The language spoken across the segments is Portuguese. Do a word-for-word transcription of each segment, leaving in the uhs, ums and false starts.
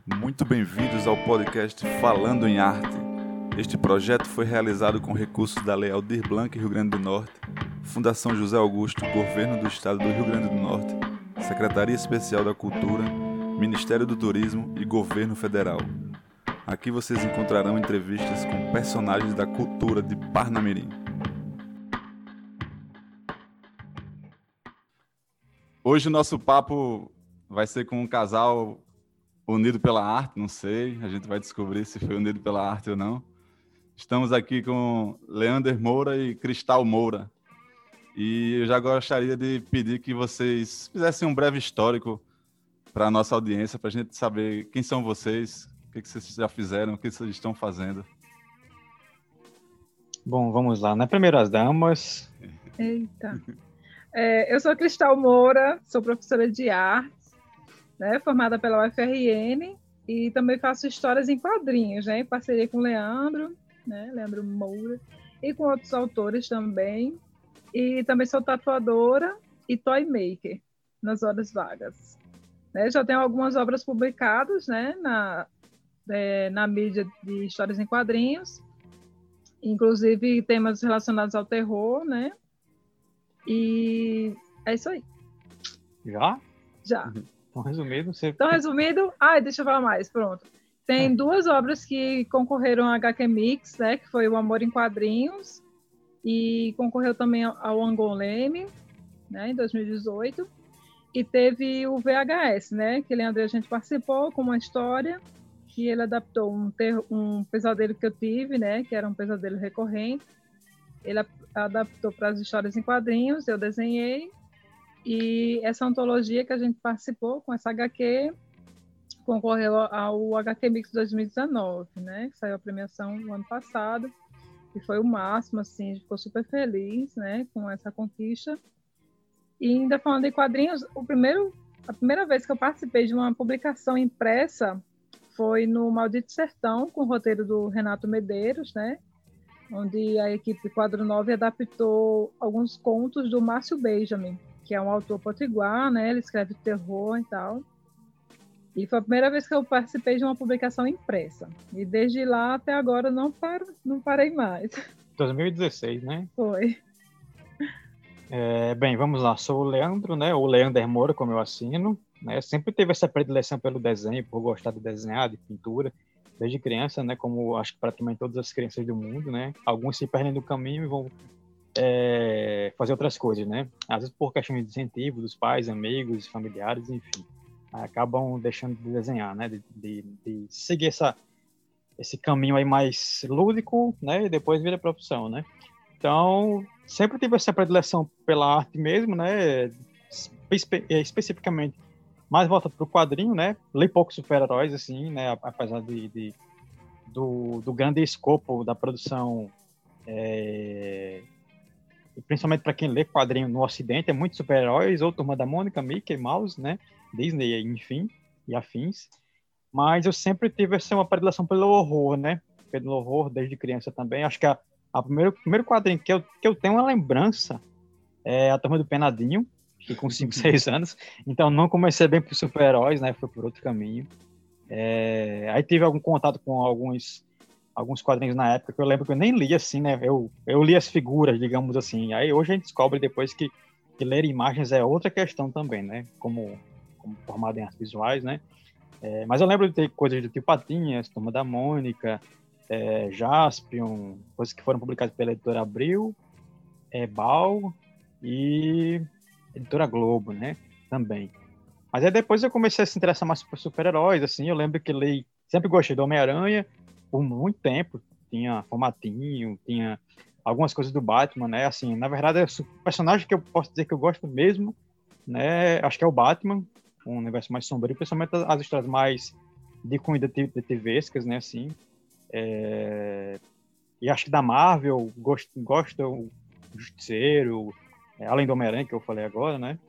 Muito bem-vindos ao podcast Falando em Arte. Este projeto foi realizado com recursos da Lei Aldir Blanc, Rio Grande do Norte, Fundação José Augusto, Governo do Estado do Rio Grande do Norte, Secretaria Especial da Cultura, Ministério do Turismo e Governo Federal. Aqui vocês encontrarão entrevistas com personagens da cultura de Parnamirim. Hoje o nosso papo vai ser com um casal unido pela arte, não sei, a gente vai descobrir se foi unido pela arte ou não. Estamos aqui com Leander Moura e Cristal Moura. E eu já gostaria de pedir que vocês fizessem um breve histórico para a nossa audiência, para a gente saber quem são vocês, o que, que vocês já fizeram, o que vocês estão fazendo. Bom, vamos lá, né? Primeiro as damas. Eita. É, eu sou Cristal Moura, sou professora de arte, né, formada pela U F R N, e também faço histórias em quadrinhos, né, em parceria com o Leandro, né, Leandro Moura, e com outros autores também. E também sou tatuadora e toy maker nas horas vagas. Né, já tenho algumas obras publicadas, né, na, é, na mídia de histórias em quadrinhos, inclusive temas relacionados ao terror, né? E é isso aí. Já? Já. Então, resumido, você... Então, resumido... Ai, deixa eu falar mais, pronto. Tem duas obras que concorreram ao H Q Mix, né, que foi O Amor em Quadrinhos, e concorreu também ao Angoleme, né, em dois mil e dezoito. E teve o V H S, né, que Leandro e a gente participou com uma história que ele adaptou um, ter- um pesadelo que eu tive, né, que era um pesadelo recorrente. Ele adaptou para as histórias em quadrinhos, eu desenhei. E essa antologia que a gente participou com essa H Q concorreu ao H Q Mix dois mil e dezenove, né? Que saiu a premiação no ano passado e foi o máximo, assim, a gente ficou super feliz, né, com essa conquista. E ainda falando em quadrinhos, o primeiro, a primeira vez que eu participei de uma publicação impressa foi no Maldito Sertão, com o roteiro do Renato Medeiros, né? Onde a equipe Quadro nove adaptou alguns contos do Márcio Benjamin, que é um autor potiguar, né? Ele escreve terror e tal. E foi a primeira vez que eu participei de uma publicação impressa. E desde lá até agora não, paro, não parei mais. dois mil e dezesseis, né? Foi. É, bem, vamos lá. Sou o Leandro, né? Ou Leander Moura, como eu assino. Né? Sempre teve essa predileção pelo desenho, por gostar de desenhar, de pintura, desde criança, né? Como acho que praticamente todas as crianças do mundo, né? Alguns se perdem no caminho e vão é, fazer outras coisas, né? Às vezes por questão de incentivo dos pais, amigos, familiares, enfim. Acabam deixando de desenhar, né? De, de, de seguir essa, esse caminho aí mais lúdico, né? E depois vira profissão, né? Então, sempre tive essa predileção pela arte mesmo, né? Espe- especificamente mais voltado para o quadrinho, né? Li poucos super-heróis, assim, né? Apesar de, de, do, do grande escopo da produção, é... principalmente para quem lê quadrinho no Ocidente, é muito super-heróis, ou Turma da Mônica, Mickey Mouse, né? Disney, enfim, e afins. Mas eu sempre tive essa uma predileção pelo horror, né? Pelo horror desde criança também. Acho que a, a primeiro, primeiro quadrinho que eu, que eu tenho uma lembrança é a Turma do Penadinho, que com cinco, seis anos. Então não comecei bem por super-heróis, né? Foi por outro caminho. É, aí tive algum contato com alguns, alguns quadrinhos na época que eu lembro que eu nem li assim, né? Eu, eu li as figuras, digamos assim. Aí hoje a gente descobre depois que, que ler imagens é outra questão também, né? Como como formado em artes visuais, né? É, mas eu lembro de ter coisas do Tio Patinhas, Turma da Mônica, é, Jaspion, coisas que foram publicadas pela Editora Abril, Ebal e Editora Globo, né? Também. Mas aí depois eu comecei a se interessar mais por super-heróis, assim, eu lembro que li, sempre gostei do Homem-Aranha, por muito tempo, tinha formatinho, tinha algumas coisas do Batman, né? Assim, na verdade, o personagem que eu posso dizer que eu gosto mesmo, né? Acho que é o Batman, um universo mais sombrio, principalmente as histórias mais de cunho detetivescas, né, assim. É... E acho que da Marvel, gosto, gosto do Justiceiro, é, além do Homem-Aranha, que eu falei agora, né,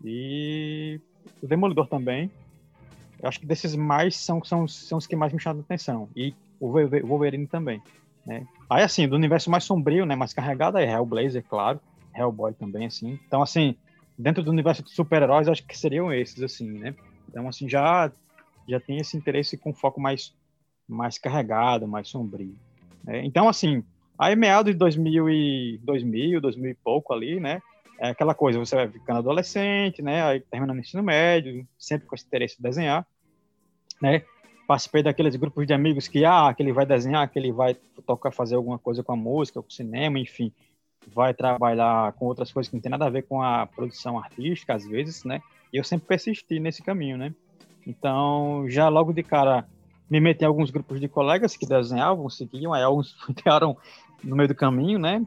e o Demolidor também. Eu acho que desses mais são, são, são os que mais me chamam a atenção, e o Wolverine também, né. Aí, assim, do universo mais sombrio, né, mais carregado, é Hellblazer, claro, Hellboy também, assim. Então, assim, dentro do universo de super-heróis, acho que seriam esses, assim, né? Então, assim, já já tinha esse interesse com foco mais, mais carregado, mais sombrio. Né? Então, assim, aí meados de dois mil, e, dois mil, dois mil e pouco ali, né? É aquela coisa, você vai ficando adolescente, né? Aí terminando o ensino médio, sempre com esse interesse de desenhar, né? Participei daqueles grupos de amigos que, ah, que ele vai desenhar, que ele vai tocar, fazer alguma coisa com a música, com o cinema, enfim, vai trabalhar com outras coisas que não tem nada a ver com a produção artística, às vezes, né? E eu sempre persisti nesse caminho, né? Então, já logo de cara, me meti em alguns grupos de colegas que desenhavam, seguiam, aí alguns ficaram no meio do caminho, né?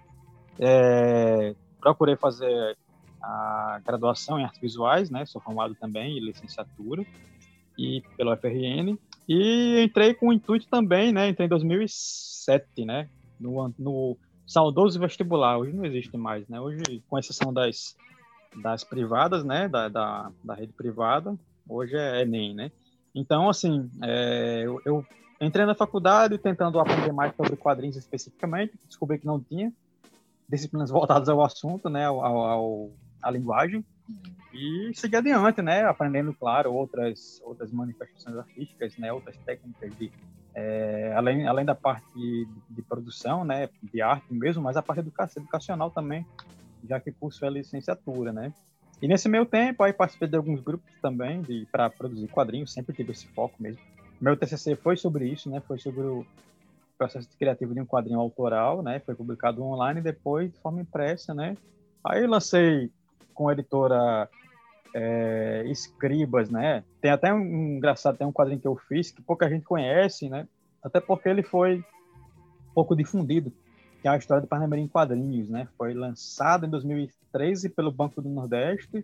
É, procurei fazer a graduação em artes visuais, né? Sou formado também em licenciatura e pelo F R N. E entrei com o intuito também, né? Entrei em dois mil e sete, né? No, no saudoso vestibular. Hoje não existe mais, né? Hoje, com exceção das, das privadas, né? Da, da, da rede privada, hoje é Enem, né? Então, assim, é, eu, eu entrei na faculdade tentando aprender mais sobre quadrinhos especificamente, descobri que não tinha disciplinas voltadas ao assunto, né? Ao, ao, à linguagem. E seguir adiante, né, aprendendo, claro, outras outras manifestações artísticas, né, outras técnicas de é, além além da parte de, de produção, né, de arte mesmo, mas a parte educacional também, já que curso é licenciatura, né. E nesse meio tempo aí participei de alguns grupos também de para produzir quadrinhos, sempre tive esse foco mesmo. Meu T C C foi sobre isso, né, foi sobre o processo criativo de um quadrinho autoral, né, foi publicado online e depois de forma impressa, né. Aí lancei com a editora é, Escribas, né? Tem até um, um engraçado, tem um quadrinho que eu fiz que pouca gente conhece, né? Até porque ele foi pouco difundido, que é a história do Parnamirim em quadrinhos, né? Foi lançado em dois mil e treze pelo Banco do Nordeste.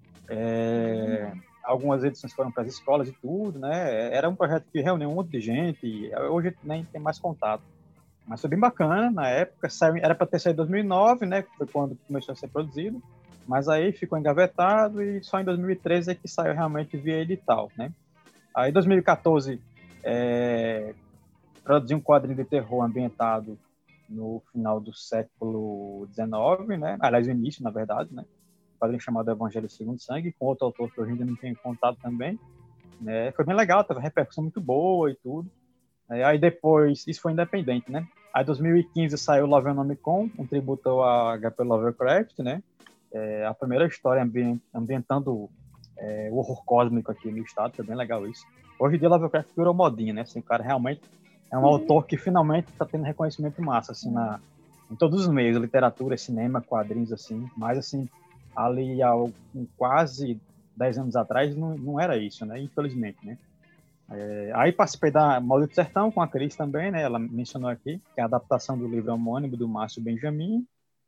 É, algumas edições foram para as escolas e tudo, né? Era um projeto que reuniu um monte de gente. Hoje nem tem mais contato. Mas foi bem bacana na época. Saiu, era para ter saído em dois mil e nove, né? Que foi quando começou a ser produzido. Mas aí ficou engavetado e só em dois mil e treze é que saiu realmente via edital, né? Aí em dois mil e quatorze é, produzi um quadrinho de terror ambientado no final do século dezenove, né? Aliás, no início, na verdade, né? Um quadrinho chamado Evangelho Segundo Sangue, com outro autor que eu ainda não tenho contato também, né? Foi bem legal, teve uma repercussão muito boa e tudo. Aí depois, isso foi independente, né? Aí em dois mil e quinze saiu Lovenomicon, um tributo a H P Lovecraft, né? É, a primeira história ambient, ambientando é, o horror cósmico aqui no estado, foi bem legal isso. Hoje em dia, Lovecraft virou modinha, né? Assim, o cara realmente é um uhum. autor que finalmente está tendo reconhecimento massa, assim, na, em todos os meios, literatura, cinema, quadrinhos, assim. Mas, assim, ali há quase dez anos atrás não, não era isso, né? Infelizmente, né? É, aí participei da Maldito Sertão com a Cris também, né? Ela mencionou aqui, que é a adaptação do livro homônimo do Márcio Benjamin.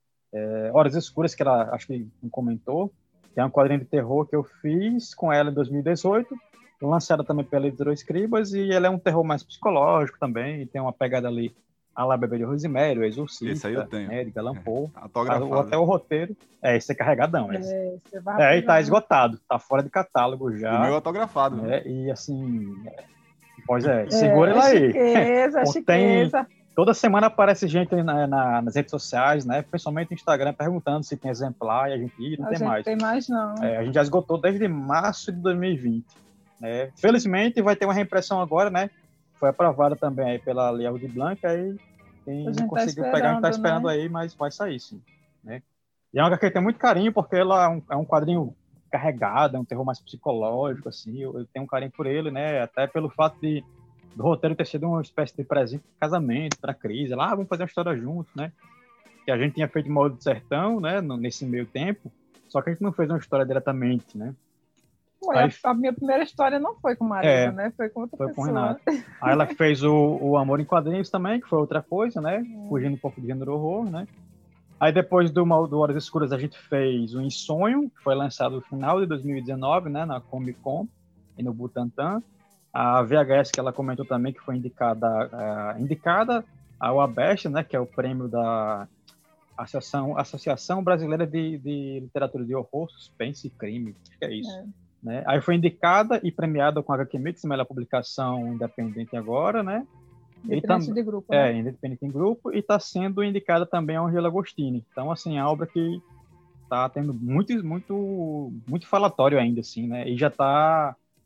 É, Horas Escuras, que ela acho que não comentou, que é um quadrinho de terror que eu fiz com ela em dois mil e dezoito, lançada também pela editora Escribas, e ele é um terror mais psicológico também, e tem uma pegada ali a la Bebê de Rosemary, o Exorcista, esse aí eu tenho. Né, de Allan Poe, é, até o roteiro, é, esse é carregadão, esse. É, você vai é e tá esgotado, tá fora de catálogo já. O meu é autografado. Né, e assim, é, pois é, segura é, ele aí. Chiqueza, chiqueza. Toda semana aparece gente na, na, nas redes sociais, né? Principalmente no Instagram, perguntando se tem exemplar, e a gente ih, não a tem gente mais. Tem mais, não. É, a gente já esgotou desde março de dois mil e vinte. Né? Felizmente, vai ter uma reimpressão agora, né? Foi aprovada também aí pela Lei Aldir Blanc, aí quem não conseguiu tá pegar, a gente tá esperando, né? Aí, mas vai sair, sim. Né? E é uma que eu tenho muito carinho, porque ela é um, é um quadrinho carregado, é um terror mais psicológico, assim, eu, eu tenho um carinho por ele, né? Até pelo fato de do roteiro ter sido uma espécie de presente de casamento para a Cris. Lá, ah, vamos fazer uma história juntos, né? Que a gente tinha feito Molde do Sertão, né? No, nesse meio tempo, só que a gente não fez uma história diretamente, né? Ué, Aí, a, a minha primeira história não foi com Maria, é, né? Foi com outra foi pessoa. Com Renato. Aí ela fez o, o Amor em Quadrinhos também, que foi outra coisa, né? Hum. Fugindo um pouco de gênero horror, né? Aí depois do, do Horas Escuras a gente fez o Insonho, que foi lançado no final de dois mil e dezenove, né? Na Comic Con e no Butantã. A V H S, que ela comentou também, que foi indicada, uh, indicada ao ABEST, né, que é o prêmio da Associação, Associação Brasileira de, de Literatura de Horror, Suspense e Crime, acho que é isso. É. Né? Aí foi indicada e premiada com a H Q Mix, melhor publicação independente agora, né? Independente tam, de grupo, É, né? independente em grupo, e está sendo indicada também a Angela Agostini. Então, assim, a obra que está tendo muito, muito, muito falatório ainda, assim, né? E já está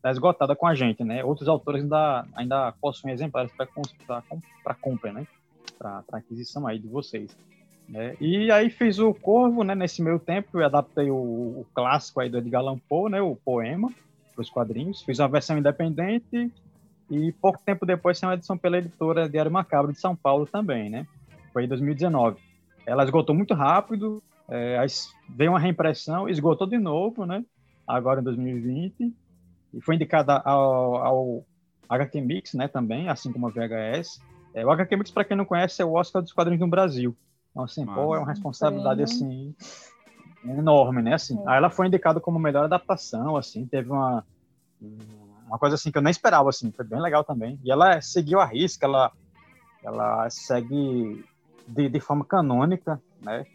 tá esgotada com a gente, né? Outros autores ainda, ainda possuem exemplares para compra, né? Para aquisição aí de vocês. Né? E aí fiz o Corvo, né? Nesse meio tempo, eu adaptei o, o clássico aí do Edgar Allan Poe, né? O poema, para os quadrinhos. Fiz uma versão independente e pouco tempo depois saiu uma edição pela editora Diário Macabro de São Paulo também, né? Foi em dois mil e dezenove. Ela esgotou muito rápido, é, aí veio uma reimpressão, esgotou de novo, né? Agora em dois mil e vinte. E foi indicada ao, ao H Q Mix, né? Também, assim como a V H S. É, o H Q Mix, para quem não conhece, é o Oscar dos quadrinhos no Brasil. Então, assim, pô, é uma responsabilidade, assim, enorme, né? Assim, aí ela foi indicada como melhor adaptação, assim, teve uma, uma coisa, assim, que eu nem esperava, assim, foi bem legal também. E ela seguiu a risca, ela, ela segue de, de forma canônica, né?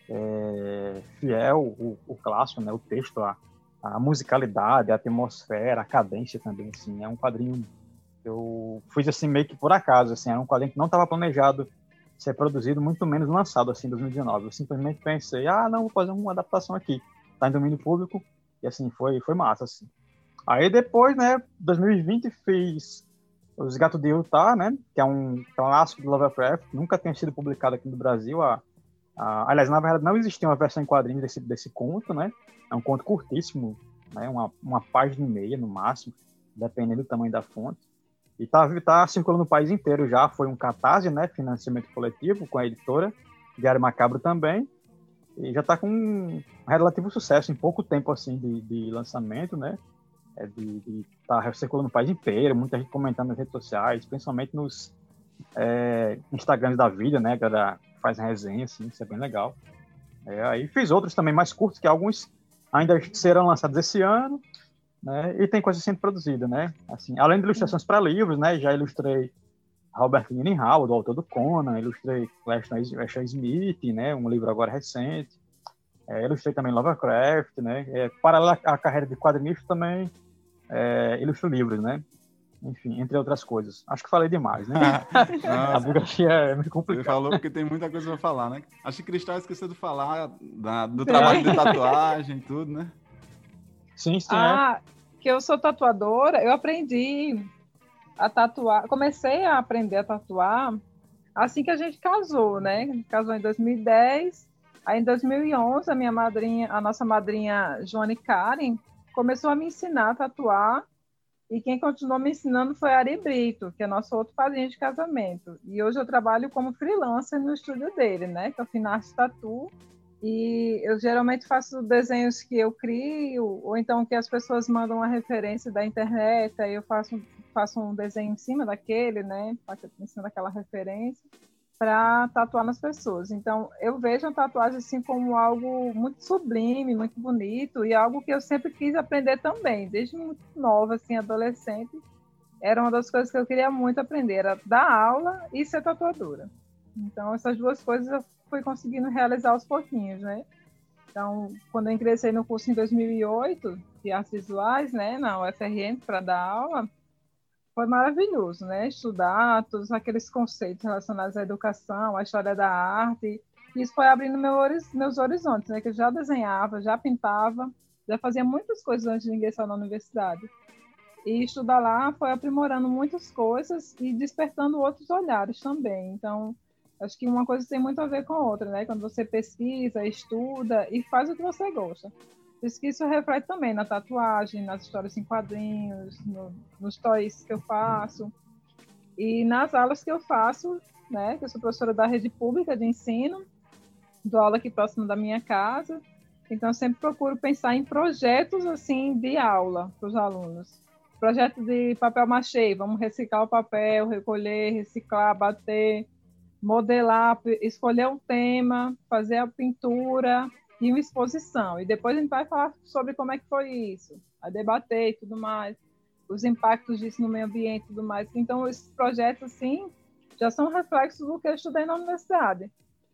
É, fiel, o, o clássico, né? O texto, a, a musicalidade, a atmosfera, a cadência também, assim, é um quadrinho que eu fiz, assim, meio que por acaso, assim, era um quadrinho que não estava planejado ser produzido, muito menos lançado assim em dois mil e dezenove. Eu simplesmente pensei, ah, não, vou fazer uma adaptação aqui. Tá em domínio público. E assim, foi, foi massa, assim. Aí depois, né, dois mil e vinte, fiz Os Gatos de Utah, né, que é um clássico do Lovecraft, nunca tinha sido publicado aqui no Brasil. A, a, aliás, na verdade, não existia uma versão em quadrinhos desse, desse conto, né. É um conto curtíssimo, né, uma, uma página e meia, no máximo, dependendo do tamanho da fonte. E tá, tá circulando no país inteiro já, foi um catarse, né, financiamento coletivo com a editora, Diário Macabro também, e já tá com um relativo sucesso em pouco tempo, assim, de, de lançamento, né, é de, de tá circulando no país inteiro, muita gente comentando nas redes sociais, principalmente nos é, Instagrams da vida, né, que ela faz resenha, assim, isso é bem legal. É, aí fiz outros também mais curtos, que alguns ainda serão lançados esse ano, né? E tem coisa sendo produzida, né? Assim, além de ilustrações para livros, né? Já ilustrei Robert Linenhall, do autor do Conan, ilustrei Lester Smith, né? Um livro agora recente. É, ilustrei também Lovecraft, né? É, paralelo à carreira de quadrinista também é, ilustro livros, né? Enfim, entre outras coisas. Acho que falei demais, né? A biografia é muito complicada. Você falou porque tem muita coisa para falar, né? Acho que Cristal esqueceu de falar da, do trabalho de tatuagem e tudo, né? Sim, sim, ah, é. Que eu sou tatuadora, eu aprendi a tatuar, comecei a aprender a tatuar assim que a gente casou, né? Casou em dois mil e dez, aí em dois mil e onze a minha madrinha, a nossa madrinha Joane Karen, começou a me ensinar a tatuar, e quem continuou me ensinando foi a Ari Brito, que é nosso outro padrinho de casamento. E hoje eu trabalho como freelancer no estúdio dele, né? Que é o Finarte Tatu. E eu geralmente faço desenhos que eu crio, ou então que as pessoas mandam uma referência da internet, aí eu faço, faço um desenho em cima daquele, né, em cima daquela referência, para tatuar nas pessoas. Então, eu vejo a tatuagem assim como algo muito sublime, muito bonito, e algo que eu sempre quis aprender também, desde muito nova, assim, adolescente. Era uma das coisas que eu queria muito aprender, era dar aula e ser tatuadora. Então, essas duas coisas eu fui conseguindo realizar aos pouquinhos, né? Então, quando eu ingressei no curso em dois mil e oito, de artes visuais, né, na U F R N, para dar aula, foi maravilhoso, né? Estudar todos aqueles conceitos relacionados à educação, à história da arte. E isso foi abrindo meus, meus horizontes, né? Que eu já desenhava, já pintava, já fazia muitas coisas antes de ingressar na universidade. E estudar lá foi aprimorando muitas coisas e despertando outros olhares também. Então, acho que uma coisa tem muito a ver com a outra, né? Quando você pesquisa, estuda e faz o que você gosta. Por isso que isso reflete também na tatuagem, nas histórias em quadrinhos, no, nos toys que eu faço e nas aulas que eu faço, né? Que eu sou professora da rede pública de ensino, dou aula aqui próximo da minha casa. Então, eu sempre procuro pensar em projetos assim de aula para os alunos. Projeto de papel machê, vamos reciclar o papel, recolher, reciclar, bater, modelar, escolher um tema, fazer a pintura e uma exposição. E depois a gente vai falar sobre como é que foi isso, a debater e tudo mais, os impactos disso no meio ambiente e tudo mais. Então, esses projetos, assim, já são reflexos do que eu estudei na universidade.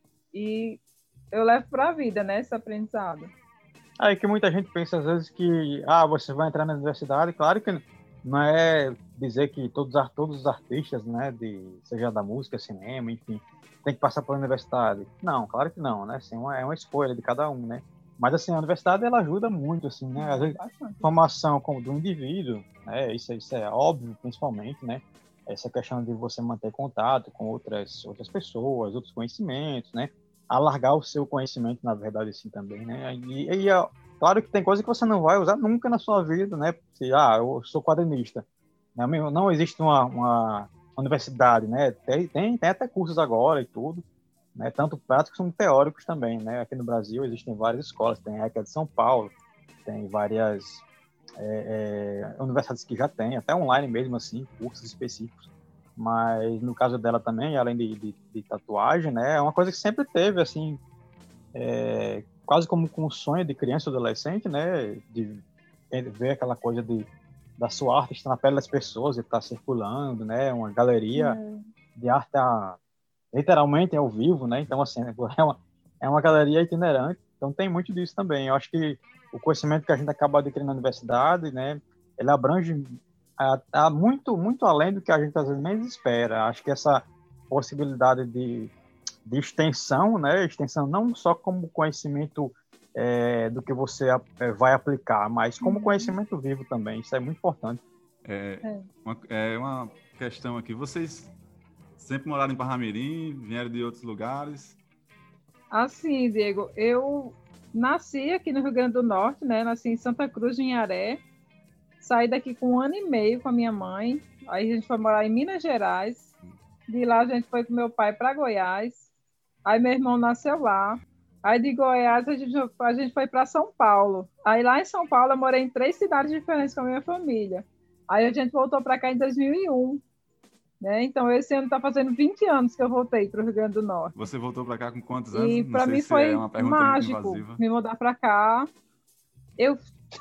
E eu levo para a vida, né, esse aprendizado. Aí que muita gente pensa, às vezes, que ah, você vai entrar na universidade, claro que não é dizer que todos, todos os artistas, né, de, seja da música, cinema, enfim, tem que passar pela universidade. Não, claro que não, né? Assim, é uma escolha de cada um, né? Mas, assim, a universidade, ela ajuda muito, assim, né? Às vezes, a formação como do indivíduo, né? Isso, isso é óbvio, principalmente, né? Essa questão de você manter contato com outras, outras pessoas, outros conhecimentos, né? Alargar o seu conhecimento, na verdade, assim, também, né? E, e é, claro que tem coisa que você não vai usar nunca na sua vida, né? Se, ah, eu sou quadrinista. Não, não existe uma, uma universidade, né? Tem, tem, tem até cursos agora e tudo, né, tanto práticos como teóricos também, né? Aqui no Brasil existem várias escolas, tem a ECA de São Paulo, tem várias é, é, universidades que já têm, até online mesmo, assim, cursos específicos. Mas no caso dela também, além de, de, de tatuagem, né, é uma coisa que sempre teve, assim, é, quase como com um sonho de criança ou adolescente, né, de ver aquela coisa de, da sua arte estar na pele das pessoas e estar circulando, né, uma galeria é. de arte a literalmente ao vivo, né? Então, assim, é uma, é uma galeria itinerante, então tem muito disso também. Eu acho que o conhecimento que a gente acaba adquirindo na universidade, né? Ele abrange a, a muito, muito além do que a gente às vezes nem espera. Acho que essa possibilidade de, de extensão, né? Extensão não só como conhecimento é, do que você é, vai aplicar, mas como conhecimento vivo também. Isso é muito importante. É, é. Uma, é uma questão aqui. Vocês sempre moraram em Parnamirim, vieram de outros lugares? Assim, Diego, eu nasci aqui no Rio Grande do Norte, né? Nasci em Santa Cruz de Inharé. Saí daqui com um ano e meio com a minha mãe. Aí a gente foi morar em Minas Gerais. De lá a gente foi com meu pai para Goiás. Aí meu irmão nasceu lá. Aí de Goiás a gente, a gente foi para São Paulo. Aí lá em São Paulo eu morei em três cidades diferentes com a minha família. Aí a gente voltou para cá em dois mil e um. Né? Então, esse ano está fazendo vinte anos que eu voltei para o Rio Grande do Norte. Você voltou para cá com quantos anos? E para mim foi é uma mágico me mudar para cá. Eu,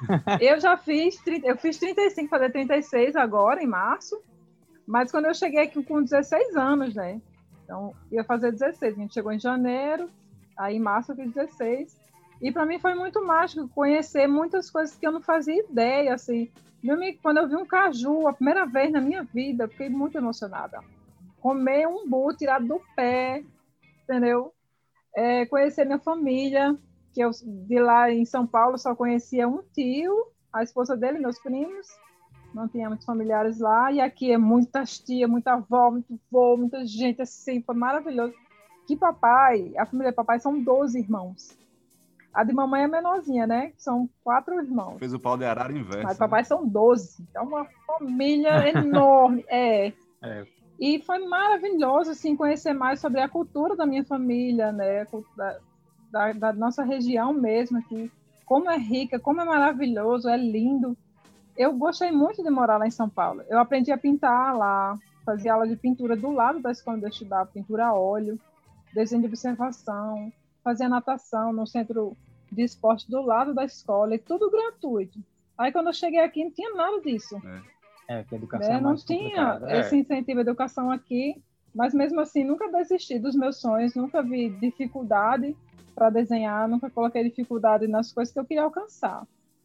eu já fiz, eu fiz trinta e cinco, fazer trinta e seis agora, em março. Mas quando eu cheguei aqui com dezesseis anos, né? Então, ia fazer dezesseis. A gente chegou em janeiro, aí em março eu fiz dezesseis. E para mim foi muito mágico conhecer muitas coisas que eu não fazia ideia, assim. Quando eu vi um caju a primeira vez na minha vida, eu fiquei muito emocionada. Comer um umbu tirado do pé, entendeu? É, conhecer minha família, que eu de lá em São Paulo só conhecia um tio, a esposa dele, meus primos, não tinha muitos familiares lá, e aqui é muitas tias, muita avó, muito vô, muita gente assim, foi maravilhoso. Que papai, a família do papai são doze irmãos. A de mamãe é menorzinha, né? São quatro irmãos. Fez o pau de arara inverso. Mas papai né? São doze. Então, uma família enorme. É. é. E foi maravilhoso, assim, conhecer mais sobre a cultura da minha família, né? Da, da, da nossa região mesmo aqui. Como é rica, como é maravilhoso, é lindo. Eu gostei muito de morar lá em São Paulo. Eu aprendi a pintar lá. Fazia aula de pintura do lado da escola onde eu estudava. Pintura a óleo, desenho de observação. Fazia natação no centro de esporte do lado da escola, e tudo gratuito. Aí, quando eu cheguei aqui, não tinha nada disso. É, que a educação é Não tinha é. esse incentivo à educação aqui, mas mesmo assim, nunca desisti dos meus sonhos, nunca vi dificuldade para desenhar, nunca coloquei dificuldade nas coisas que eu queria alcançar.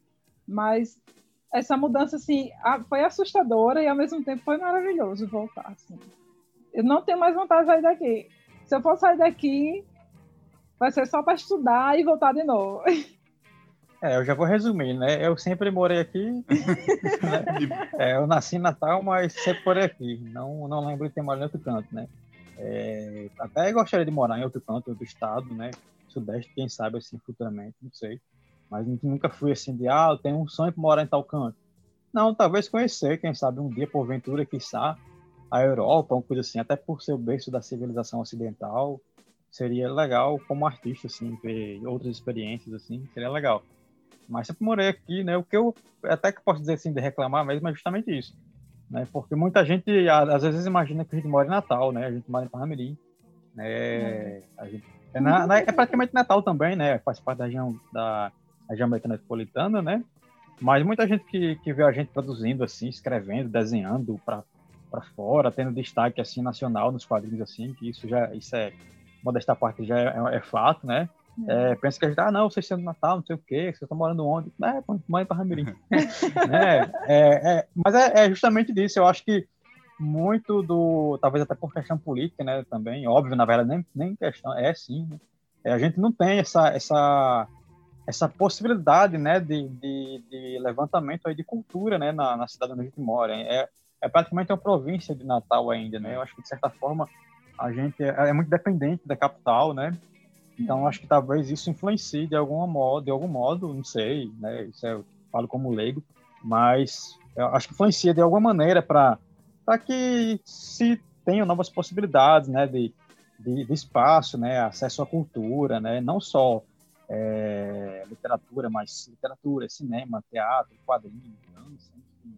Mas essa mudança, assim, foi assustadora e, ao mesmo tempo, foi maravilhoso voltar. Assim. Eu não tenho mais vontade de sair daqui. Se eu for sair daqui, vai ser só para estudar e voltar de novo. É, eu já vou resumir, né? Eu sempre morei aqui. Né? É, eu nasci em Natal, mas sempre morei aqui. Não, não lembro de ter morado em outro canto, né? É, até gostaria de morar em outro canto, em outro estado, né? Sudeste, quem sabe, assim, futuramente, não sei. Mas nunca fui assim de, ah, eu tenho um sonho de morar em tal canto. Não, talvez conhecer, quem sabe, um dia, porventura, quiçá, a Europa, uma coisa assim, até por ser o berço da civilização ocidental. Seria legal como artista, assim, ver outras experiências, assim, seria legal. Mas sempre morei aqui, né? O que eu até que posso dizer, assim, de reclamar mesmo é justamente isso, né? Porque muita gente, às vezes, imagina que a gente mora em Natal, né? A gente mora em Parnamirim, né? É. A gente, é, na, na, é praticamente Natal também, né? Faz parte da região, da região metropolitana, né? Mas muita gente que, que vê a gente produzindo, assim, escrevendo, desenhando para para fora, tendo destaque, assim, nacional nos quadrinhos, assim, que isso já, isso é... modesta parte já é, é fato, né? É. É, pensa que a gente, ah, não, vocês estão no Natal, não sei o quê, vocês estão morando onde? É, mãe para Parnamirim. né? é, é, mas é, é justamente disso, eu acho que muito do, talvez até por questão política, né, também, óbvio, na verdade, nem, nem questão, é sim, né? É, a gente não tem essa, essa, essa possibilidade, né, de, de, de levantamento aí de cultura, né, na, na cidade onde a gente mora. É, é praticamente uma província de Natal ainda, né? Eu acho que, de certa forma, a gente é, é muito dependente da capital, né? Então, acho que talvez isso influencie de, alguma modo, de algum modo, não sei, né? Isso eu falo como leigo, mas eu acho que influencia de alguma maneira para que se tenham novas possibilidades, né, de, de, de espaço, né, acesso à cultura, né, não só é, literatura, mas literatura, cinema, teatro, quadrinhos, dança, enfim,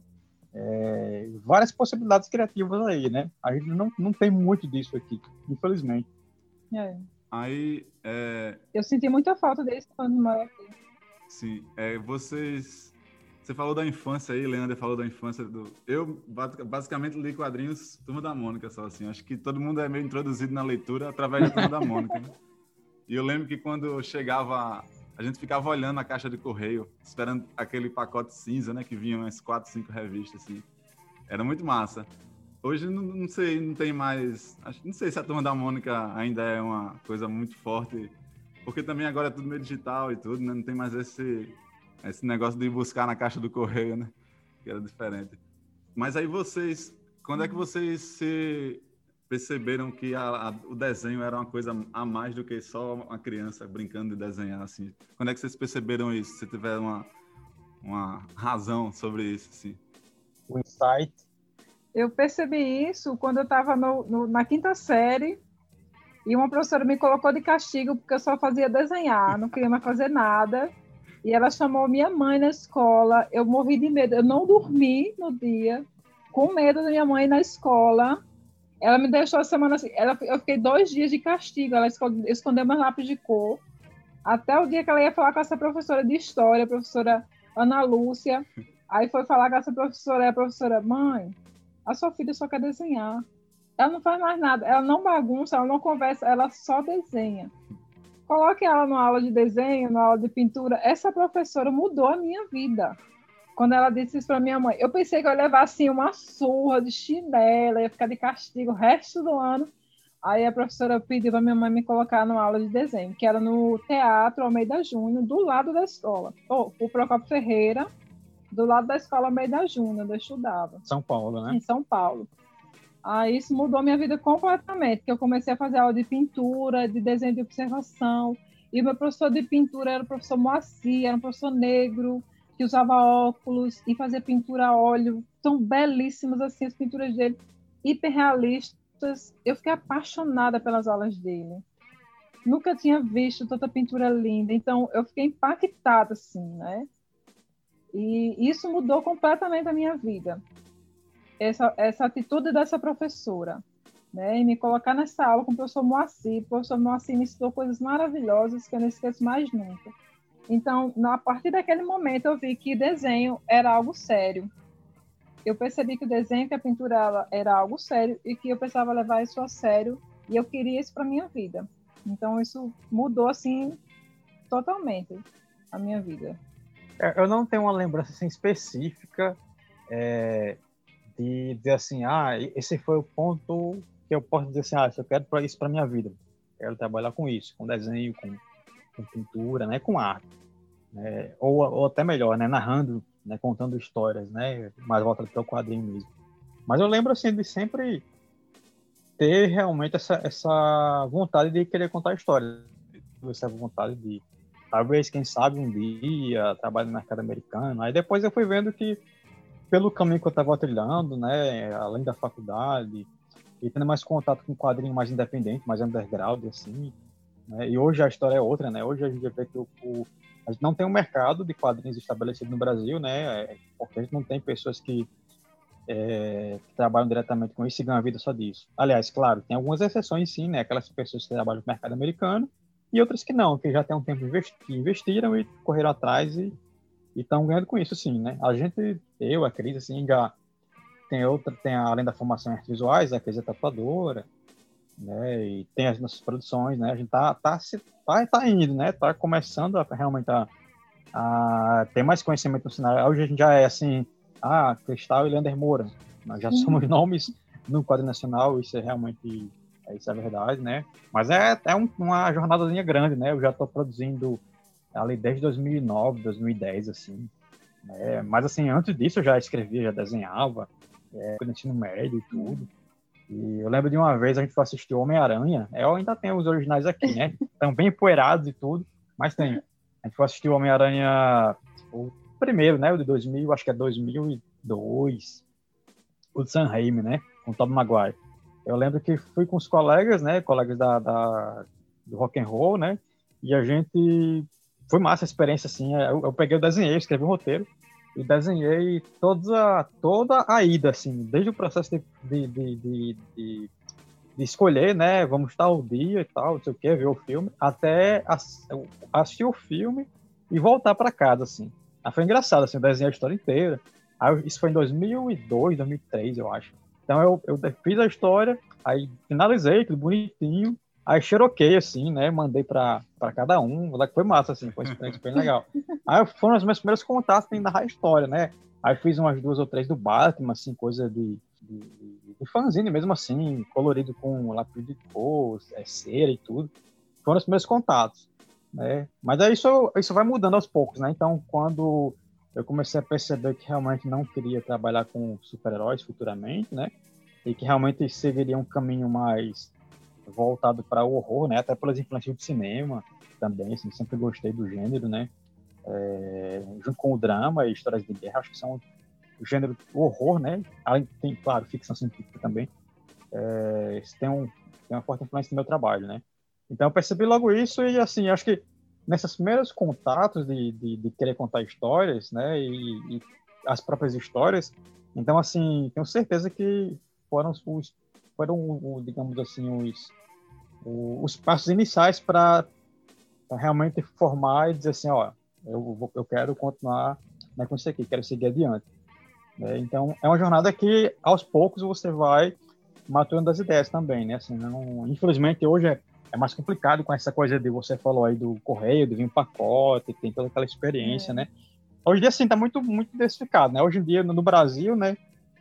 é, várias possibilidades criativas aí, né? A gente não, não tem muito disso aqui, infelizmente. É. Aí, é, Eu senti muita falta desse quando moro aqui. sim, é, vocês... Você falou da infância aí, Leandro falou da infância do... Eu, basicamente, li quadrinhos Turma da Mônica só, assim. Acho que todo mundo é meio introduzido na leitura através da Turma da Mônica, né? E eu lembro que quando chegava... A gente ficava olhando a caixa de correio, esperando aquele pacote cinza, né? Que vinha umas quatro, cinco revistas, assim. Era muito massa. Hoje, não, não sei, não tem mais... Acho, não sei se a Turma da Mônica ainda é uma coisa muito forte, porque também agora é tudo meio digital e tudo, né? Não tem mais esse... Esse negócio de ir buscar na caixa do correio, né? Que era diferente. Mas aí vocês... Quando é que vocês se perceberam que a, a, o desenho era uma coisa a mais do que só uma criança brincando de desenhar, assim? Quando é que vocês perceberam isso? Se tiver uma, uma razão sobre isso, assim? O insight. Eu percebi isso quando eu estava na quinta série e uma professora me colocou de castigo porque eu só fazia desenhar, não queria mais fazer nada. E ela chamou minha mãe na escola. Eu morri de medo. Eu não dormi no dia, com medo da minha mãe na escola. Ela me deixou a semana assim. Ela, eu fiquei dois dias de castigo. Ela escondeu meus lápis de cor. Até o dia que ela ia falar com essa professora de história, a professora Ana Lúcia. Aí foi falar com essa professora. E a professora, mãe, a sua filha só quer desenhar. Ela não faz mais nada. Ela não bagunça, ela não conversa, ela só desenha. Coloque ela numa aula de desenho, numa aula de pintura. Essa professora mudou a minha vida. Quando ela disse isso para minha mãe, eu pensei que eu ia levar assim, uma surra de chinela, ia ficar de castigo o resto do ano. Aí a professora pediu para minha mãe me colocar numa aula de desenho, que era no Teatro Almeida Júnior, do lado da escola. Oh, o Procopio Ferreira, do lado da escola Almeida Júnior, onde eu estudava. São Paulo, né? Em São Paulo. Aí isso mudou minha vida completamente, que eu comecei a fazer aula de pintura, de desenho de observação, e o meu professor de pintura era o professor Moacir, era um professor negro, que usava óculos e fazia pintura a óleo, tão belíssimas assim, as pinturas dele, hiperrealistas. Eu fiquei apaixonada pelas aulas dele. Nunca tinha visto tanta pintura linda, então eu fiquei impactada, assim, né? E isso mudou completamente a minha vida. Essa, essa atitude dessa professora, né, e me colocar nessa aula com o professor Moacir. O professor Moacir me ensinou coisas maravilhosas que eu não esqueço mais nunca. Então, a partir daquele momento, eu vi que desenho era algo sério. Eu percebi que o desenho, que a pintura era algo sério e que eu precisava levar isso a sério, e eu queria isso para minha vida. Então, isso mudou, assim, totalmente a minha vida. Eu não tenho uma lembrança assim, específica é... de dizer assim, ah, esse foi o ponto que eu posso dizer assim, ah, eu quero para isso para minha vida. Quero trabalhar com isso, com desenho, com, com pintura, né, com arte, né, ou, ou até melhor, né, narrando, né, contando histórias, né, mais voltado para o quadrinho mesmo. Mas eu lembro assim de sempre ter realmente essa, essa vontade de querer contar histórias, essa vontade de talvez, quem sabe, um dia trabalhar no mercado americano. Aí depois eu fui vendo que pelo caminho que eu estava trilhando, né, além da faculdade, e tendo mais contato com um quadrinho mais independente, mais underground, assim, né, e hoje a história é outra, né, hoje a gente vê que o, o, a gente não tem um mercado de quadrinhos estabelecido no Brasil, né, porque a gente não tem pessoas que, é, que trabalham diretamente com isso e ganham a vida só disso. Aliás, claro, tem algumas exceções, sim, né, aquelas pessoas que trabalham no mercado americano, e outras que não, que já tem um tempo que investiram e correram atrás e e estão ganhando com isso, sim, né? A gente, eu, a Cris, assim, já tem outra, tem além da formação em artes visuais, a Cris é tatuadora, né? E tem as nossas produções, né? A gente tá, tá, se, tá, tá indo, né? Tá começando a realmente a, a ter mais conhecimento no cenário. Hoje a gente já é, assim, ah, Cristal e Leander Moura. Nós já somos uhum. nomes no quadro nacional, isso é realmente, isso é verdade, né? Mas é, é um, uma jornadazinha grande, né? Eu já estou produzindo ali desde dois mil e nove, dois mil e dez, assim. Né? Mas, assim, antes disso eu já escrevia, já desenhava, é, no ensino médio e tudo. E eu lembro de uma vez a gente foi assistir Homem-Aranha. Eu ainda tenho os originais aqui, né? Estão bem empoeirados e tudo, mas tem. A gente foi assistir o Homem-Aranha, o primeiro, né? O de dois mil, acho que é dois mil e dois. O de Sam Raimi, né? Com o Tobey Maguire. Eu lembro que fui com os colegas, né? Colegas da, da, do rock and roll, né? E a gente... Foi massa a experiência, assim. Eu, eu peguei, eu desenhei, escrevi um roteiro. E desenhei toda, toda a ida, assim, desde o processo de, de, de, de, de, de escolher, né, vamos estar o dia e tal, não sei o que, ver o filme, até assistir o filme e voltar para casa, assim. Aí foi engraçado, assim, eu desenhei a história inteira. Aí, isso foi em dois mil e dois, dois mil e três, eu acho. Então eu, eu fiz a história, aí finalizei, tudo bonitinho, aí xeroquei, assim, né, mandei para cada um, foi massa, assim, foi uma experiência bem legal. Aí foram os meus primeiros contatos em narrar a história, né, aí fiz umas duas ou três do Batman, assim, coisa de, de, de fanzine mesmo, assim, colorido com lápis de cor, é, cera e tudo, foram os primeiros contatos, né, mas aí isso, isso vai mudando aos poucos, né, então quando eu comecei a perceber que realmente não queria trabalhar com super-heróis futuramente, né, e que realmente seguiria um caminho mais voltado para o horror, né? Até pelas influências do cinema também, assim, sempre gostei do gênero, né? É, junto com o drama e histórias de guerra, acho que são o gênero do horror, né? Além tem, claro, ficção científica também. É, tem, um, tem uma forte influência no meu trabalho, né? Então eu percebi logo isso e, assim, acho que nesses primeiros contatos de, de, de querer contar histórias, né? E, e as próprias histórias, então, assim, tenho certeza que foram os foram, digamos assim, os, os passos iniciais para realmente formar e dizer assim, ó, eu, eu quero continuar, né, com isso aqui, quero seguir adiante. É, então, é uma jornada que, aos poucos, você vai maturando as ideias também, né? Assim, não, infelizmente, hoje é, é mais complicado com essa coisa de, você falou aí do correio, de vir um pacote, tem toda aquela experiência, é. né? Hoje em dia, assim, tá muito, muito diversificado, né? Hoje em dia, no Brasil, né,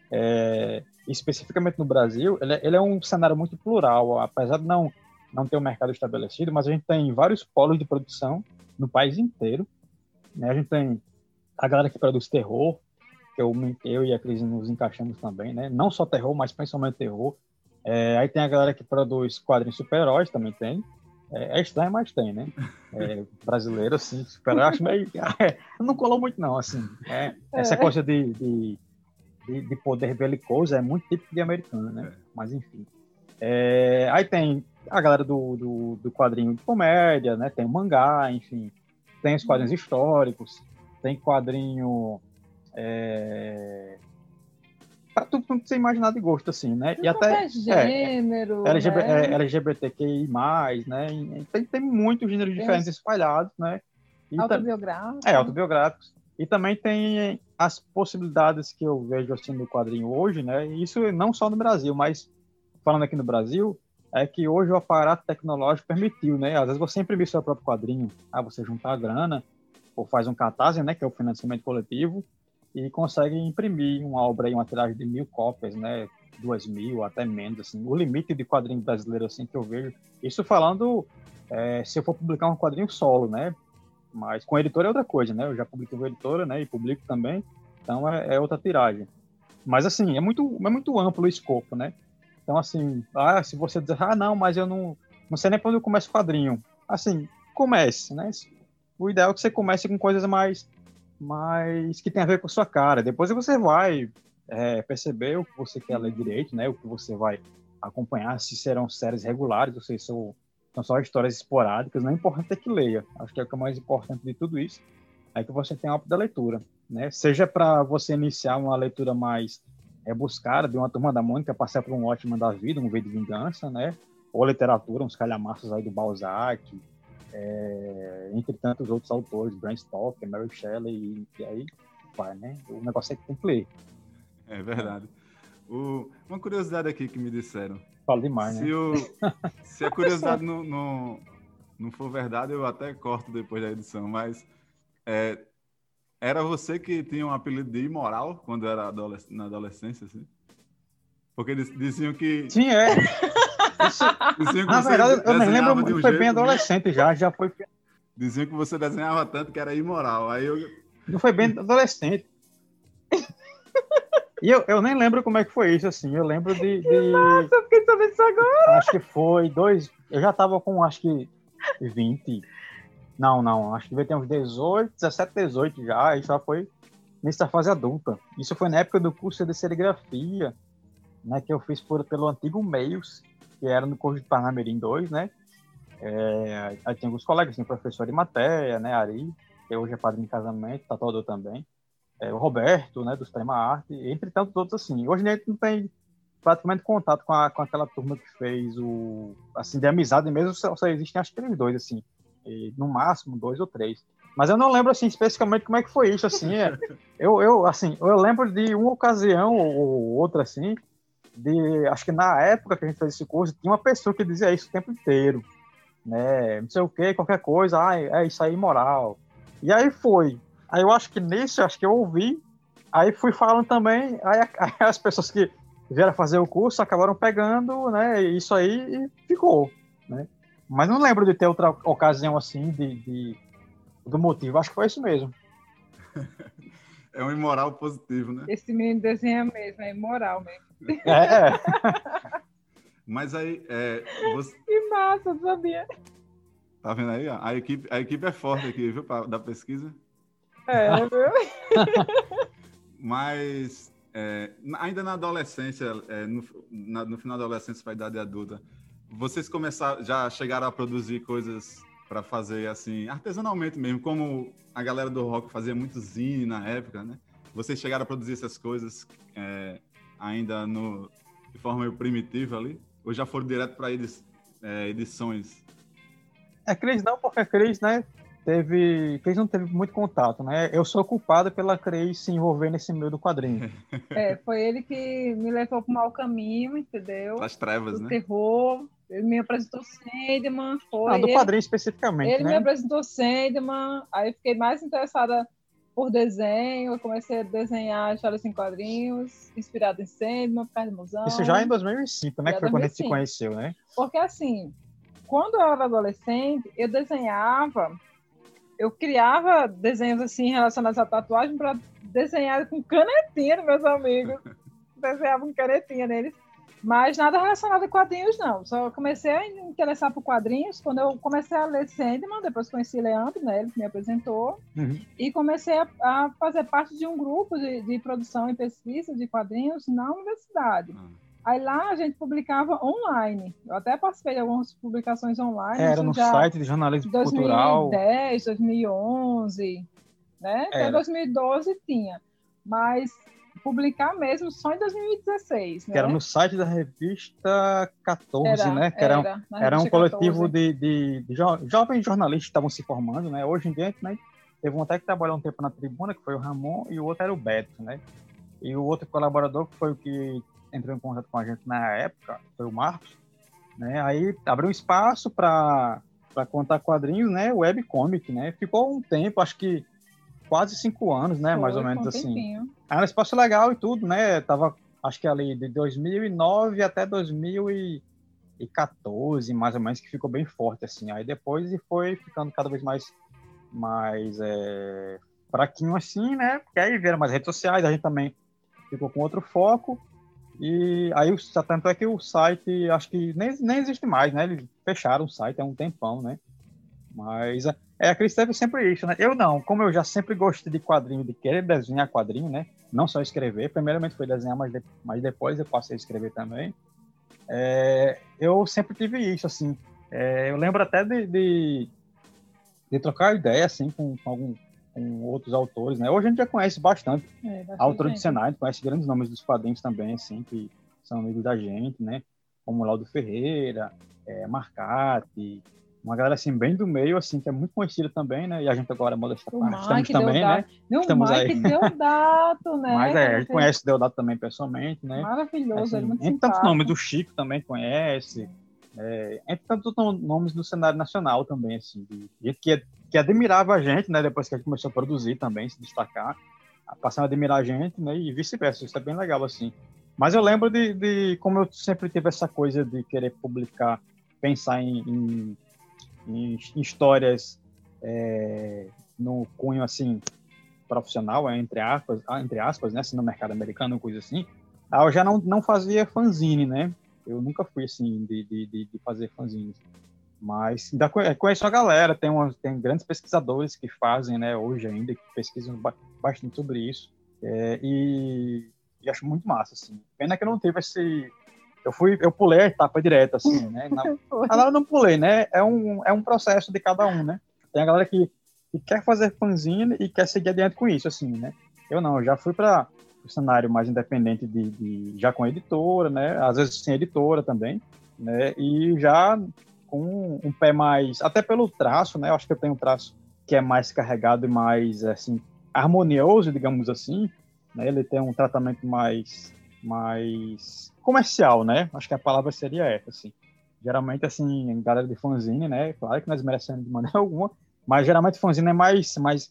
é, especificamente no Brasil, ele, ele é um cenário muito plural, apesar de não, não ter um mercado estabelecido, mas a gente tem vários polos de produção no país inteiro, né? A gente tem a galera que produz terror, que eu, eu e a Cris nos encaixamos também, né? Não só terror, mas principalmente terror. É, aí tem a galera que produz quadrinhos super-heróis, também tem. É, é estranho, mas tem, né? É, brasileiro, assim, super-herói, acho meio... É, não colou muito, não, assim. É, essa coisa de... de De, de poder belicoso é muito típico de americano, né? É. Mas enfim. É, aí tem a galera do, do, do quadrinho de comédia, né? Tem o mangá, enfim. Tem os quadrinhos históricos, tem quadrinho é, para tudo que você imaginar de gosto, assim, né? E até gênero, é, L G B, né? é, L G B T Q I mais, né? E tem, tem muitos gêneros tem diferentes espalhados, né? E autobiográficos. É, autobiográficos. E também tem as possibilidades que eu vejo assim no quadrinho hoje, né? E isso não só no Brasil, mas falando aqui no Brasil, é que hoje o aparato tecnológico permitiu, né? Às vezes você imprimir seu próprio quadrinho, ah, você juntar a grana, ou faz um catarse, né? Que é o financiamento coletivo, e consegue imprimir uma obra aí, uma tiragem de mil cópias, né? Duas mil, até menos, assim. O limite de quadrinho brasileiro, assim, que eu vejo. Isso falando, é, se eu for publicar um quadrinho solo, né? Mas com editora é outra coisa, né? Eu já publiquei com editora, né? E publico também. Então é, é outra tiragem. Mas, assim, é muito, é muito amplo o escopo, né? Então, assim, ah, se você dizer, ah, não, mas eu não, não sei nem para onde eu começo o quadrinho. Assim, comece, né? O ideal é que você comece com coisas mais, mais que tem a ver com a sua cara. Depois você vai é, perceber o que você quer ler direito, né? O que você vai acompanhar, se serão séries regulares, ou se são São só histórias esporádicas, não é importante é que leia. Acho que é o que é mais importante de tudo isso, é que você tenha a hábito da leitura, né? Seja para você iniciar uma leitura mais rebuscada, de uma Turma da Mônica, passar por um Watchmen da vida, um V de Vingança, né? Ou literatura, uns calhamaços aí do Balzac, é... entre tantos outros autores, Bram Stoker, Mary Shelley, e, e aí vai, né? O negócio é que tem que ler. É verdade. O... Uma curiosidade aqui que me disseram. Fala demais, se né? O... Se a curiosidade não, não, não for verdade, eu até corto depois da edição, mas é, era você que tinha um apelido de imoral quando era adolesc... na adolescência, assim? Porque eles diziam que... Sim, é. Isso... Diziam que na verdade, eu me lembro de um que foi bem jeito adolescente meio... já, já foi... Diziam que você desenhava tanto que era imoral. Aí eu... Não foi bem adolescente. E eu, eu nem lembro como é que foi isso, assim. Eu lembro de... de... Nossa, eu fiquei sabendo isso agora. Acho que foi dois... Eu já tava com, acho que, vinte. Não, não. Acho que devia ter uns dezoito, dezessete, dezoito já. E já foi nessa fase adulta. Isso foi na época do curso de serigrafia, né? Que eu fiz por, pelo antigo Meios, que era no curso de Parnamirim dois, né? É, aí tem alguns colegas, tem professor de matéria, né? Ari, que hoje é padrinho de casamento, tatuador também. É, o Roberto, né, do Extrema Arte, entre tantos outros, assim. Hoje a gente não tem praticamente contato com, a, com aquela turma que fez o, assim, de amizade mesmo, só, só existem acho que eles dois, assim, e, no máximo dois ou três. Mas eu não lembro, assim, especificamente como é que foi isso, assim, é, eu, eu, assim, eu lembro de uma ocasião ou, ou outra, assim, de, acho que na época que a gente fez esse curso, tinha uma pessoa que dizia isso o tempo inteiro, né, não sei o que, qualquer coisa, ah, é isso aí, imoral. E aí foi. Aí eu acho que nisso, acho que eu ouvi, aí fui falando também, aí, aí as pessoas que vieram fazer o curso acabaram pegando, né, isso aí e ficou, né. Mas não lembro de ter outra ocasião assim, de, de, do motivo, acho que foi isso mesmo. É um imoral positivo, né? Esse menino desenha mesmo, é imoral mesmo. É, é. Mas aí, é, você... Que massa, eu sabia. Tá vendo aí? Ó? A equipe, a equipe é forte aqui, viu, pra, da pesquisa. É, viu? Mas é, ainda na adolescência, é, no, na, no final da adolescência para a idade adulta, vocês começaram, já chegaram a produzir coisas para fazer assim, artesanalmente mesmo, como a galera do rock fazia muito zine na época, né? Vocês chegaram a produzir essas coisas é, ainda no, de forma meio primitiva ali? Ou já foram direto para edi, é, edições? É Cris não, porque a Cris, né, teve, Cris não teve muito contato, né? Eu sou culpado pela Cris se envolver nesse meio do quadrinho. É, foi ele que me levou para o mau caminho, entendeu? As trevas, do né? terror. Ele me apresentou Sandman, foi. Não, do ele, quadrinho especificamente, ele né? me apresentou Sandman, aí fiquei mais interessada por desenho, eu comecei a desenhar histórias em quadrinhos, inspirado em Sandman, por causa do musão. Isso já em dois mil e cinco, né? Já Que foi quando a gente se dois mil e cinco. conheceu, né? Porque assim, quando eu era adolescente, eu desenhava, eu criava desenhos assim relacionados à tatuagem para desenhar com canetinha, meus amigos. Desenhava com canetinha neles. Mas nada relacionado a quadrinhos, não. Só comecei a me interessar por quadrinhos quando eu comecei a ler Sandman, depois conheci Leandro, né? Ele me apresentou. Uhum. E comecei a, a fazer parte de um grupo de, de produção e pesquisa de quadrinhos na universidade. Uhum. Aí lá a gente publicava online. Eu até participei de algumas publicações online. Era no site de jornalismo cultural. dois mil e dez, dois mil e onze, né? Até dois mil e doze tinha. Mas publicar mesmo só em dois mil e dezesseis, né? Que era no site da revista quatorze, era, né? Que era, era, um, era um coletivo de, de, de jo, jovens jornalistas que estavam se formando, né? Hoje em dia, né, teve um até que trabalhou um tempo na Tribuna, que foi o Ramon, e o outro era o Beto, né? E o outro colaborador, que foi o que entrou em contato com a gente na época, foi o Marcos, né? Aí abriu um espaço para contar quadrinhos, né? Webcomic, né? Ficou um tempo, acho que quase cinco anos, né? Foi, mais ou menos um assim. Tempinho. Era um espaço legal e tudo, né? Tava, acho que ali de dois mil e nove até dois mil e quatorze, mais ou menos, que ficou bem forte, assim. Aí depois foi ficando cada vez mais, mais é, fraquinho, assim, né? Porque aí vieram mais redes sociais, a gente também ficou com outro foco. E aí, tanto é que o site, acho que nem, nem existe mais, né? Eles fecharam o site há um tempão, né? Mas é, a Cris teve sempre isso, né? Eu não, como eu já sempre gostei de quadrinho, de querer desenhar quadrinho, né? Não só escrever, primeiramente foi desenhar, mas, de, mas depois eu passei a escrever também. É, eu sempre tive isso, assim. É, eu lembro até de, de, de trocar ideia, assim, com, com, algum, com outros autores, né? Hoje a gente já conhece bastante, é, bastante autor de cenário, conhece grandes nomes dos quadrinhos também, assim, que são amigos da gente, né? Como o Laudo Ferreira, é, Marcati, uma galera assim bem do meio, assim, que é muito conhecida também, né? E a gente agora modesta parte, estamos também, né? Meu estamos Mike aí. Deodato, né? Mas é, a gente conhece o Deodato também pessoalmente, né? Maravilhoso, assim, ele é muito entre simpático. tantos nomes, do Chico também conhece, é, entre tantos nomes do cenário nacional também, assim, de gente que, que admirava a gente, né? Depois que a gente começou a produzir também, se destacar, passando a admirar a gente, né? E vice-versa, isso é bem legal, assim. Mas eu lembro de, de como eu sempre tive essa coisa de querer publicar, pensar em, em em histórias é, no cunho, assim, profissional, entre aspas, entre aspas, né, assim, no mercado americano, coisa assim, eu já não, não fazia fanzine, né? Eu nunca fui, assim, de, de, de fazer fanzines. Mas ainda conheço a galera, tem, uma, tem grandes pesquisadores que fazem, né, hoje ainda, que pesquisam bastante sobre isso. É, e, e acho muito massa, assim. Pena que eu não tive esse... Eu fui, eu pulei a etapa direta, assim, né? Na, na verdade, eu não pulei, né? É um, é um processo de cada um, né? Tem a galera que, que quer fazer fanzine e quer seguir adiante com isso, assim, né? Eu não, eu já fui para o cenário mais independente de, de... Já com editora, né? Às vezes sem editora também, né? E já com um pé mais... Até pelo traço, né? Eu acho que eu tenho um traço que é mais carregado e mais, assim, harmonioso, digamos assim, né? Ele tem um tratamento mais... mais comercial, né? Acho que a palavra seria essa, assim. Geralmente, assim, galera de fanzine, né? Claro que nós merecemos de maneira alguma, mas geralmente fanzine é mais, mais,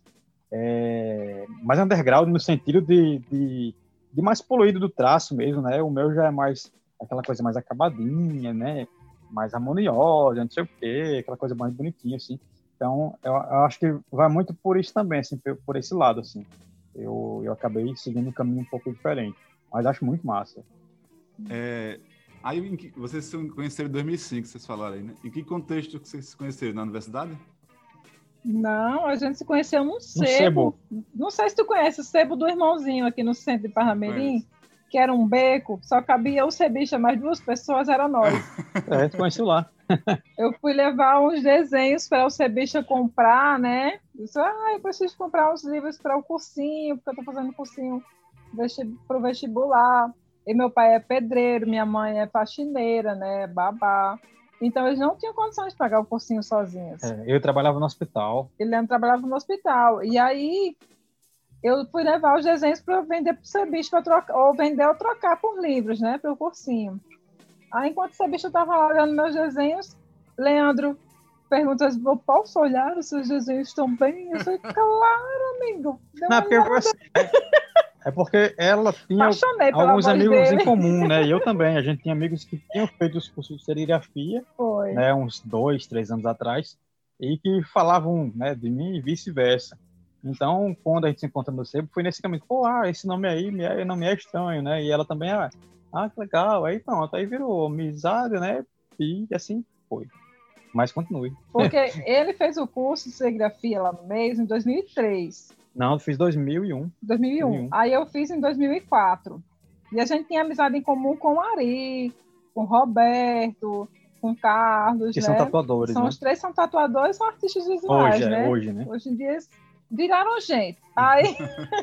é, mais underground no sentido de, de, de mais poluído do traço mesmo, né? O meu já é mais aquela coisa mais acabadinha, né? Mais harmoniosa, não sei o quê, aquela coisa mais bonitinha, assim. Então, eu, eu acho que vai muito por isso também, assim, por, por esse lado, assim. Eu, eu acabei seguindo um caminho um pouco diferente. Mas acho muito massa. É, aí vocês se conheceram em dois mil e cinco, vocês falaram aí, né? Em que contexto que vocês se conheceram? Na universidade? Não, a gente se conheceu num sebo. sebo. Não sei se tu conhece o sebo do irmãozinho aqui no centro de Parnamirim, que era um beco, só cabia o cebicha, mais duas pessoas, era nós. É, a gente conheceu lá. Eu fui levar uns desenhos para o cebicha comprar, né? Eu disse, ah, eu preciso comprar uns livros para o cursinho, porque eu estou fazendo cursinho para o vestibular. E meu pai é pedreiro, minha mãe é faxineira, né, babá. Então, eles não tinham condições de pagar o cursinho sozinhos. É, eu trabalhava no hospital. Ele trabalhava no hospital. E aí, eu fui levar os desenhos para vender para o Cebicho, ou vender ou trocar por livros, né, para o cursinho. Aí, enquanto o Cebicho estava lá olhando meus desenhos, Leandro pergunta, eu posso olhar? Os seus desenhos estão bem? Eu falei, claro, amigo. Não, porque eu, assim, é porque ela tinha alguns amigos dele. em comum, né? E eu também. A gente tinha amigos que tinham feito os cursos de serigrafia, Foi. Né, uns dois, três anos atrás, e que falavam, né, de mim e vice-versa. Então, quando a gente se encontra no sebo, foi nesse caminho. Pô, ah, esse nome aí me é, não me é estranho, né? E ela também, ah, ah, que legal. Aí pronto, aí virou amizade, né? E assim foi. Mas continue. Porque ele fez o curso de serigrafia lá no mês em dois mil e três. Não, eu fiz dois mil e um. dois mil e um. dois mil e um. Aí eu fiz em dois mil e quatro. E a gente tinha amizade em comum com o Ari, com o Roberto, com o Carlos, que né? são tatuadores, São né? Os três são tatuadores, são artistas visuais, hoje, né? É, hoje, né? Hoje em dia eles viraram gente. Aí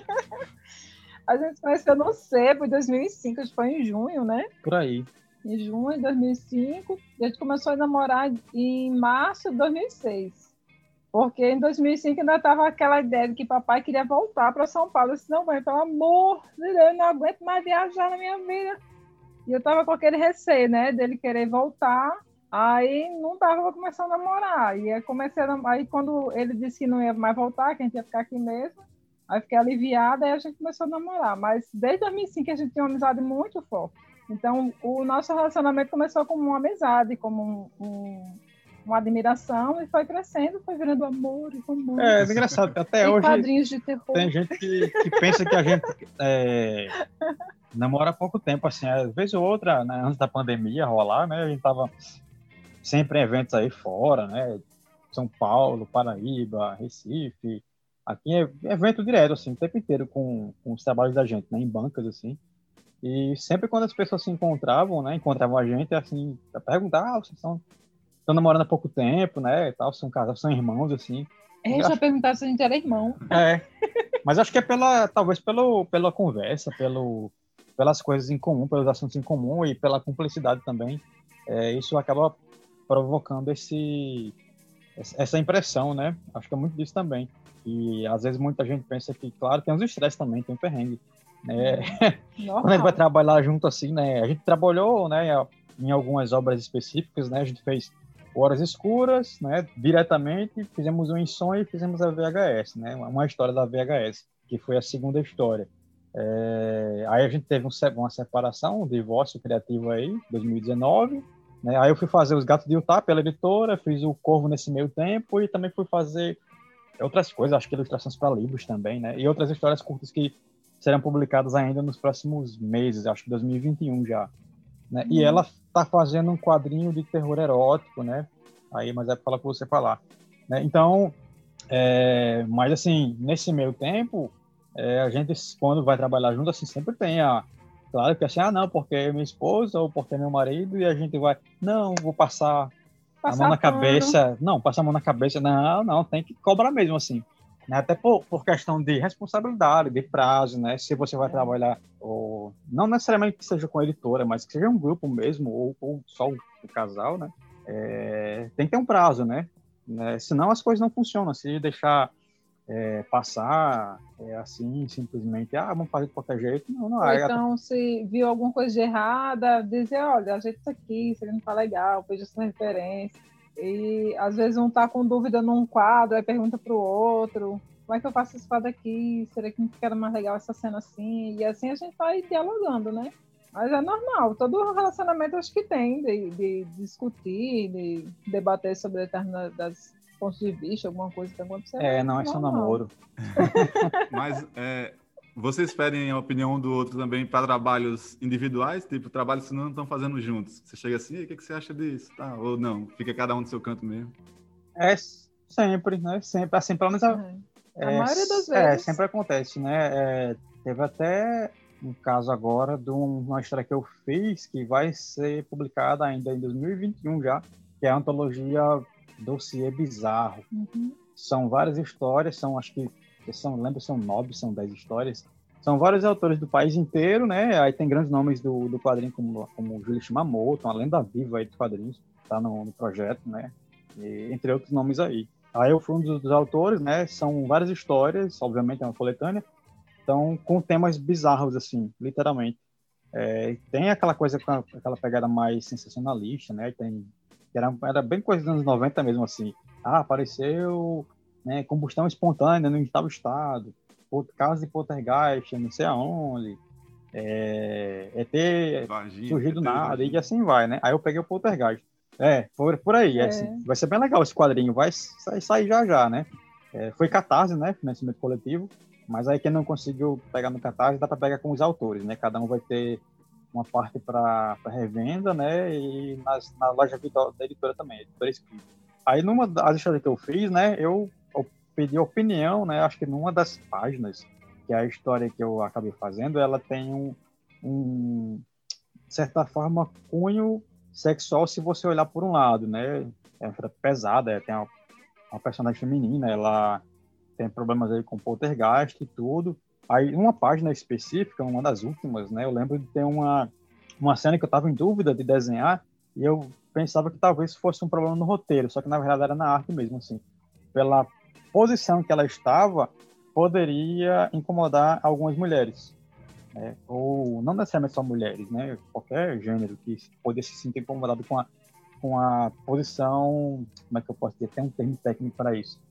a gente se conheceu no sebo em dois mil e cinco, acho que foi em junho, né? Por aí. Em junho de dois mil e cinco, e a gente começou a namorar em março de dois mil e seis. Porque em dois mil e cinco ainda estava aquela ideia de que papai queria voltar para São Paulo. Eu disse, não, mãe, pelo amor de Deus, eu não aguento mais viajar na minha vida. E eu estava com aquele receio, né, dele querer voltar. Aí não dava para começar a namorar. E aí, comecei a, aí quando ele disse que não ia mais voltar, que a gente ia ficar aqui mesmo, aí fiquei aliviada, aí a gente começou a namorar. Mas desde dois mil e cinco a gente tinha uma amizade muito forte. Então, o nosso relacionamento começou como uma amizade, como um, um, uma admiração, e foi crescendo, foi virando amor e amor. É, é engraçado, até e hoje quadrinhos de terror. Tem gente que, que pensa que a gente é, namora há pouco tempo, assim, às vezes ou outra, né, antes da pandemia rolar, né, a gente tava sempre em eventos aí fora, né, São Paulo, Paraíba, Recife, aqui é evento direto, assim, o tempo inteiro com, com os trabalhos da gente, né, em bancas, assim. E sempre quando as pessoas se encontravam, né, encontravam a gente, assim, pra perguntar, ah, vocês estão, estão namorando há pouco tempo, né, e tal, são casados, são irmãos, assim. É, eu já perguntava se a gente era irmão. É, mas acho que é pela, talvez pelo, pela conversa, pelo, pelas coisas em comum, pelos assuntos em comum e pela cumplicidade também. É, isso acaba provocando esse, essa impressão, né, acho que é muito disso também. E às vezes muita gente pensa que, claro, tem uns estresses também, tem um perrengue. É, quando a gente vai trabalhar junto assim, né? A gente trabalhou, né, em algumas obras específicas, né? A gente fez Horas Escuras, né? Diretamente, fizemos um Em Sonho e fizemos a V H S, né? Uma história da V H S, que foi a segunda história. É, aí a gente teve um, uma separação, um divórcio criativo aí, dois mil e dezenove, né? Aí eu fui fazer Os Gatos de Utah pela editora, fiz o Corvo nesse meio tempo e também fui fazer outras coisas, acho que ilustrações para livros também, né? E outras histórias curtas que serão publicadas ainda nos próximos meses, acho que dois mil e vinte e um já. Né? Hum. E ela está fazendo um quadrinho de terror erótico, né? Aí, mas é para você falar. Né? Então, é, mas assim, nesse meio tempo, é, a gente, quando vai trabalhar junto, assim, sempre tem a... Claro que assim, ah, não, porque é minha esposa ou porque é meu marido, e a gente vai... Não, vou passar... Passar a mão na pano. Cabeça, não, passar a mão na cabeça, não, não, tem que cobrar mesmo, assim, né? Até por, por questão de responsabilidade, de prazo, né, se você vai é. trabalhar, ou, não necessariamente que seja com a editora, mas que seja um grupo mesmo, ou, ou só o, o casal, né, é, tem que ter um prazo, né, né, senão as coisas não funcionam, se deixar é, passar, é, assim, simplesmente, ah, vamos fazer de qualquer jeito, não, não. Ou então, se viu alguma coisa de errada, dizer, olha, ajeita isso aqui, isso aqui não tá legal, veja essa referência. E, às vezes, um tá com dúvida num quadro, aí pergunta pro outro, como é que eu faço esse quadro aqui? Será que não fica mais legal essa cena assim? E assim a gente vai dialogando, né? Mas é normal, todo relacionamento acho que tem, de, de discutir, de debater sobre determinadas pontos de vista, alguma coisa que aconteceu. É, não é só namoro. Mas é, vocês pedem a opinião um do outro também para trabalhos individuais, tipo trabalhos que não estão fazendo juntos. Você chega assim, o que, que você acha disso? Tá, ou não, fica cada um no seu canto mesmo. É sempre, né? Sempre, assim, pelo menos a, é, a maioria das vezes. É, sempre acontece, né? É, teve até um caso agora de uma história que eu fiz que vai ser publicada ainda em dois mil e vinte e um já, que é a antologia Dossiê Bizarro. Uhum. São várias histórias, são, acho que, são, lembro, são nove, são dez histórias. São vários autores do país inteiro, né? Aí tem grandes nomes do, do quadrinho, como, como Júlio Shimamoto, uma lenda viva aí dos quadrinhos, tá no, no projeto, né? E, entre outros nomes aí. Aí eu fui um dos, dos autores, né? São várias histórias, obviamente é uma coletânea, então com temas bizarros, assim, literalmente. É, tem aquela coisa, aquela pegada mais sensacionalista, né? Tem Era, era bem coisa dos anos noventa mesmo, assim. Ah, apareceu, né, combustão espontânea no tal estado, caso de poltergeist, não sei aonde, é, é ter Imagina, surgido nada, imagina. E assim vai, né? Aí eu peguei o poltergeist. É, por, por aí, é. É, assim, vai ser bem legal esse quadrinho, vai sair, sair já já, né? É, foi Catarse, né, financiamento coletivo, mas aí quem não conseguiu pegar no Catarse, dá para pegar com os autores, né? Cada um vai ter uma parte para revenda, né, e nas, na loja virtual da editora também, editora Espírito. Aí, numa das histórias que eu fiz, né, eu, eu pedi opinião, né, acho que numa das páginas, que é a história que eu acabei fazendo, ela tem um, um de certa forma, cunho sexual se você olhar por um lado, né, é pesada, é, tem uma, uma personagem feminina, ela tem problemas aí com poltergeist e tudo. Aí, uma página específica, uma das últimas, né, eu lembro de ter uma, uma cena que eu estava em dúvida de desenhar e eu pensava que talvez fosse um problema no roteiro, só que na verdade era na arte mesmo, assim. Pela posição que ela estava, poderia incomodar algumas mulheres, né, ou não necessariamente só mulheres, né, qualquer gênero que poderia se sentir incomodado com a, com a posição, como é que eu posso dizer, tem um termo técnico para isso,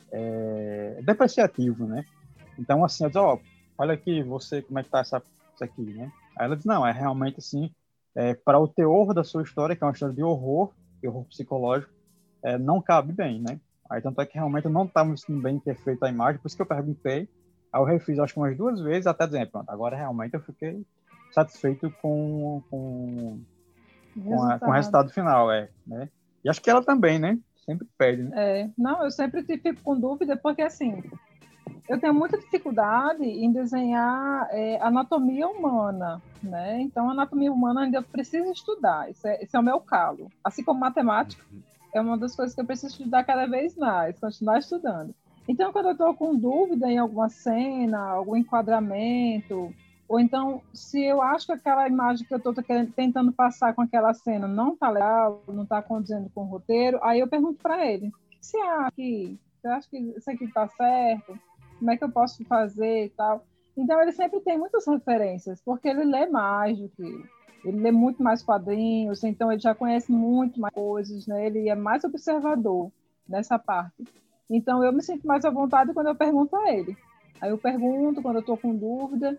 é, depreciativo, né. Então, assim, eu disse, ó, olha aqui, você, como é que tá essa, isso aqui, né? Aí ela diz, não, é realmente, assim, é, para o teor da sua história, que é uma história de horror, horror psicológico, é, não cabe bem, né? Aí, tanto é que realmente eu não estava me sentindo bem ter feito a imagem, por isso que eu perguntei, aí eu refiz, acho que umas duas vezes, até dizer, pronto, agora realmente eu fiquei satisfeito com, com, com, a, com o resultado final, é, né? E acho que ela também, né? Sempre pede, né? É, não, eu sempre fico com dúvida, porque, assim, eu tenho muita dificuldade em desenhar é, anatomia humana, né? Então, anatomia humana ainda eu preciso estudar, esse é, esse é o meu calo. Assim como matemática, é uma das coisas que eu preciso estudar cada vez mais, continuar estudando. Então, quando eu estou com dúvida em alguma cena, algum enquadramento, ou então, se eu acho que aquela imagem que eu estou tentando passar com aquela cena não está legal, não está condizendo com o roteiro, aí eu pergunto para ele, o que você acha aqui? Você acha que isso aqui está certo? Como é que eu posso fazer e tal? Então, ele sempre tem muitas referências, porque ele lê mais do que eu. Ele lê muito mais quadrinhos, então ele já conhece muito mais coisas, né? Ele é mais observador nessa parte. Então, eu me sinto mais à vontade quando eu pergunto a ele. Aí eu pergunto quando eu estou com dúvida.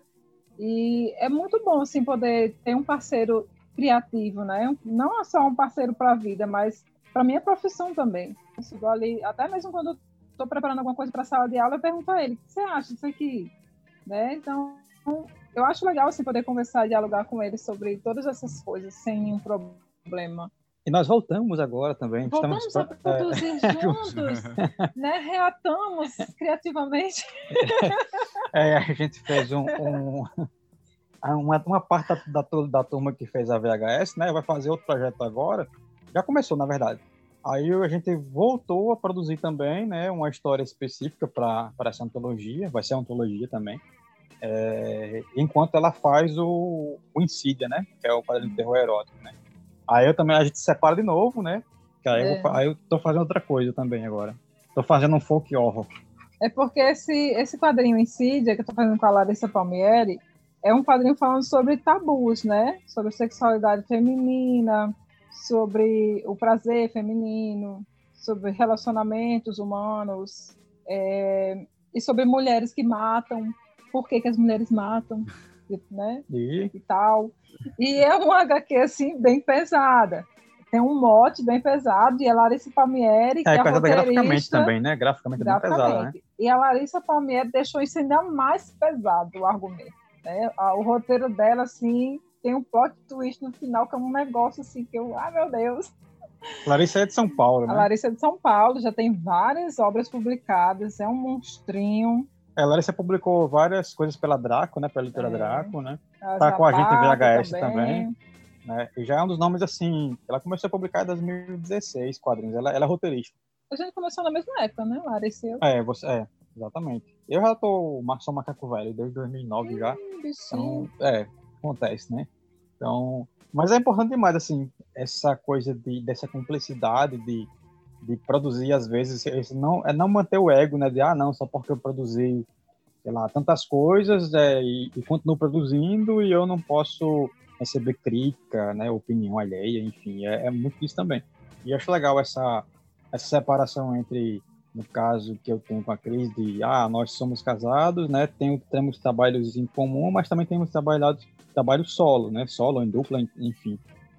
E é muito bom, assim, poder ter um parceiro criativo, né? Não só um parceiro para a vida, mas para a minha profissão também. Ali, até mesmo quando estou preparando alguma coisa para a sala de aula, eu pergunto a ele, o que você acha disso aqui? Né? Então, eu acho legal assim, poder conversar e dialogar com ele sobre todas essas coisas, sem nenhum problema. E nós voltamos agora também. Voltamos Estamos... a produzir é... juntos, né? Reatamos criativamente. É, a gente fez um... um... Uma, uma parte da, da, da turma que fez a V H S, né, vai fazer outro projeto agora. Já começou, na verdade. Aí a gente voltou a produzir também, né, uma história específica para essa antologia. Vai ser uma antologia também. É, enquanto ela faz o, o Insídia, né, que é o quadrinho de terror erótico, né. Aí eu também, a gente separa de novo, né, que aí, é. eu, vou, aí eu tô fazendo outra coisa também agora. Tô fazendo um folk horror. É porque esse, esse quadrinho Insídia, que eu tô fazendo com a Larissa Palmieri, é um quadrinho falando sobre tabus, né? Sobre sexualidade feminina, sobre o prazer feminino, sobre relacionamentos humanos, é, e sobre mulheres que matam, por que, que as mulheres matam, né? E? e tal. E é uma agá quê, assim, bem pesada. Tem um mote bem pesado, e a Larissa Palmieri, que é, é a roteirista... graficamente também, né? Graficamente, graficamente é bem pesada, né? E a Larissa Palmieri deixou isso ainda mais pesado, o argumento. Né? O roteiro dela, assim, tem um plot twist no final, que é um negócio, assim, que eu... Ai, meu Deus! Larissa é de São Paulo, né? A Larissa é de São Paulo, já tem várias obras publicadas, é um monstrinho. É, a Larissa publicou várias coisas pela Draco, né? Pela editora é. Draco, né? A tá com a gente em V H S também. também né? E já é um dos nomes, assim... Ela começou a publicar em dois mil e dezesseis quadrinhos. Ela, ela é roteirista. A gente começou na mesma época, né, Larissa? É, você... É. Exatamente. Eu já tô só macaco velho desde dois mil e nove hum, já. Então, é, acontece, né? Então, mas é importante demais, assim, essa coisa de, dessa complexidade de, de produzir, às vezes, esse não, é não manter o ego, né? De, ah, não, só porque eu produzi, sei lá, tantas coisas é, e, e continuo produzindo e eu não posso receber crítica, né? Opinião alheia, enfim, é, é muito disso também. E acho legal essa, essa separação entre... No caso que eu tenho com a Cris, de ah, nós somos casados, né? Tem, temos trabalhos em comum, mas também temos trabalhado, trabalho solo, né? Solo, em dupla, enfim.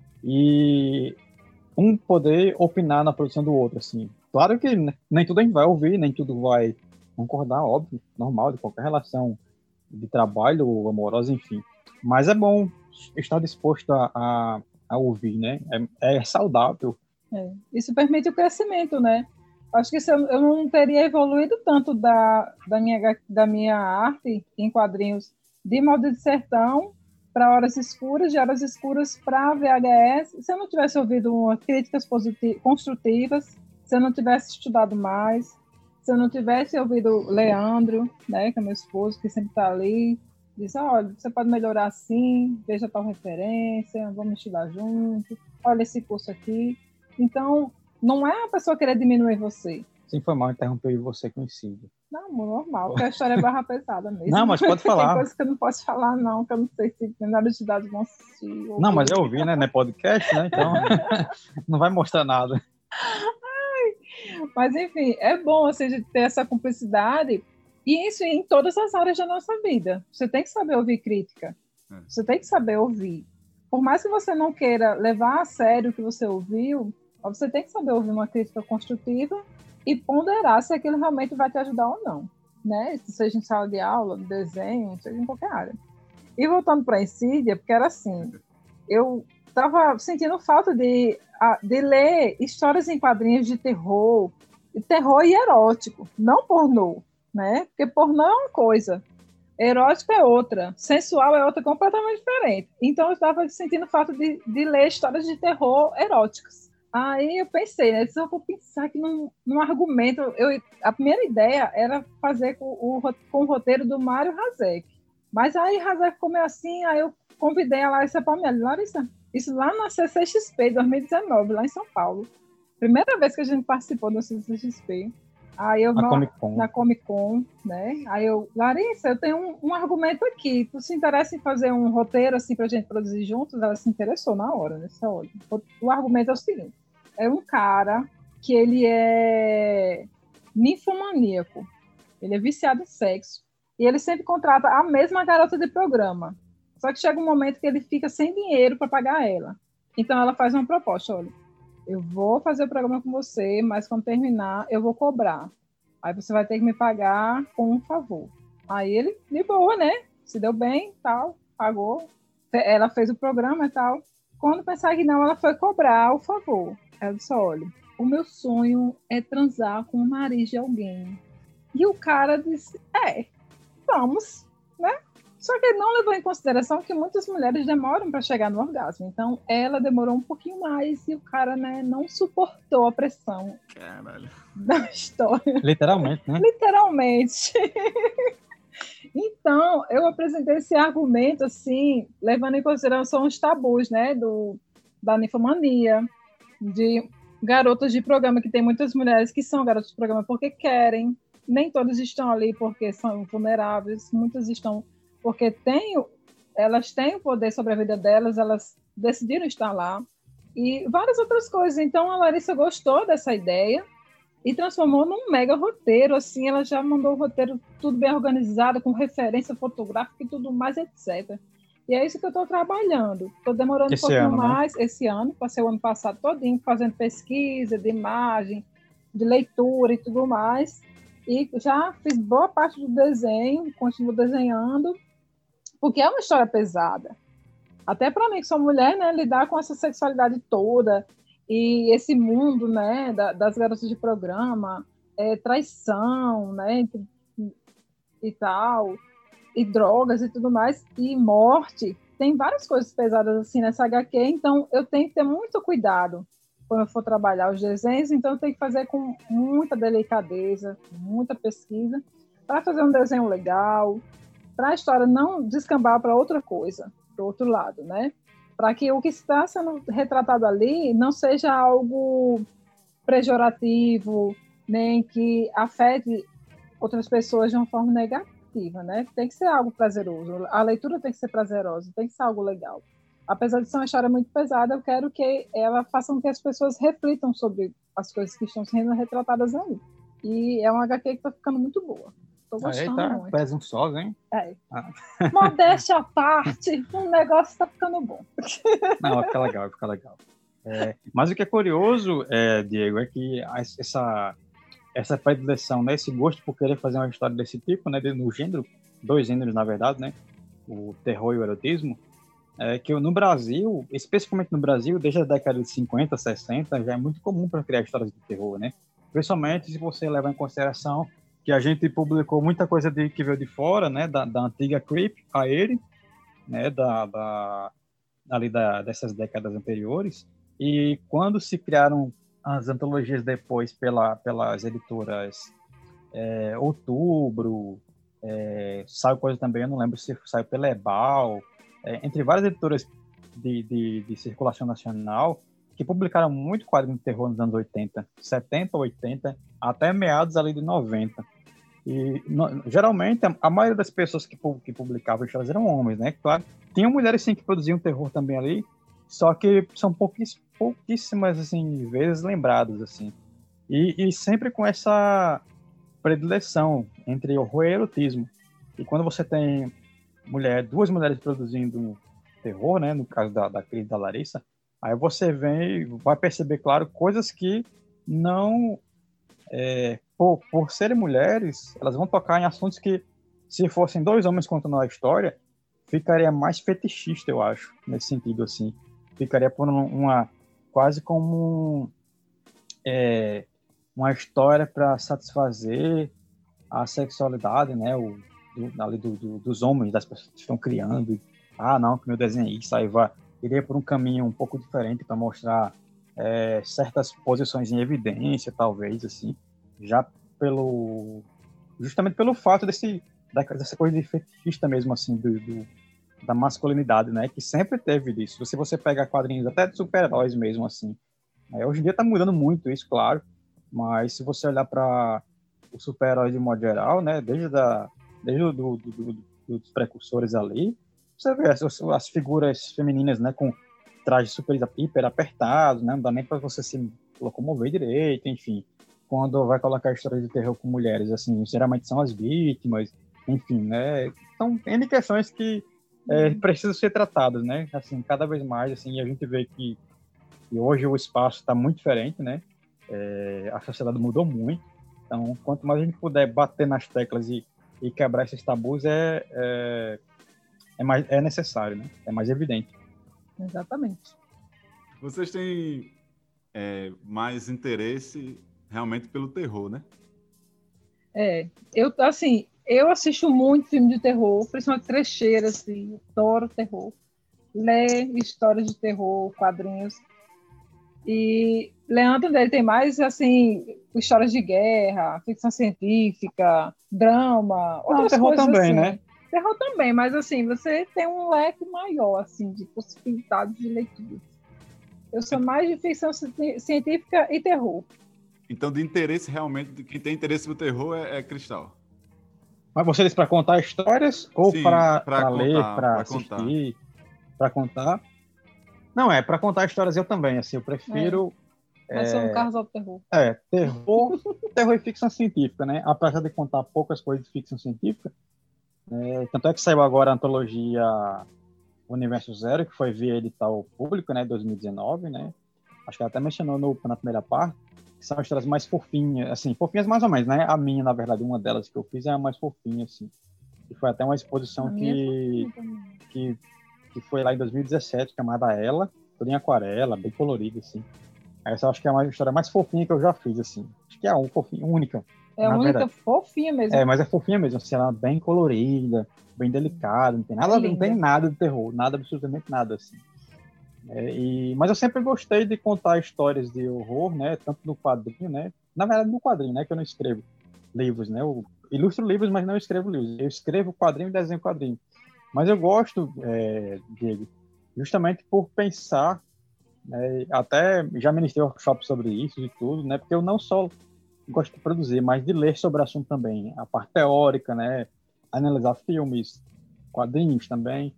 E um poder opinar na produção do outro, assim. Claro que nem tudo a gente vai ouvir, nem tudo vai concordar, óbvio, normal, de qualquer relação de trabalho, amorosa, enfim. Mas é bom estar disposto a, a, a ouvir, né? É, é saudável. É. Isso permite o crescimento, né? Acho que se eu, eu não teria evoluído tanto da, da, minha, da minha arte em quadrinhos de Maldito Sertão para Horas Escuras, de Horas Escuras para V H S, se eu não tivesse ouvido uma, críticas positivas, construtivas, se eu não tivesse estudado mais, se eu não tivesse ouvido Leandro, né, que é meu esposo, que sempre está ali, diz, olha, você pode melhorar assim, veja tal referência, vamos estudar junto, olha esse curso aqui. Então, não é a pessoa querer diminuir você. Sim, foi mal interromper você com Insídia. Não, normal, porque a história é barra pesada mesmo. Não, mas pode falar. Tem coisas que eu não posso falar, não, que eu não sei se tem nada de dados vão assistir. Não, mas eu ouvi, né? Não é podcast, né? Então, não vai mostrar nada. Ai, mas, enfim, é bom assim, de ter essa cumplicidade e isso em todas as áreas da nossa vida. Você tem que saber ouvir crítica. Você tem que saber ouvir. Por mais que você não queira levar a sério o que você ouviu, você tem que saber ouvir uma crítica construtiva e ponderar se aquilo realmente vai te ajudar ou não, né? Seja em sala de aula, desenho, seja em qualquer área. E voltando para a Insídia, porque era assim, eu estava sentindo falta de, de ler histórias em quadrinhos de terror, de terror e erótico, não pornô, né? Porque pornô é uma coisa, erótico é outra, sensual é outra completamente diferente. Então eu estava sentindo falta de, de ler histórias de terror eróticas. Aí eu pensei, né? Se eu for pensar aqui num, num argumento, eu, a primeira ideia era fazer com o, com o roteiro do Mário Hazek. Mas aí Hazek ficou meio assim, aí eu convidei a Larissa Palmieri. Larissa, isso lá na C C X P dois mil e dezenove, lá em São Paulo. Primeira vez que a gente participou da C C X P. Aí eu, na, Comic Con. na Comic Con, né? Aí eu, Larissa, eu tenho um, um argumento aqui. Tu se interessa em fazer um roteiro assim pra gente produzir juntos? Ela se interessou na hora, nessa hora. O, o argumento é o seguinte. É um cara que ele é ninfomaníaco, ele é viciado em sexo, e ele sempre contrata a mesma garota de programa. Só que chega um momento que ele fica sem dinheiro para pagar ela. Então ela faz uma proposta, olha, eu vou fazer o programa com você, mas quando terminar, eu vou cobrar. Aí você vai ter que me pagar com um favor. Aí ele, de boa, né? Se deu bem, tal, pagou. Ela fez o programa e tal. Quando pensar que não, ela foi cobrar o favor. Ela disse, olha, o meu sonho é transar com o nariz de alguém. E o cara disse, é, vamos, né? Só que ele não levou em consideração que muitas mulheres demoram para chegar no orgasmo. Então, ela demorou um pouquinho mais e o cara, né, não suportou a pressão. Caralho. Da história. Literalmente, né? Literalmente. Então, eu apresentei esse argumento, assim, levando em consideração os tabus, né, do, da ninfomania, de garotas de programa, que tem muitas mulheres que são garotas de programa porque querem, nem todas estão ali porque são vulneráveis, muitas estão porque têm, elas têm o poder sobre a vida delas, elas decidiram estar lá, e várias outras coisas. Então, a Larissa gostou dessa ideia e transformou num mega roteiro, assim, ela já mandou o roteiro tudo bem organizado, com referência fotográfica e tudo mais, etcétera. E é isso que eu estou trabalhando. Estou demorando esse um pouquinho ano, mais né? esse ano, passei o ano passado todinho fazendo pesquisa de imagem, de leitura e tudo mais, e já fiz boa parte do desenho, continuo desenhando, porque é uma história pesada. Até para mim, que sou mulher, né, lidar com essa sexualidade toda, e esse mundo, né, da, das garotas de programa, é, traição, né, e, e tal, e drogas e tudo mais, e morte, tem várias coisas pesadas assim nessa agá quê, então eu tenho que ter muito cuidado quando eu for trabalhar os desenhos, então eu tenho que fazer com muita delicadeza, muita pesquisa, para fazer um desenho legal, para a história não descambar para outra coisa, para o outro lado, né? Para que o que está sendo retratado ali não seja algo pejorativo, nem que afete outras pessoas de uma forma negativa, né? Tem que ser algo prazeroso. A leitura tem que ser prazerosa, tem que ser algo legal. Apesar de ser uma história muito pesada, eu quero que ela faça com que as pessoas reflitam sobre as coisas que estão sendo retratadas ali. E é uma agá quê que está ficando muito boa. Estou gostando Eita, muito. presunçosa, hein? É. Ah. Modéstia à parte, o negócio está ficando bom. Não, vai ficar legal, vai ficar legal. É, mas o que é curioso, é, Diego, é que essa, essa predileção, né, esse gosto por querer fazer uma história desse tipo, né, no gênero, dois gêneros, na verdade, né, o terror e o erotismo, é que no Brasil, especificamente no Brasil, desde a década de cinquenta, sessenta, já é muito comum para criar histórias de terror, né? Principalmente se você levar em consideração que a gente publicou muita coisa de, que veio de fora, né, da, da antiga Creep, a ele, né, da, da, ali da, dessas décadas anteriores, e quando se criaram as antologias depois pela, pelas editoras é, Outubro, é, saiu coisa também, eu não lembro se saiu pela Ebal, é, entre várias editoras de, de, de circulação nacional, que publicaram muito quadrinho de terror nos anos oitenta, setenta, oitenta, até meados ali de noventa. E no, geralmente a, a maioria das pessoas que, que publicavam histórias eram homens, né? Claro, tinham mulheres sim que produziam terror também ali, só que são pouquíssimas, pouquíssimas assim, vezes lembradas, assim. E, e sempre com essa predileção entre horror e erotismo. E quando você tem mulher, duas mulheres produzindo terror, né? No caso da, da Cris e da Larissa, aí você vem, vai perceber, claro, coisas que não... É, por, por serem mulheres, elas vão tocar em assuntos que, se fossem dois homens contando a história, ficaria mais fetichista, eu acho, nesse sentido, assim. Ficaria por uma, quase como é, uma história para satisfazer a sexualidade, né, o, do, ali do, do, dos homens, das pessoas que estão criando. E, ah, não, que meu desenho é isso, aí vai, iria por um caminho um pouco diferente para mostrar É, certas posições em evidência, talvez, assim, já pelo... justamente pelo fato desse, dessa coisa de fetichista mesmo, assim, do, do, da masculinidade, né, que sempre teve disso. Se você pegar quadrinhos até de super-heróis mesmo, assim, é, hoje em dia tá mudando muito isso, claro, mas se você olhar para o super-herói de modo geral, né, desde, da, desde do, do, do, dos precursores ali, você vê as, as figuras femininas, né, com trajes super hiper apertados, né? Não dá nem para você se locomover direito, enfim. Quando vai colocar histórias de terror com mulheres, assim, geralmente são as vítimas, enfim, né? Então, N questões que é, precisam ser tratadas, né? Assim, cada vez mais, assim, a gente vê que, que hoje o espaço está muito diferente, né? É, a sociedade mudou muito, Então, quanto mais a gente puder bater nas teclas e, e quebrar esses tabus, é, é, é, mais, é necessário, né? É mais evidente. Exatamente. Vocês têm é, mais interesse realmente pelo terror, né? É, eu, assim, eu assisto muito filme de terror, principalmente trecheira, assim, adoro terror. Ler histórias de terror, quadrinhos. E Leandro dele tem mais, assim, histórias de guerra, ficção científica, drama, Não, outras terror coisas também, assim. né? Terror também, mas assim, você tem um leque maior, assim, de possibilidades de leitura. Eu sou mais de ficção científica e terror. Então, de interesse realmente, quem tem interesse no terror é, é Cristal. Mas vocês para contar histórias ou Sim, para ler, contar, para contar. assistir, para contar? Não, é, para contar histórias eu também, assim, eu prefiro... É, mas é, sou um casal de terror. É, terror, terror e ficção científica, né? Apesar de contar poucas coisas de ficção científica, é, tanto é que saiu agora a antologia Universo Zero, que foi via edital público, né, dois mil e dezenove, né? Acho que ela até mencionou no, na primeira parte, que são histórias mais fofinhas, assim, fofinhas mais ou menos, né? A minha, na verdade, uma delas que eu fiz é a mais fofinha, assim. E foi até uma exposição que, que, que foi lá em dois mil e dezessete, chamada Ela, toda em aquarela, bem colorida, assim. Essa eu acho que é uma história mais fofinha que eu já fiz, assim. Acho que é a um, fofinha, única. É a única verdade. Fofinha mesmo. É, mas é fofinha mesmo, assim, ela é bem colorida, bem delicada, não tem nada, é não tem nada de terror, nada, absolutamente nada, assim. É, e, mas eu sempre gostei de contar histórias de horror, né, tanto no quadrinho, né, na verdade no quadrinho, né, que eu não escrevo livros, né, eu ilustro livros, mas não escrevo livros, eu escrevo quadrinho e desenho quadrinho. Mas eu gosto, é, Diego, justamente por pensar, né, até já ministrei workshop sobre isso e tudo, né, porque eu não só gosto de produzir, mas de ler sobre o assunto também, a parte teórica, né, analisar filmes, quadrinhos também,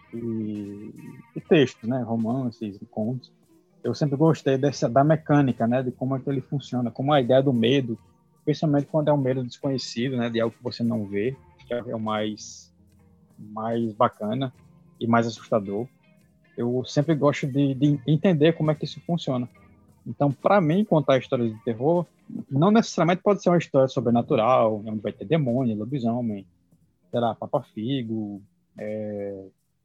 e, e textos, né, romances, contos. Eu sempre gostei dessa, da mecânica, né, de como é que ele funciona, como a ideia do medo, principalmente quando é um medo desconhecido, né, de algo que você não vê, que é o mais, mais bacana e mais assustador. Eu sempre gosto de, de entender como é que isso funciona. Então, para mim, contar histórias de terror não necessariamente pode ser uma história sobrenatural, onde vai ter demônio, lobisomem, sei lá, papa-figo, é,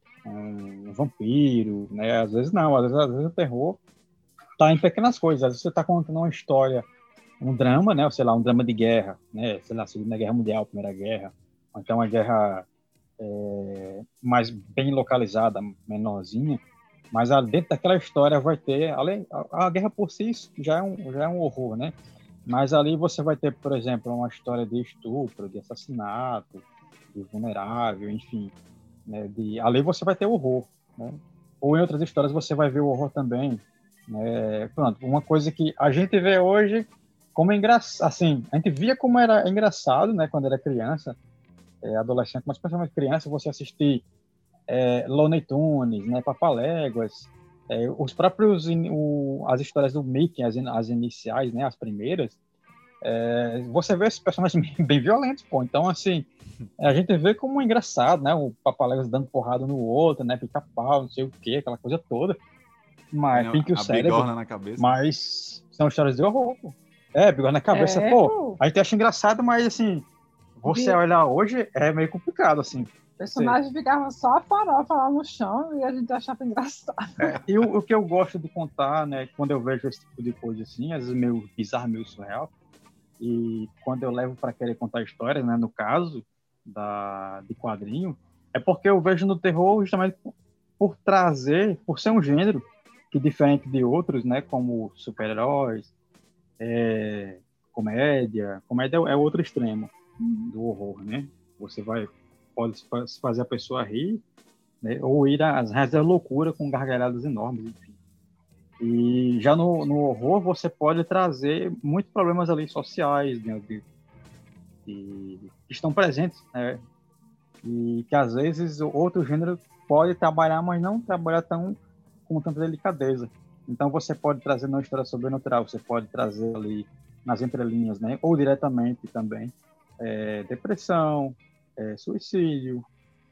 um vampiro, né? Às vezes não, às vezes, às vezes o terror está em pequenas coisas. Às vezes você está contando uma história, um drama, né? Ou, sei lá, um drama de guerra, né? Sei lá, Segunda Guerra Mundial, Primeira Guerra, ou então uma guerra é, mais bem localizada, menorzinha. Mas dentro daquela história vai ter... A, a guerra por si já é, um, já é um horror, né? Mas ali você vai ter, por exemplo, uma história de estupro, de assassinato, de vulnerável, enfim. Né? De, ali você vai ter horror. Né? Ou em outras histórias você vai ver o horror também. Né? Pronto, uma coisa que a gente vê hoje como é engraçado. Assim, a gente via como era engraçado, né? Quando era criança, é, adolescente, mas principalmente criança, você assistir É, Looney Tunes, né, Papaléguas, é, os próprios o, as histórias do Mickey, as, as iniciais, né, as primeiras, é, você vê esses personagens bem violentos, pô. Então, assim, a gente vê como engraçado, né, o Papaléguas dando porrada no outro, né, pica-pau, não sei o que, aquela coisa toda, mas Pink o cérebro, na cabeça. Mas são histórias de horror, pô. É, bigorna na cabeça, é, pô, a gente acha engraçado, mas assim, você Vi... olhar hoje é meio complicado, assim. O personagem ficava só a farofa lá no chão e a gente achava engraçado. É, e o, o que eu gosto de contar, né, quando eu vejo esse tipo de coisa assim, às vezes meio bizarro, meio surreal, e quando eu levo para querer contar histórias, né, no caso da, de quadrinho, é porque eu vejo no terror justamente por, por trazer, por ser um gênero que diferente de outros, né, como super-heróis, é, comédia, comédia é outro extremo uhum. do horror, né? Você vai pode fazer a pessoa rir, né? Ou ir às redes da loucura com gargalhadas enormes, enfim. E já no, no horror você pode trazer muitos problemas ali sociais, né? de, de, que estão presentes, né? E que às vezes outro gênero pode trabalhar, mas não trabalhar tão com tanta delicadeza. Então você pode trazer na história sobrenatural, você pode trazer ali nas entrelinhas, né? Ou diretamente também é, depressão, É, suicídio,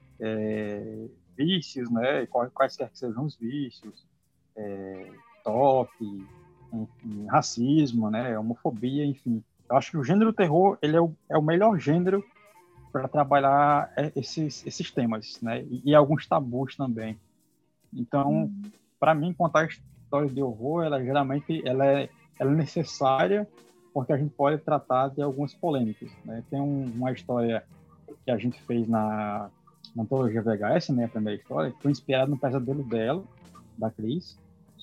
é, vícios, né, quaisquer que sejam os vícios, é, toque, enfim, racismo, né, homofobia, enfim. eu acho que o gênero terror, ele é o, é o melhor gênero para trabalhar esses, esses temas, né? E, e alguns tabus também. Então, hum. para mim, contar histórias de horror, ela geralmente ela é, ela é necessária porque a gente pode tratar de algumas polêmicas, né? Tem um, uma história que a gente fez na, na antologia V H S, né? A primeira história, que foi inspirada no pesadelo dela, da Cris,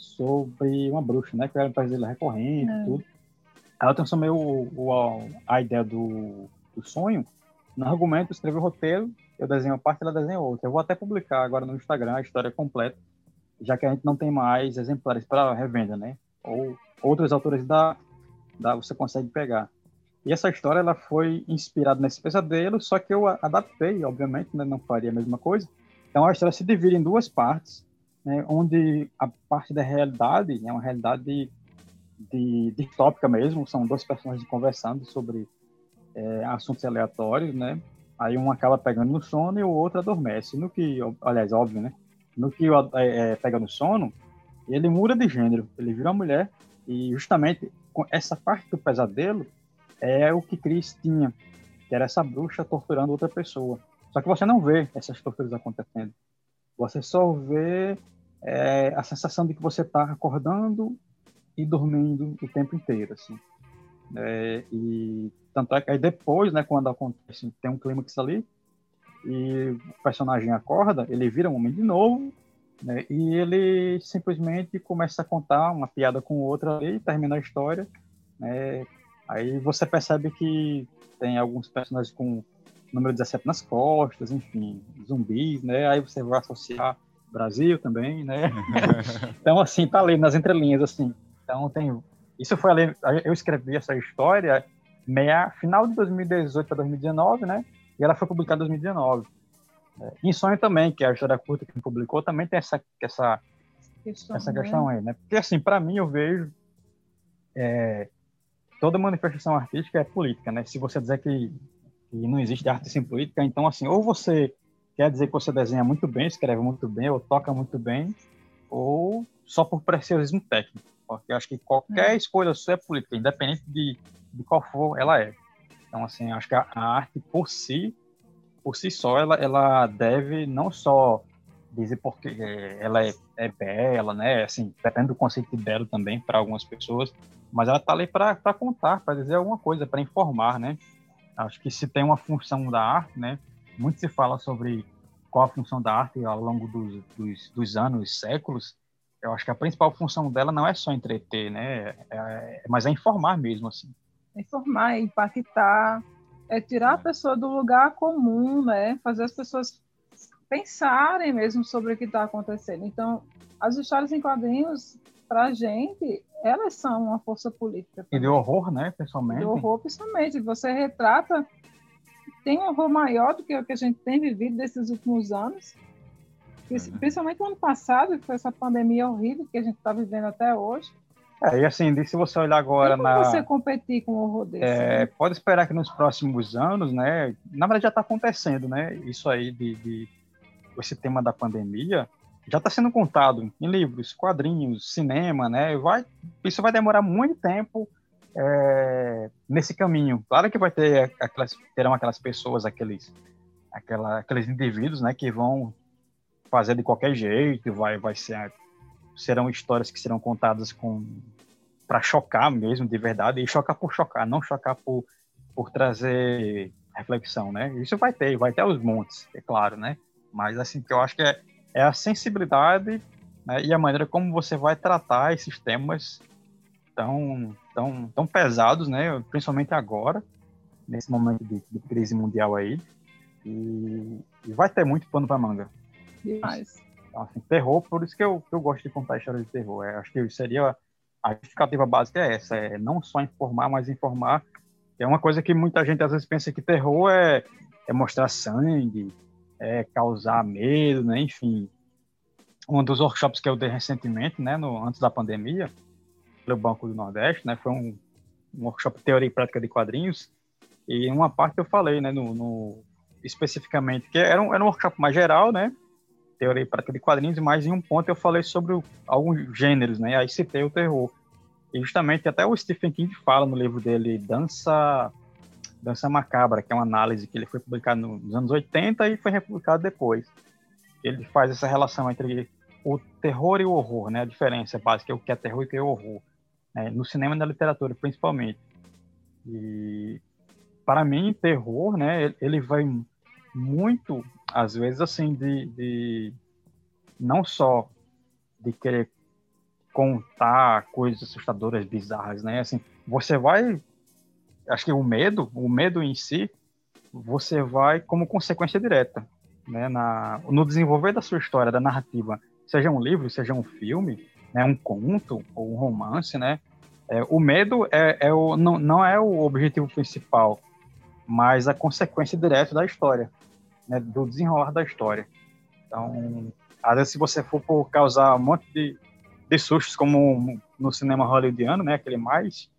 sobre uma bruxa, né? Que era um pesadelo recorrente e tudo. Ela transformou o, o, a ideia do, do sonho no argumento, escreveu o roteiro, eu desenho uma parte, ela desenha outra. Eu vou até publicar agora no Instagram a história completa, já que a gente não tem mais exemplares para revenda, né? Ou outros autores da, da você consegue pegar. E essa história ela foi inspirada nesse pesadelo, só que eu adaptei, obviamente, né? Não faria a mesma coisa. Então a história se divide em duas partes, né? Onde a parte da realidade é uma realidade de, de, distópica mesmo, são dois personagens conversando sobre É, assuntos aleatórios, né? Aí um acaba pegando no sono e o outro adormece. No que, aliás, óbvio, né? No que é, é, pega no sono, ele muda de gênero, ele vira uma mulher e justamente com essa parte do pesadelo é o que Cris tinha, que era essa bruxa torturando outra pessoa. Só que você não vê essas torturas acontecendo. Você só vê é, a sensação de que você está acordando e dormindo o tempo inteiro, assim. É, e tanto é que aí depois, né, quando acontece, tem um clímax ali e o personagem acorda, ele vira um homem de novo, né, e ele simplesmente começa a contar uma piada com o outro ali e termina a história, né. Aí você percebe que tem alguns personagens com número dezessete nas costas, enfim, zumbis, né, aí você vai associar Brasil também, né. Então assim, tá ali nas entrelinhas, assim. Então tem Isso foi ali, eu escrevi essa história meia, final de dois mil e dezoito para dois mil e dezenove, né? E ela foi publicada em dois mil e dezenove. É, em Sonho também, que é a história curta que publicou, também tem essa, essa, questão, essa questão né? aí, né? Porque, assim, para mim, eu vejo é, toda manifestação artística é política, né? Se você dizer que, que não existe arte sem política, então, assim, ou você quer dizer que você desenha muito bem, escreve muito bem, ou toca muito bem, ou só por preciosismo técnico. Porque eu acho que qualquer escolha sua é política, independente de, de qual for, ela é. Então, assim, acho que a, a arte por si, por si só, ela, ela deve não só dizer porque ela é, é bela, né? Assim, depende do conceito de belo também para algumas pessoas, mas ela está ali para contar, para dizer alguma coisa, para informar, né? Acho que se tem uma função da arte, né? Muito se fala sobre qual a função da arte ao longo dos, dos, dos anos, séculos. Eu acho que a principal função dela não é só entreter, né? É, é, mas é informar mesmo, assim. Informar, é impactar, é tirar a pessoa do lugar comum, né? Fazer as pessoas pensarem mesmo sobre o que está acontecendo. Então, as histórias em quadrinhos, para a gente, elas são uma força política também. E de horror, né, pessoalmente? De horror, pessoalmente. Você retrata... Tem um horror maior do que o que a gente tem vivido nesses últimos anos. Principalmente no ano passado, que foi essa pandemia horrível que a gente está vivendo até hoje. É, e assim, se você olhar agora Tem como na... você competir com um horror desse? É, né? Pode esperar que nos próximos anos, né? Na verdade já está acontecendo, né? Isso aí de, de esse tema da pandemia já está sendo contado em livros, quadrinhos, cinema, né? Vai, isso vai demorar muito tempo é, nesse caminho. Claro que vai ter aquelas, terão aquelas pessoas, aqueles, aquela, aqueles indivíduos, né? Que vão fazer de qualquer jeito, vai, vai ser, serão histórias que serão contadas com para chocar mesmo, de verdade, e chocar por chocar, não chocar por, por trazer reflexão, né? Isso vai ter, vai ter os montes, é claro, né? Mas, assim, que eu acho que é, é a sensibilidade, né, e a maneira como você vai tratar esses temas tão, tão, tão pesados, né? Principalmente agora, nesse momento de, de crise mundial aí, e, e vai ter muito pano para manga. Demais. Então, assim, terror, por isso que eu, que eu gosto de contar histórias de terror. É, acho que seria a justificativa básica é essa, é não só informar, mas informar. É uma coisa que muita gente às vezes pensa que terror é, é mostrar sangue, é causar medo, né? Enfim. Um dos workshops que eu dei recentemente, né, no, antes da pandemia, pelo Banco do Nordeste, né, foi um, um workshop de teoria e prática de quadrinhos, e em uma parte eu falei, né, no, no, especificamente, que era um, era um workshop mais geral, né, teoria e prática de quadrinhos, mas em um ponto eu falei sobre o, alguns gêneros, né, aí citei o terror. E justamente até o Stephen King fala no livro dele, Dança, Dança Macabra, que é uma análise que ele foi publicado nos anos oitenta e foi republicado depois. Ele faz essa relação entre o terror e o horror, né? A diferença básica é o que é terror e o que é horror, né? No cinema e na literatura, principalmente. E, para mim, terror, né? Ele vai muito, às vezes, assim, de, de não só de querer contar coisas assustadoras, bizarras, né? Assim, você vai, acho que o medo, o medo em si, você vai como consequência direta, né? Na, no desenvolver da sua história, da narrativa, seja um livro, seja um filme, né? Um conto ou um romance, né? É, o medo é, é o, não, não é o objetivo principal, mas a consequência direta da história, né? Do desenrolar da história. Então, às vezes, se você for por causar um monte de de sustos, como no cinema hollywoodiano, né, aquele mais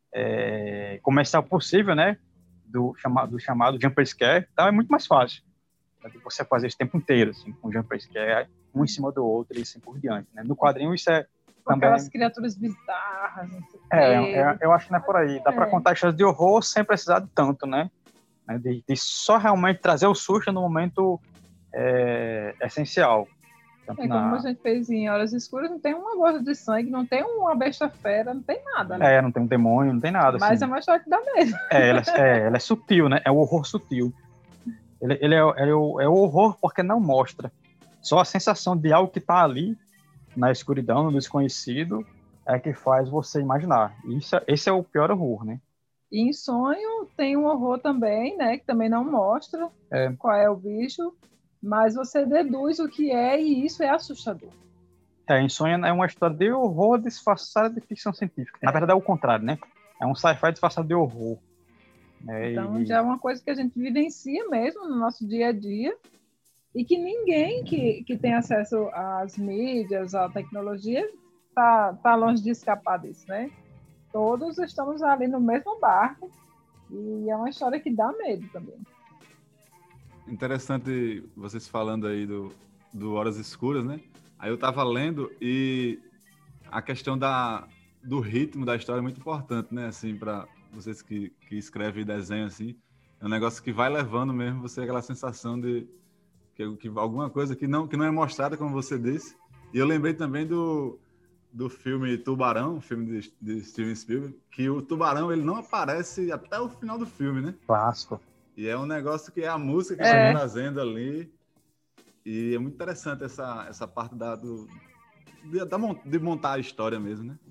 é, comercial possível, né, do chamado, do chamado jump scare, então é muito mais fácil, né, de você fazer isso o tempo inteiro, assim, com jump scare, um em cima do outro e assim por diante, né. No quadrinho isso é com também... aquelas criaturas bizarras, não sei é, é, eu acho que não é por aí, dá é. para contar histórias de horror sem precisar de tanto, né, de, de só realmente trazer o susto no momento é, essencial. É, como a gente fez em Horas Escuras, não tem uma gota de sangue, não tem uma besta-fera, não tem nada, né? É, não tem um demônio, não tem nada. Mas assim. É uma história que dá medo. É, ela é, ela é sutil, né? É o horror sutil. Ele, ele, é, ele é, o, é o horror porque não mostra. Só a sensação de algo que está ali, na escuridão, no desconhecido, é que faz você imaginar. Isso, esse é o pior horror, né? E em Sonho tem um horror também, né? Que também não mostra é. qual é o bicho, mas você deduz o que é e isso é assustador. É, em Sonho é uma história de horror disfarçada de ficção científica. É. Na verdade é o contrário, né? É um sci-fi disfarçado de horror. É, então e... já é uma coisa que a gente vivencia mesmo no nosso dia a dia e que ninguém que, que tem acesso às mídias, à tecnologia, tá, tá longe de escapar disso, né? Todos estamos ali no mesmo barco e é uma história que dá medo também. Interessante vocês falando aí do, do Horas Escuras, né? Aí eu tava lendo e a questão da, do ritmo da história é muito importante, né? Assim, para vocês que, que escrevem desenho, assim, é um negócio que vai levando mesmo você aquela sensação de que, que alguma coisa que não, que não é mostrada, como você disse. E eu lembrei também do, do filme Tubarão, filme de, de Steven Spielberg, que o tubarão ele não aparece até o final do filme, né? Clássico. E é um negócio que é a música que é. vai trazendo ali. E é muito interessante essa, essa parte da, do, de, da, de montar a história mesmo, né?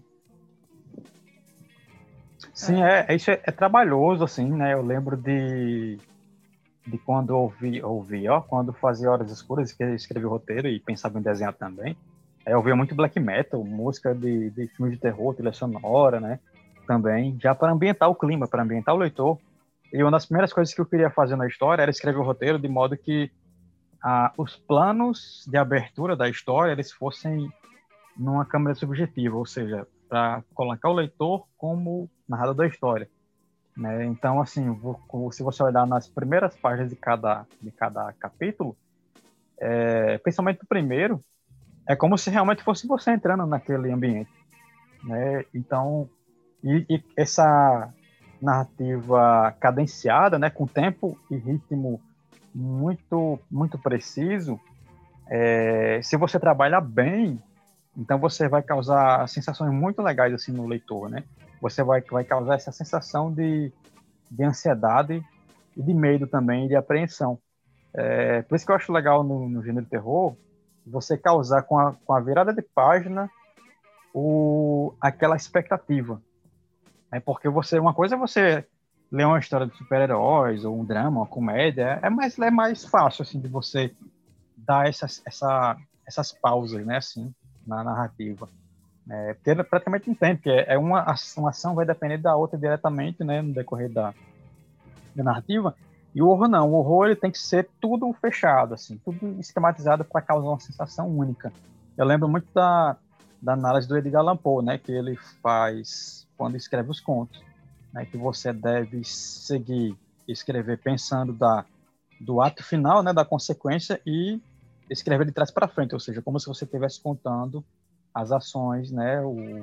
Sim, é, é, isso é, é trabalhoso, assim, né? Eu lembro de, de quando eu ouvi, ouvi, ó, quando fazia Horas Escuras, que eu escrevi o roteiro e pensava em desenhar também. Eu ouvia muito black metal, música de, de filmes de terror, trilha sonora, né? Também, já para ambientar o clima, para ambientar o leitor. E uma das primeiras coisas que eu queria fazer na história era escrever o roteiro de modo que ah, os planos de abertura da história eles fossem numa câmera subjetiva, ou seja, para colocar o leitor como narrador da história, né? Então, assim, vou, se você olhar nas primeiras páginas de cada, de cada capítulo, é, principalmente o primeiro, é como se realmente fosse você entrando naquele ambiente, né? Então, e, e essa narrativa cadenciada, né, com tempo e ritmo muito muito preciso, é, se você trabalhar bem, então você vai causar sensações muito legais assim no leitor, né? Você vai vai causar essa sensação de, de ansiedade e de medo também, de apreensão. É, por isso que eu acho legal no, no gênero terror você causar com a, com a virada de página o, aquela expectativa. É porque você, uma coisa é você ler uma história de super-heróis, ou um drama, uma comédia, é mais, é mais fácil, assim, de você dar essas, essa, essas pausas, né, assim, na narrativa. É, porque ele praticamente entende, porque é uma, uma ação vai depender da outra diretamente, né, no decorrer da, da narrativa, e o horror não, o horror ele tem que ser tudo fechado, assim, tudo esquematizado para causar uma sensação única. Eu lembro muito da, da análise do Edgar Allan Poe, né, que ele faz quando escreve os contos, né, que você deve seguir, escrever pensando da, do ato final, né, da consequência, e escrever de trás para frente, ou seja, como se você estivesse contando as ações, né, o,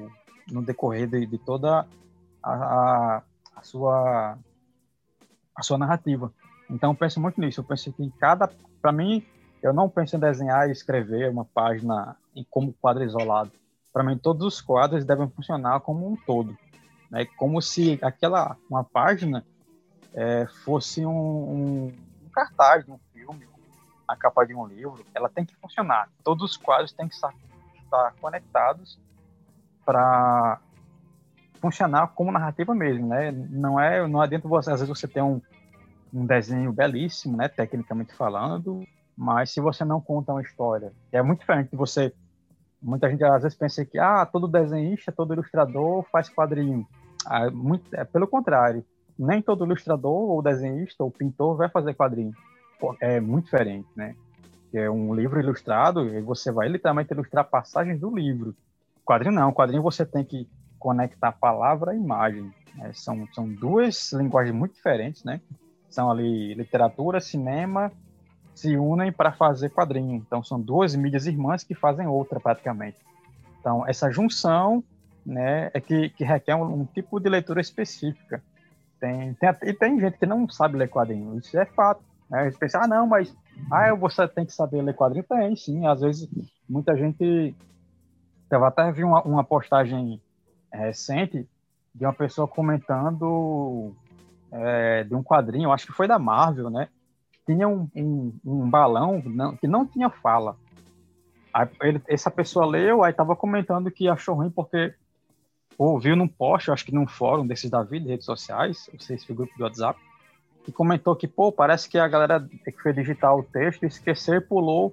no decorrer de, de toda a, a, a, sua, a sua narrativa. Então, eu penso muito nisso. Eu penso que em cada... Para mim, eu não penso em desenhar e escrever uma página em, como quadro isolado. Para mim, todos os quadros devem funcionar como um todo. Né? Como se aquela uma página é, fosse um, um, um cartaz de um filme, a capa de um livro. Ela tem que funcionar. Todos os quadros têm que estar, estar conectados para funcionar como narrativa mesmo, né? Não é, não adianta você, às vezes você ter um, um desenho belíssimo, né, tecnicamente falando, mas se você não conta uma história, é muito diferente de você. Muita gente às vezes pensa que ah, todo desenhista, todo ilustrador faz quadrinho. Ah, muito, é pelo contrário. Nem todo ilustrador ou desenhista ou pintor vai fazer quadrinho. É muito diferente, né? É um livro ilustrado e você vai literalmente ilustrar passagens do livro. Quadrinho não. Quadrinho você tem que conectar palavra e imagem. É, são, são duas linguagens muito diferentes, né? São ali literatura, cinema, se unem para fazer quadrinho. Então, são duas mídias irmãs que fazem outra, praticamente. Então, essa junção, né, é que, que requer um, um tipo de leitura específica. Tem, tem, e tem gente que não sabe ler quadrinho, isso é fato. Né? A gente pensa, ah, não, mas ah, você tem que saber ler quadrinho? Tem, sim. Às vezes, muita gente... Eu até vi uma, uma postagem recente de uma pessoa comentando é, de um quadrinho, acho que foi da Marvel, né? Tinha um, um, um balão não, que não tinha fala. Aí ele, essa pessoa leu, aí estava comentando que achou ruim porque ouviu num post, acho que num fórum desses da vida, de redes sociais, não sei se foi o grupo do WhatsApp, que comentou que, pô, parece que a galera que foi digitar o texto esqueceu e pulou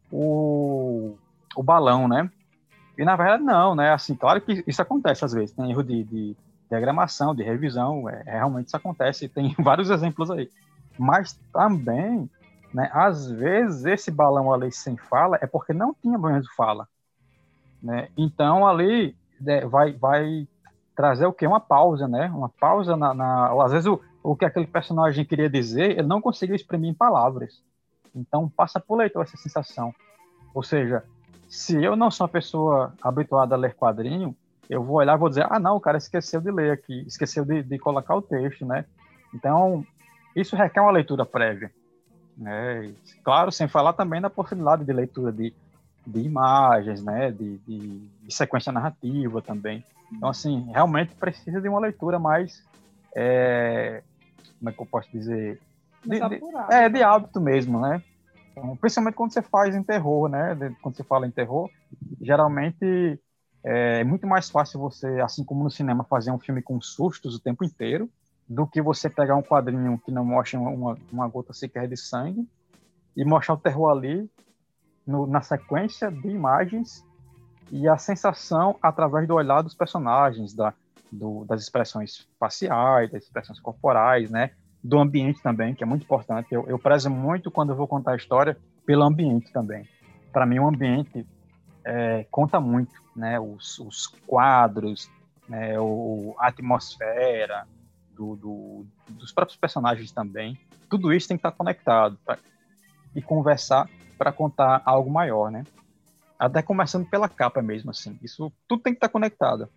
o, o balão, né? E na verdade não, né? Assim, claro que isso acontece às vezes, tem erro de, de diagramação, de revisão, é, realmente isso acontece, e tem vários exemplos aí. Mas também, né, às vezes esse balão ali sem fala é porque não tinha banho de fala, né? Então ali né, vai, vai trazer o quê? Uma pausa, né? Uma pausa na, na... Ou, às vezes o, o que aquele personagem queria dizer, ele não conseguiu exprimir em palavras. Então passa por leitor essa sensação. Ou seja, se eu não sou uma pessoa habituada a ler quadrinho, eu vou olhar e vou dizer, ah não, o cara esqueceu de ler aqui, esqueceu de, de colocar o texto, né? Então isso requer uma leitura prévia, né? Claro, sem falar também da possibilidade de leitura de, de imagens, né? De, de, de sequência narrativa também. Então, assim, realmente precisa de uma leitura mais, é, como é que eu posso dizer? De, de, é, de hábito mesmo, né? Então, principalmente quando você faz em terror, né? De, quando você fala em terror, geralmente é muito mais fácil você, assim como no cinema, fazer um filme com sustos o tempo inteiro, do que você pegar um quadrinho que não mostra uma, uma gota sequer de sangue e mostrar o terror ali no, na sequência de imagens e a sensação através do olhar dos personagens, da, do, das expressões faciais, das expressões corporais, né? Do ambiente também, que é muito importante. Eu, eu prezo muito quando eu vou contar a história pelo ambiente também. Para mim, o ambiente é, conta muito, né? Os, os quadros, né? o, a atmosfera, Do, do, dos próprios personagens também, tudo isso tem que estar conectado pra, e conversar para contar algo maior, né? Até começando pela capa mesmo, assim. Isso tudo tem que estar conectado.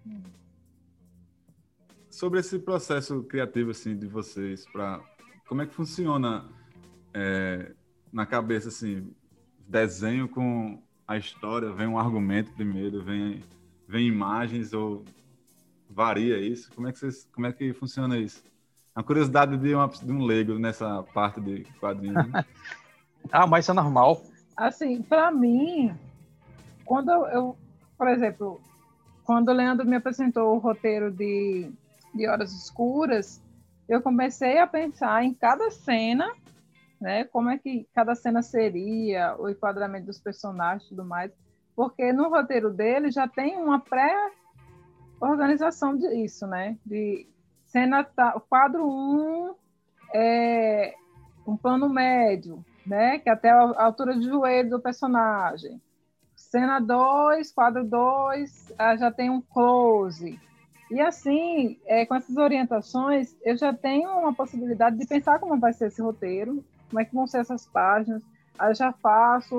Sobre esse processo criativo, assim, de vocês, para como é que funciona é, na cabeça, assim, desenho com a história, vem um argumento primeiro, vem, vem imagens ou varia isso? Como é que, vocês, como é que funciona isso? A curiosidade de, uma, de um leigo nessa parte de quadrinhos. Né? Ah, mas isso é normal. Assim, para mim, quando eu, eu, por exemplo, quando o Leandro me apresentou o roteiro de, de Horas Escuras, eu comecei a pensar em cada cena, né? Como é que cada cena seria, o enquadramento dos personagens e tudo mais, porque no roteiro dele já tem uma pré organização disso, né? De cena, quadro um é um plano médio, né? Que até a altura de joelho do personagem. Cena dois, quadro dois, já tem um close. E assim, é, com essas orientações, eu já tenho uma possibilidade de pensar como vai ser esse roteiro, como é que vão ser essas páginas. Aí eu já faço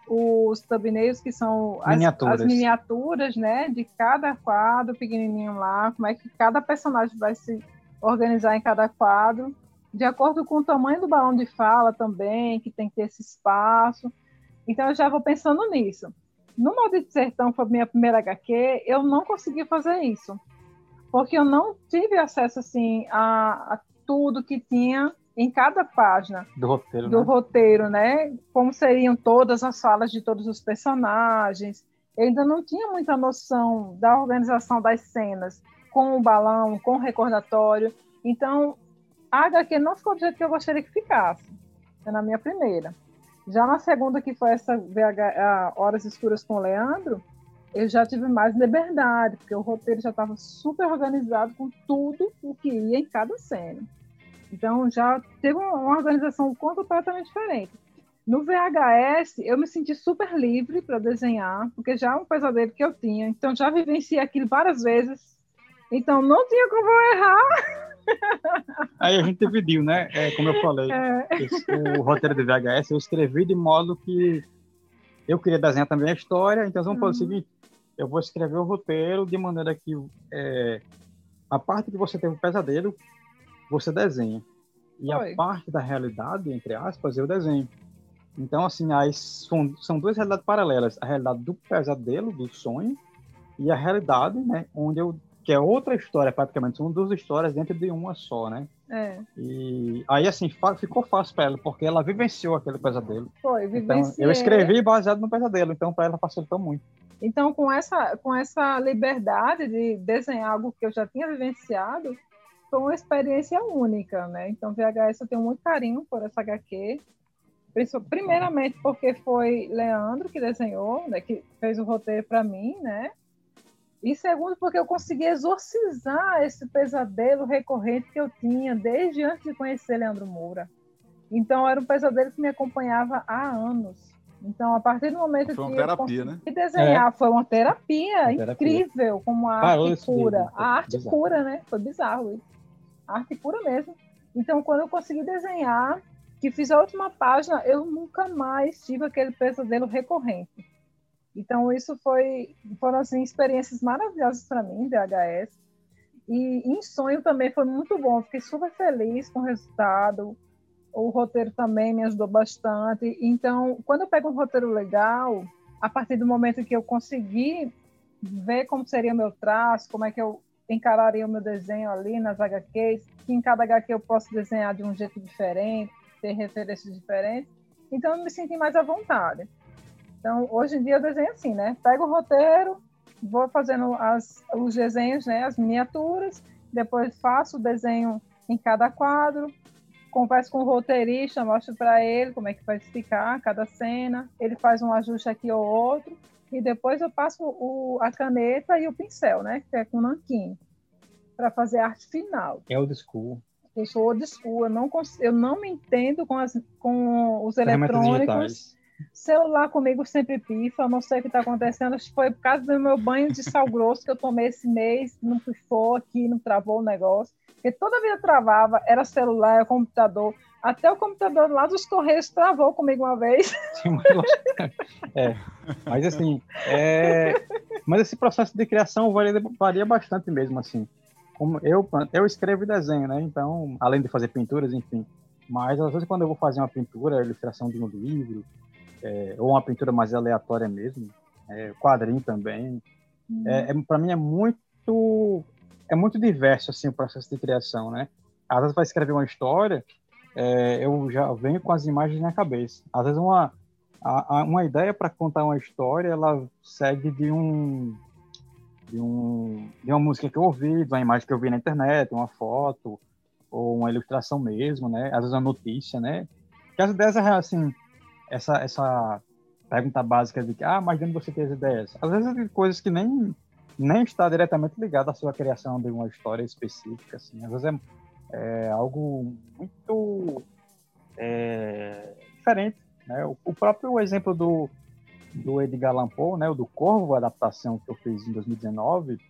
os thumbnails, que são as miniaturas. as miniaturas, né, de cada quadro pequenininho lá, como é que cada personagem vai se organizar em cada quadro, de acordo com o tamanho do balão de fala também, que tem que ter esse espaço. Então, eu já vou pensando nisso. No Maldito Sertão, que foi a minha primeira agá quê, eu não consegui fazer isso, porque eu não tive acesso assim, a, a tudo que tinha em cada página do roteiro, do né? roteiro, né? Como seriam todas as falas de todos os personagens. Eu ainda não tinha muita noção da organização das cenas, com o balão, com o recordatório. Então, a agá quê não ficou do jeito que eu gostaria que ficasse, na minha primeira. Já na segunda, que foi essa V H, Horas Escuras com o Leandro, eu já tive mais liberdade, porque o roteiro já estava super organizado com tudo o que ia em cada cena. Então, já teve uma organização completamente diferente. No V H S, eu me senti super livre para desenhar, porque já é um pesadelo que eu tinha. Então, já vivenciei aquilo várias vezes. Então, não tinha como eu errar. Aí a gente dividiu, né? É, como eu falei, É. esse, o roteiro do V H S eu escrevi de modo que eu queria desenhar também a história, então vamos fazer uhum. o seguinte, eu vou escrever o roteiro de maneira que é, a parte que você teve o pesadelo, você desenha. E Foi. a parte da realidade, entre aspas, eu desenho. Então, assim, as, são, são duas realidades paralelas. A realidade do pesadelo, do sonho, e a realidade, né, onde eu que é outra história, praticamente, são duas histórias dentro de uma só, né? É. E aí, assim, ficou fácil para ela, porque ela vivenciou aquele pesadelo. Foi, vivenciei. Então, eu escrevi baseado no pesadelo, então para ela facilitou muito. Então, com essa, com essa liberdade de desenhar algo que eu já tinha vivenciado, foi uma experiência única, né? Então, V H S eu tenho muito carinho por essa agá quê. Primeiramente porque foi Leandro que desenhou, né, que fez o roteiro para mim, né? E segundo, porque eu consegui exorcizar esse pesadelo recorrente que eu tinha desde antes de conhecer Leandro Moura. Então, era um pesadelo que me acompanhava há anos. Então, a partir do momento foi uma que terapia, eu consegui né? desenhar, é. foi uma terapia, uma incrível, terapia. como a Parou arte cura. Livro, a arte bizarro. cura, né? Foi bizarro isso. A arte cura mesmo. Então, quando eu consegui desenhar, que fiz a última página, eu nunca mais tive aquele pesadelo recorrente. Então, isso foi, foram assim, experiências maravilhosas para mim, V H S. E em sonho também foi muito bom. Fiquei super feliz com o resultado. O roteiro também me ajudou bastante. Então, quando eu pego um roteiro legal, a partir do momento que eu consegui ver como seria meu traço, como é que eu encararia o meu desenho ali nas agá quês, que em cada agá quê eu posso desenhar de um jeito diferente, ter referências diferentes. Então, eu me senti mais à vontade. Então, hoje em dia eu desenho assim, né? Pego o roteiro, vou fazendo as, os desenhos, né? As miniaturas, depois faço o desenho em cada quadro, converso com o roteirista, mostro para ele como é que vai ficar cada cena, ele faz um ajuste aqui ou outro, e depois eu passo o, a caneta e o pincel, né? Que é com nanquim, para fazer a arte final. É old school. Eu sou old school, eu não, eu não me entendo com, as, com os eletrônicos. Celular comigo sempre pifa, eu não sei o que está acontecendo, acho que foi por causa do meu banho de sal grosso que eu tomei esse mês, não pifou aqui, não travou o negócio, porque toda vida travava, era celular, era computador, até o computador lá dos Correios travou comigo uma vez. É, mas assim, é, mas esse processo de criação varia, varia bastante mesmo, assim, como eu, eu escrevo e desenho, né, então, além de fazer pinturas, enfim, mas às vezes quando eu vou fazer uma pintura, ilustração de um livro, É, ou uma pintura mais aleatória mesmo, é, quadrinho também. Hum. É, é, para mim é muito é muito diverso assim, o processo de criação, né? Às vezes vai escrever uma história, é, eu já venho com as imagens na cabeça. Às vezes uma, a, a, uma ideia para contar uma história, ela segue de um, de um de uma música que eu ouvi, de uma imagem que eu vi na internet, uma foto, ou uma ilustração mesmo, né? Às vezes uma notícia, né? Que as ideias, assim, essa, essa pergunta básica de que, ah, mas de onde você tem as ideias? Às vezes tem coisas que nem, nem está diretamente ligado à sua criação de uma história específica, assim. Às vezes é, é algo muito é, diferente, né? O, o próprio exemplo do, do Edgar Allan Poe, né, o do Corvo, a adaptação que eu fiz em dois mil e dezenove,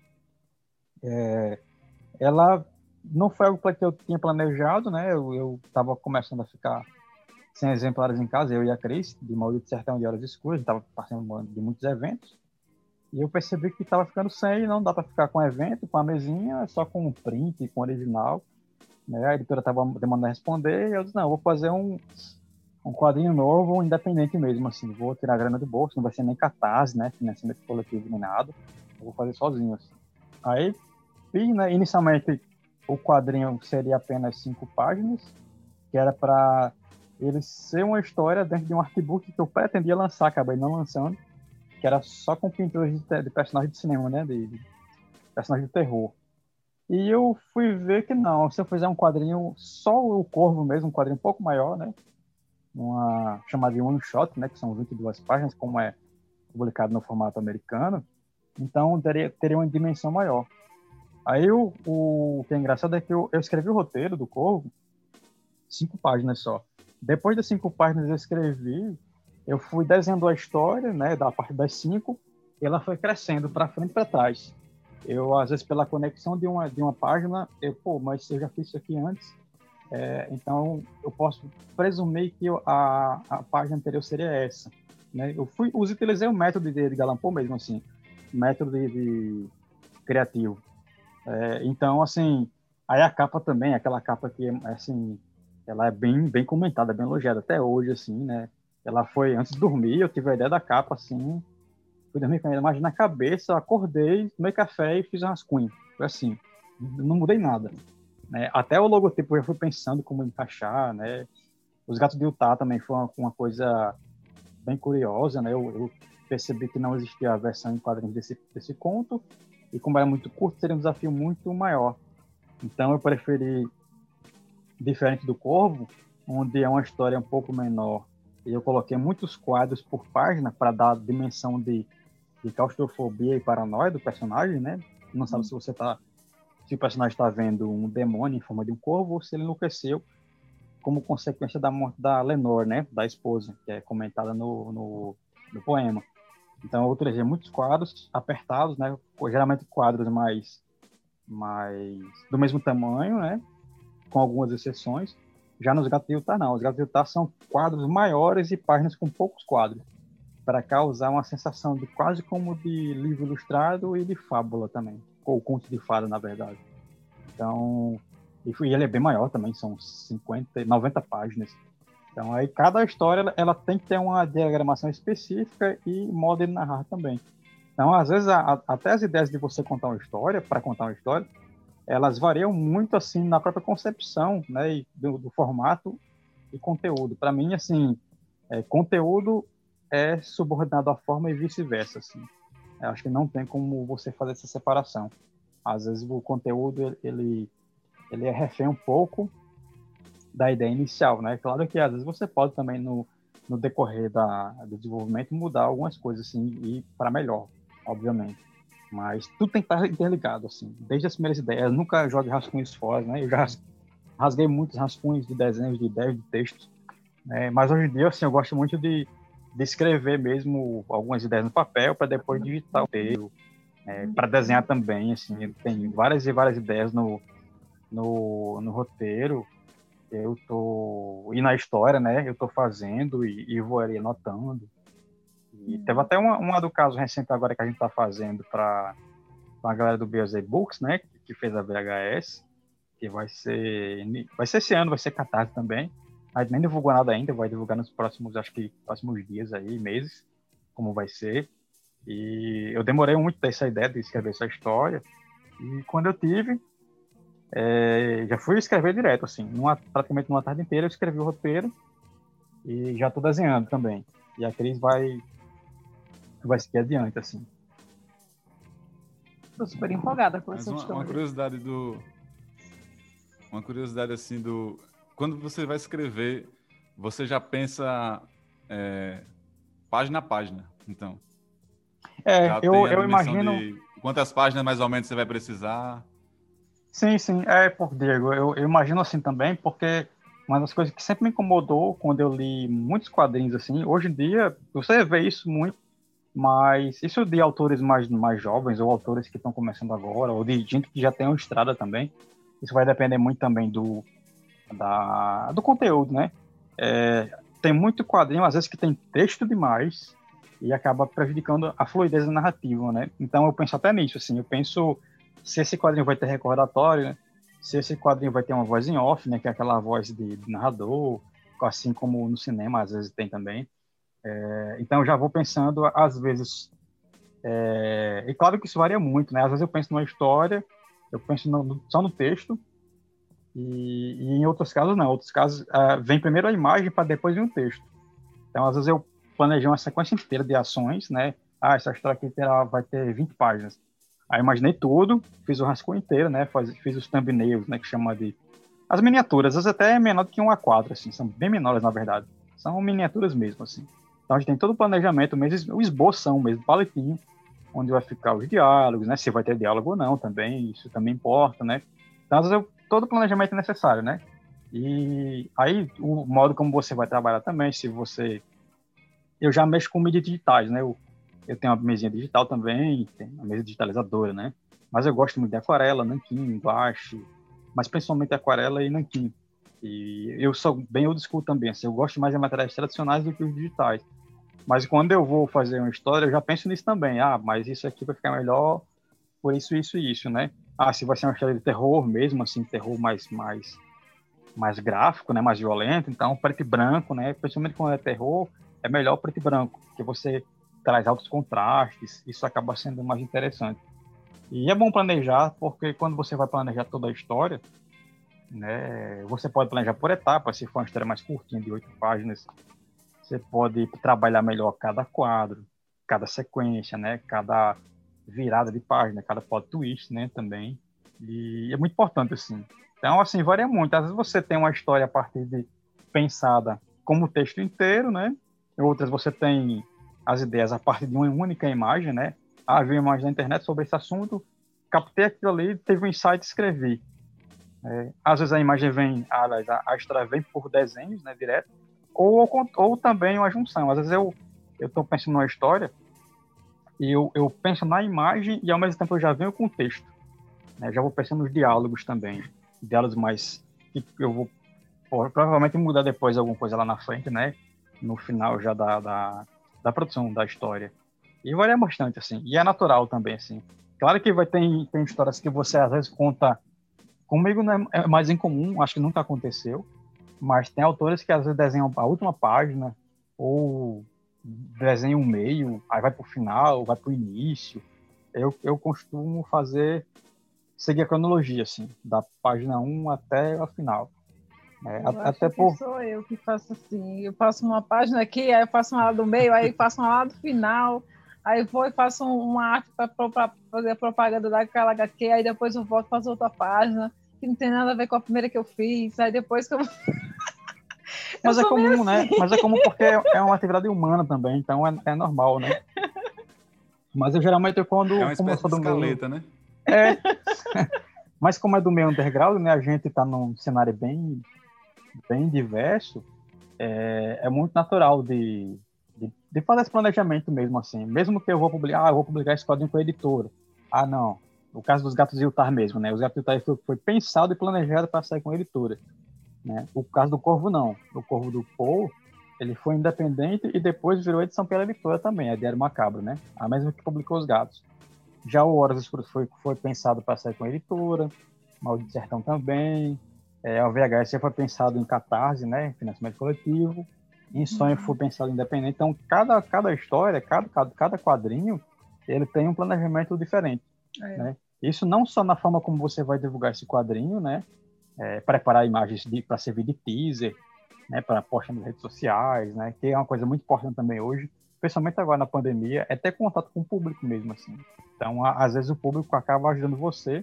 é, ela não foi algo que eu tinha planejado, né? Eu estava começando a ficar cem exemplares em casa, eu e a Cris, de Maldito Sertão de Horas Escuras, a gente estava participando de muitos eventos, e eu percebi que estava ficando sem, não dá para ficar com evento, com a mesinha, só com um print, com original, né? A editora estava demandando responder, e eu disse, não, eu vou fazer um, um quadrinho novo, independente mesmo, assim, vou tirar a grana do bolso, não vai ser nem catarse, né, financiamento coletivo nem nada, eu vou fazer sozinho, assim. Aí, fiz, né, inicialmente o quadrinho seria apenas cinco páginas, que era para ele ser uma história dentro de um artbook que eu pretendia lançar, acabei não lançando, que era só com pinturas de, de personagens de cinema, né, de, de personagens de terror. E eu fui ver que não, se eu fizer um quadrinho, só o Corvo mesmo, um quadrinho um pouco maior, né, uma chamada de one shot, né, que são vinte e duas páginas, como é publicado no formato americano, então teria, teria uma dimensão maior. Aí o, o, o que é engraçado é que eu, eu escrevi o roteiro do Corvo, cinco páginas só. Depois das cinco páginas eu escrevi, eu fui desenhando a história, né, da parte das cinco, e ela foi crescendo para frente e para trás. Eu, às vezes, pela conexão de uma, de uma página, eu, pô, mas eu já fiz isso aqui antes, é, então eu posso presumir que a, a página anterior seria essa, né? Eu fui, utilizei o método de Edgar Allan Poe mesmo, assim, método de, de criativo. É, então, assim, aí a capa também, aquela capa que, assim, ela é bem, bem comentada, bem elogiada até hoje, assim, né? Ela foi, antes de dormir, eu tive a ideia da capa, assim, fui dormir com ela, mas na cabeça, eu acordei, tomei café e fiz um rascunho. Foi assim, não mudei nada. Né? Até o logotipo eu fui pensando como encaixar, né? Os Gatos de Utah também foi uma, uma coisa bem curiosa, né? Eu, eu percebi que não existia a versão em quadrinhos desse, desse conto, e como era muito curto, seria um desafio muito maior. Então eu preferi, diferente do Corvo, onde é uma história um pouco menor, e eu coloquei muitos quadros por página para dar a dimensão de, de claustrofobia e paranoia do personagem, né? Não sabe se você tá, se o personagem está vendo um demônio em forma de um corvo ou se ele enlouqueceu como consequência da morte da Lenore, né? Da esposa, que é comentada no, no, no poema. Então eu utilizei muitos quadros apertados, né? Geralmente quadros mais, mais do mesmo tamanho, né? Com algumas exceções. Já nos Gatos de Utah, não. Os Gatos de Utah são quadros maiores e páginas com poucos quadros, para causar uma sensação de quase como de livro ilustrado e de fábula também, ou conto de fada, na verdade. Então, e ele é bem maior também, são cinquenta, noventa páginas. Então, aí cada história ela tem que ter uma diagramação específica e modo de narrar também. Então, às vezes, a, a, até as ideias de você contar uma história, para contar uma história, elas variam muito, assim, na própria concepção, né, do, do formato e conteúdo. Para mim, assim, é, conteúdo é subordinado à forma e vice-versa, assim. Eu acho que não tem como você fazer essa separação. Às vezes, o conteúdo, ele, ele é refém um pouco da ideia inicial, né? Claro que, às vezes, você pode também, no, no decorrer da, do desenvolvimento, mudar algumas coisas, assim, e para melhor, obviamente. Mas tudo tem que estar interligado, assim. Desde as primeiras ideias, eu nunca jogo rascunhos fora, né? Eu já rasguei muitos rascunhos de desenhos, de ideias, de textos. Né? Mas hoje em dia, assim, eu gosto muito de, de escrever mesmo algumas ideias no papel para depois digitar o texto. É, para desenhar também, assim. Tem várias e várias ideias no, no, no roteiro. Eu tô... E na história, né? Eu tô fazendo e, e vou ali anotando. E teve até uma, uma do caso recente agora que a gente está fazendo para a galera do B Z Books, né, que fez a V H S, que vai ser, vai ser esse ano, vai ser catarse também. A gente nem divulgou nada ainda, vai divulgar nos próximos, acho que próximos dias aí, meses, como vai ser. E eu demorei muito ter essa ideia de escrever essa história. E quando eu tive, é, já fui escrever direto, assim, numa, praticamente numa tarde inteira eu escrevi o roteiro e já estou desenhando também. E a Cris vai vai seguir adiante, assim. Tô super empolgada com Mas essa uma, história. uma curiosidade do... Uma curiosidade, assim, do... Quando você vai escrever, você já pensa é, página a página, então? É, Já eu, tem a eu dimensão imagino... de quantas páginas, mais ou menos, você vai precisar? Sim, sim, é, por Diego, eu, eu imagino assim também, porque uma das coisas que sempre me incomodou quando eu li muitos quadrinhos, assim, hoje em dia, você vê isso muito, mas isso de autores mais, mais jovens, ou autores que estão começando agora, ou de gente que já tem uma estrada também, isso vai depender muito também do, da, do conteúdo, né? É, tem muito quadrinho, às vezes, que tem texto demais e acaba prejudicando a fluidez da narrativa, né? Então, eu penso até nisso, assim. Eu penso se esse quadrinho vai ter recordatório, né? Se esse quadrinho vai ter uma voz em off, né? Que é aquela voz de, de narrador, assim como no cinema, às vezes, tem também. É, então, eu já vou pensando, às vezes... É, e claro que isso varia muito, né? Às vezes eu penso numa história, eu penso no, só no texto, e, e em outros casos não. Em outros casos, uh, vem primeiro a imagem para depois vir o texto. Então, às vezes eu planejei uma sequência inteira de ações, né? Ah, essa história aqui terá, vai ter vinte páginas. Aí imaginei tudo, fiz o rascunho inteiro, né? Fiz, fiz os thumbnails, né? Que chama de... As miniaturas, às vezes até é menor do que um A quatro, assim. São bem menores, na verdade. São miniaturas mesmo, assim. Então, a gente tem todo o planejamento mesmo, o esboção mesmo, paletinho, onde vai ficar os diálogos, né? Se vai ter diálogo ou não também, isso também importa, né? Então, às vezes, eu, todo o planejamento é necessário, né? E aí, o modo como você vai trabalhar também, se você... Eu já mexo com mídias digitais, né? Eu, eu tenho uma mesinha digital também, tem uma mesa digitalizadora, né? Mas eu gosto muito de aquarela, nanquim, guache, mas principalmente aquarela e nanquim. E eu sou bem old school também, assim, eu gosto mais de materiais tradicionais do que os digitais. Mas quando eu vou fazer uma história, eu já penso nisso também. Ah, mas isso aqui vai ficar melhor por isso, isso e isso, né? Ah, se vai ser uma história de terror mesmo, assim, terror mais, mais, mais gráfico, né? Mais violento, então preto e branco, né? Principalmente quando é terror, é melhor preto e branco, porque você traz altos contrastes, isso acaba sendo mais interessante. E é bom planejar, porque quando você vai planejar toda a história, né? Você pode planejar por etapas, se for uma história mais curtinha, de oito páginas, você pode trabalhar melhor cada quadro, cada sequência, né? Cada virada de página, cada plot twist, né? Também. E é muito importante, assim. Então, assim, varia muito. Às vezes você tem uma história a partir de pensada como o texto inteiro, né? Outras você tem as ideias a partir de uma única imagem, né? Ah, vi uma imagem na internet sobre esse assunto, captei aquilo ali, teve um insight e escrevi. É, às vezes a imagem vem, a, a história vem por desenhos, né? Direto. Ou, ou também uma junção. Às vezes eu estou pensando numa história e eu, eu penso na imagem e ao mesmo tempo eu já venho com o texto. Né? Já vou pensando nos diálogos também. Diálogos mais... que eu vou pô, provavelmente mudar depois alguma coisa lá na frente, né? No final já da, da, da produção da história. E varia bastante, assim. E é natural também, assim. Claro que vai ter tem histórias que você às vezes conta... Comigo não é, é mais incomum, acho que nunca aconteceu. Mas tem autores que às vezes desenham a última página, ou desenham o meio, aí vai para o final, vai para o início. Eu, eu costumo fazer, seguir a cronologia, assim, da página um até a final. É, eu até acho que por... sou eu que faço assim. Eu faço uma página aqui, aí eu faço uma lá do meio, aí eu faço uma lá do final, aí vou e faço uma arte para fazer a propaganda daquela agá quê, aí depois eu volto e faço outra página, que não tem nada a ver com a primeira que eu fiz, aí depois que eu... Mas eu é comum, assim. né? Mas é comum porque é uma atividade humana também, então é, é normal, né? Mas eu geralmente, quando... É uma como eu espécie sou de do escaleta, meio, né? É... Mas como é do meio underground, né? A gente tá num cenário bem, bem diverso, é, é muito natural de, de, de fazer esse planejamento mesmo, assim. Mesmo que eu vou publicar, ah, eu vou publicar esse quadrinho com a editora. Ah, não. O caso dos Gatos de Utah mesmo, né? Os Gatos de Utah foi, foi pensado e planejado para sair com a editora. Né? O caso do Corvo, não. O Corvo do Paul, ele foi independente e depois virou edição pela editora também, a Diário Macabro, né? A mesma que publicou Os Gatos. Já o Horas Escuras foi, foi pensado para sair com a editora, Maldito Sertão também, é, o V H S foi pensado em Catarse, né? Financiamento coletivo, em Sonho uhum. foi pensado independente. Então, cada, cada história, cada, cada quadrinho, ele tem um planejamento diferente. É. Né? Isso não só na forma como você vai divulgar esse quadrinho, né? É, preparar imagens para servir de teaser, né, para postar nas redes sociais, né, que é uma coisa muito importante também hoje, especialmente agora na pandemia, é ter contato com o público mesmo, assim. Então, a, às vezes o público acaba ajudando você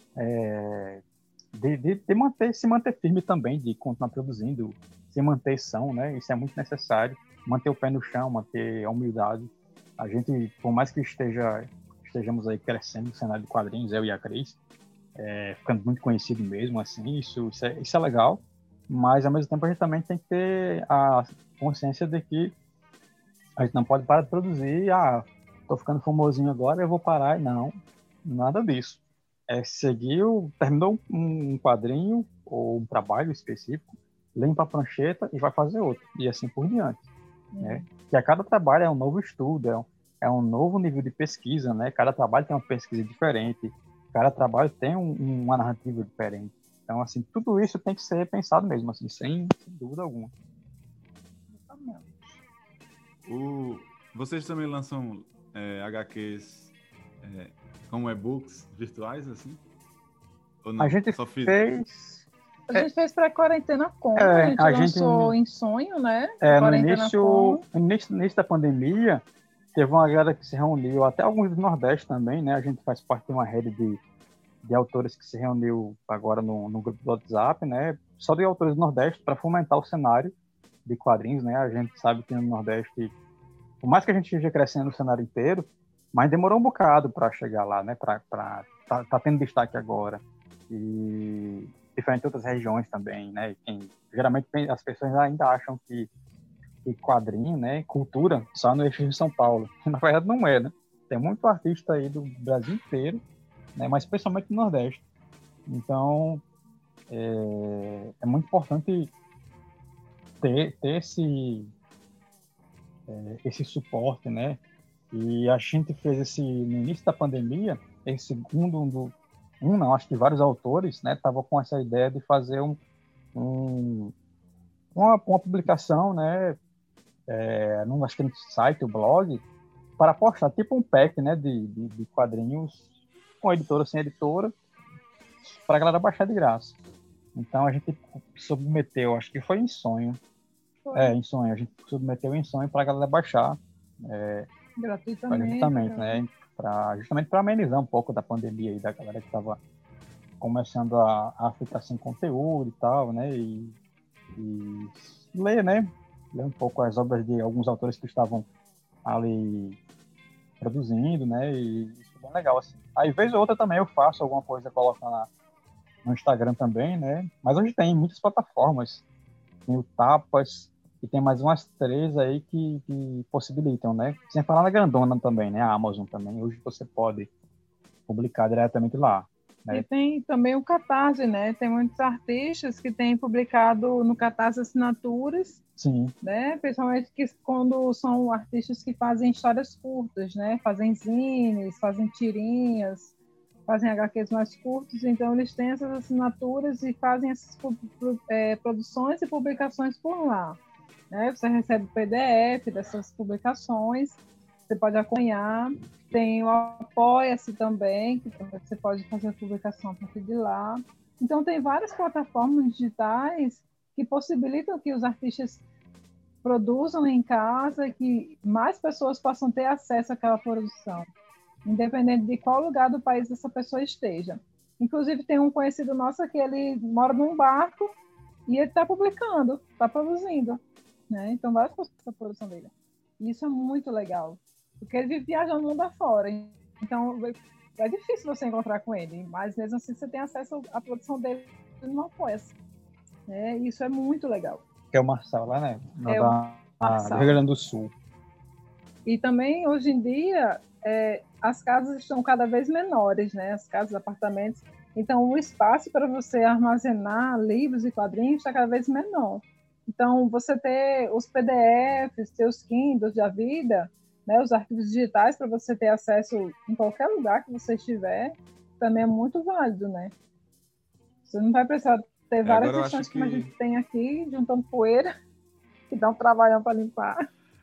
é, de, de, de manter, se manter firme também, de continuar produzindo, se manter são, né, isso é muito necessário, manter o pé no chão, manter a humildade. A gente, por mais que esteja, estejamos aí crescendo no cenário de quadrinhos, eu e a Cris, É, ficando muito conhecido mesmo, assim, isso, isso, é, isso é legal, mas ao mesmo tempo a gente também tem que ter a consciência de que a gente não pode parar de produzir, ah, tô ficando famosinho agora, eu vou parar, não, nada disso. É seguir, terminou um quadrinho ou um trabalho específico, limpa a prancheta e vai fazer outro, e assim por diante. Uhum. Né? E a cada trabalho é um novo estudo, é um, é um novo nível de pesquisa, né? Cada trabalho tem uma pesquisa diferente, cada trabalho tem um, uma narrativa diferente. Então, assim, tudo isso tem que ser pensado mesmo, assim, sem, sem dúvida alguma. O, vocês também lançam é, agá quês é, como e-books virtuais, assim? Ou não? A gente Só fez... A gente fez para a Quarentena Com, é, a gente a lançou gente, em sonho, né? É, no início, no início, no início da pandemia, teve uma galera que se reuniu, até alguns do Nordeste também, né? A gente faz parte de uma rede de, de autores que se reuniu agora no, no grupo do WhatsApp, né? Só de autores do Nordeste para fomentar o cenário de quadrinhos, né? A gente sabe que no Nordeste, por mais que a gente esteja crescendo no cenário inteiro, mas demorou um bocado para chegar lá, né? Para tá, tá tendo destaque agora. E diferente de outras regiões também, né? Quem, geralmente as pessoas ainda acham que, que quadrinho, né? Cultura só no eixo de São Paulo. Na verdade não é, né? Tem muito artista aí do Brasil inteiro, né? Mas especialmente no Nordeste. Então é, é muito importante ter, ter esse é, esse suporte, né? E a gente fez esse no início da pandemia, esse segundo do um não, acho que vários autores, né, estavam com essa ideia de fazer um, um uma, uma publicação, né, é, num, acho que no site, o blog, para postar tipo um pack, né, de, de, de quadrinhos com editora, sem editora, para a galera baixar de graça. Então a gente submeteu, acho que foi em sonho, foi. é, em sonho, a gente submeteu em sonho para a galera baixar, é, gratuitamente, gratuitamente, né, pra, justamente para amenizar um pouco da pandemia e da galera que estava começando a, a ficar sem conteúdo e tal, né, e, e ler, né, ler um pouco as obras de alguns autores que estavam ali produzindo, né, e isso é bem legal, assim. Aí, vez ou outra também eu faço alguma coisa, coloco na, no Instagram também, né, mas hoje tem muitas plataformas, tem o Tapas, e tem mais umas três aí que, que possibilitam, né? Sem falar na grandona também, né? A Amazon também. Hoje você pode publicar diretamente lá. Né? E tem também o Catarse, né? Tem muitos artistas que têm publicado no Catarse assinaturas. Sim. Né? Principalmente que, quando são artistas que fazem histórias curtas, né? Fazem zines, fazem tirinhas, fazem agá quês mais curtos. Então, eles têm essas assinaturas e fazem essas é, produções e publicações por lá. Né? Você recebe o P D F dessas publicações, você pode acompanhar. Tem o Apoia-se também, que você pode fazer a publicação a partir de lá. Então, tem várias plataformas digitais que possibilitam que os artistas produzam em casa e que mais pessoas possam ter acesso àquela produção, independente de qual lugar do país essa pessoa esteja. Inclusive, tem um conhecido nosso que ele mora num barco e ele está publicando, está produzindo. Né? Então, várias pessoas estão produção dele. E isso é muito legal, porque ele vive viajando no mundo afora. Então, é difícil você encontrar com ele, mas mesmo assim você tem acesso à produção dele no Apoia-se. Né? Isso é muito legal. Que é o Marçal lá, né? Na é da, do Rio Grande do Sul. E também, hoje em dia, é, as casas estão cada vez menores, né? As casas, apartamentos. Então, o espaço para você armazenar livros e quadrinhos está cada vez menor. Então, você ter os P D Fs, ter os Kindles da vida, né, os arquivos digitais para você ter acesso em qualquer lugar que você estiver, também é muito válido, né? Você não vai precisar ter várias é, questões que... como a gente tem aqui, juntando poeira, que dá um trabalhão para limpar.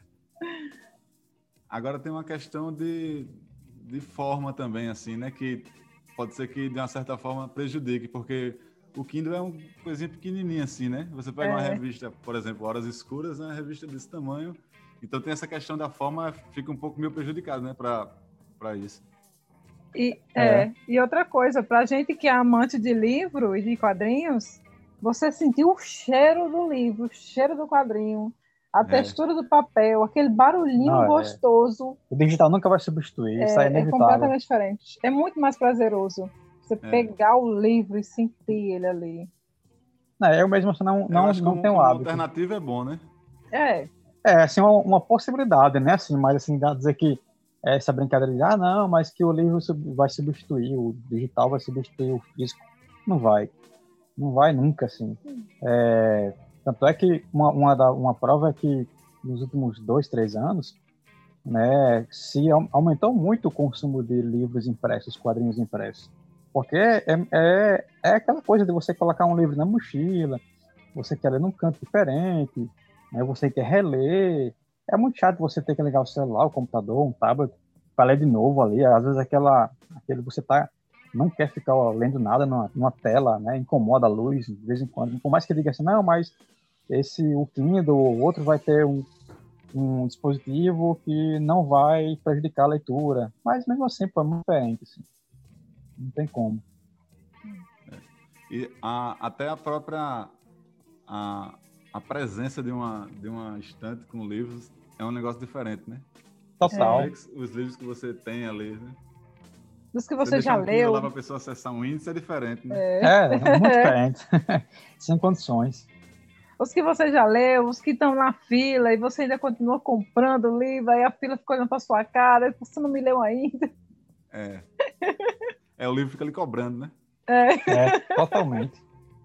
Agora tem uma questão de, de forma também, assim, né? Que pode ser que, de uma certa forma, prejudique, porque o Kindle é um coisinha pequenininho assim, né? Você pega é. uma revista, por exemplo, Horas Escuras, né? Uma revista desse tamanho. Então tem essa questão da forma, fica um pouco meio prejudicado, né? Para isso. E, é. É, e outra coisa, para gente que é amante de livro e de quadrinhos, você sentiu o cheiro do livro, o cheiro do quadrinho, a é. textura do papel, aquele barulhinho Não, gostoso. É. O digital nunca vai substituir, isso é inevitável. É completamente diferente. É muito mais prazeroso. Você é. pegar o livro e sentir ele ali. Não, eu mesmo assim, não, não, não como, tenho como hábito. Alternativa é bom, né? É. É, assim, uma, uma possibilidade, né? Assim, mas assim, dá dizer que essa brincadeira de, ah, não, mas que o livro vai substituir, o digital vai substituir o físico. Não vai. Não vai nunca, assim. É, Tanto é que uma, uma, da, uma prova é que nos últimos dois, três anos, né, se aumentou muito o consumo de livros impressos, quadrinhos impressos. Porque é, é, é aquela coisa de você colocar um livro na mochila, você quer ler num canto diferente, né, você quer reler. É muito chato você ter que ligar o celular, o computador, um tablet, para ler de novo ali. Às vezes aquela, aquele você tá, não quer ficar ó, lendo nada numa, numa tela, né, incomoda a luz de vez em quando. Por mais que diga assim, não, mas esse, o Kindle, o outro vai ter um, um dispositivo que não vai prejudicar a leitura. Mas mesmo assim, pô, é muito diferente, assim. Não tem como. E a, até a própria a, a presença de uma, de uma estante com livros é um negócio diferente, né? Total. É. Os livros que você tem ali, né? Dos que você, você já um leu. Lá para a pessoa acessar um índice é diferente, né? É, é, é muito diferente. Sem condições. Os que você já leu, os que estão na fila e você ainda continua comprando o livro, aí a fila fica olhando para sua cara, você não me leu ainda. É. É, o livro fica ali cobrando, né? É, é totalmente.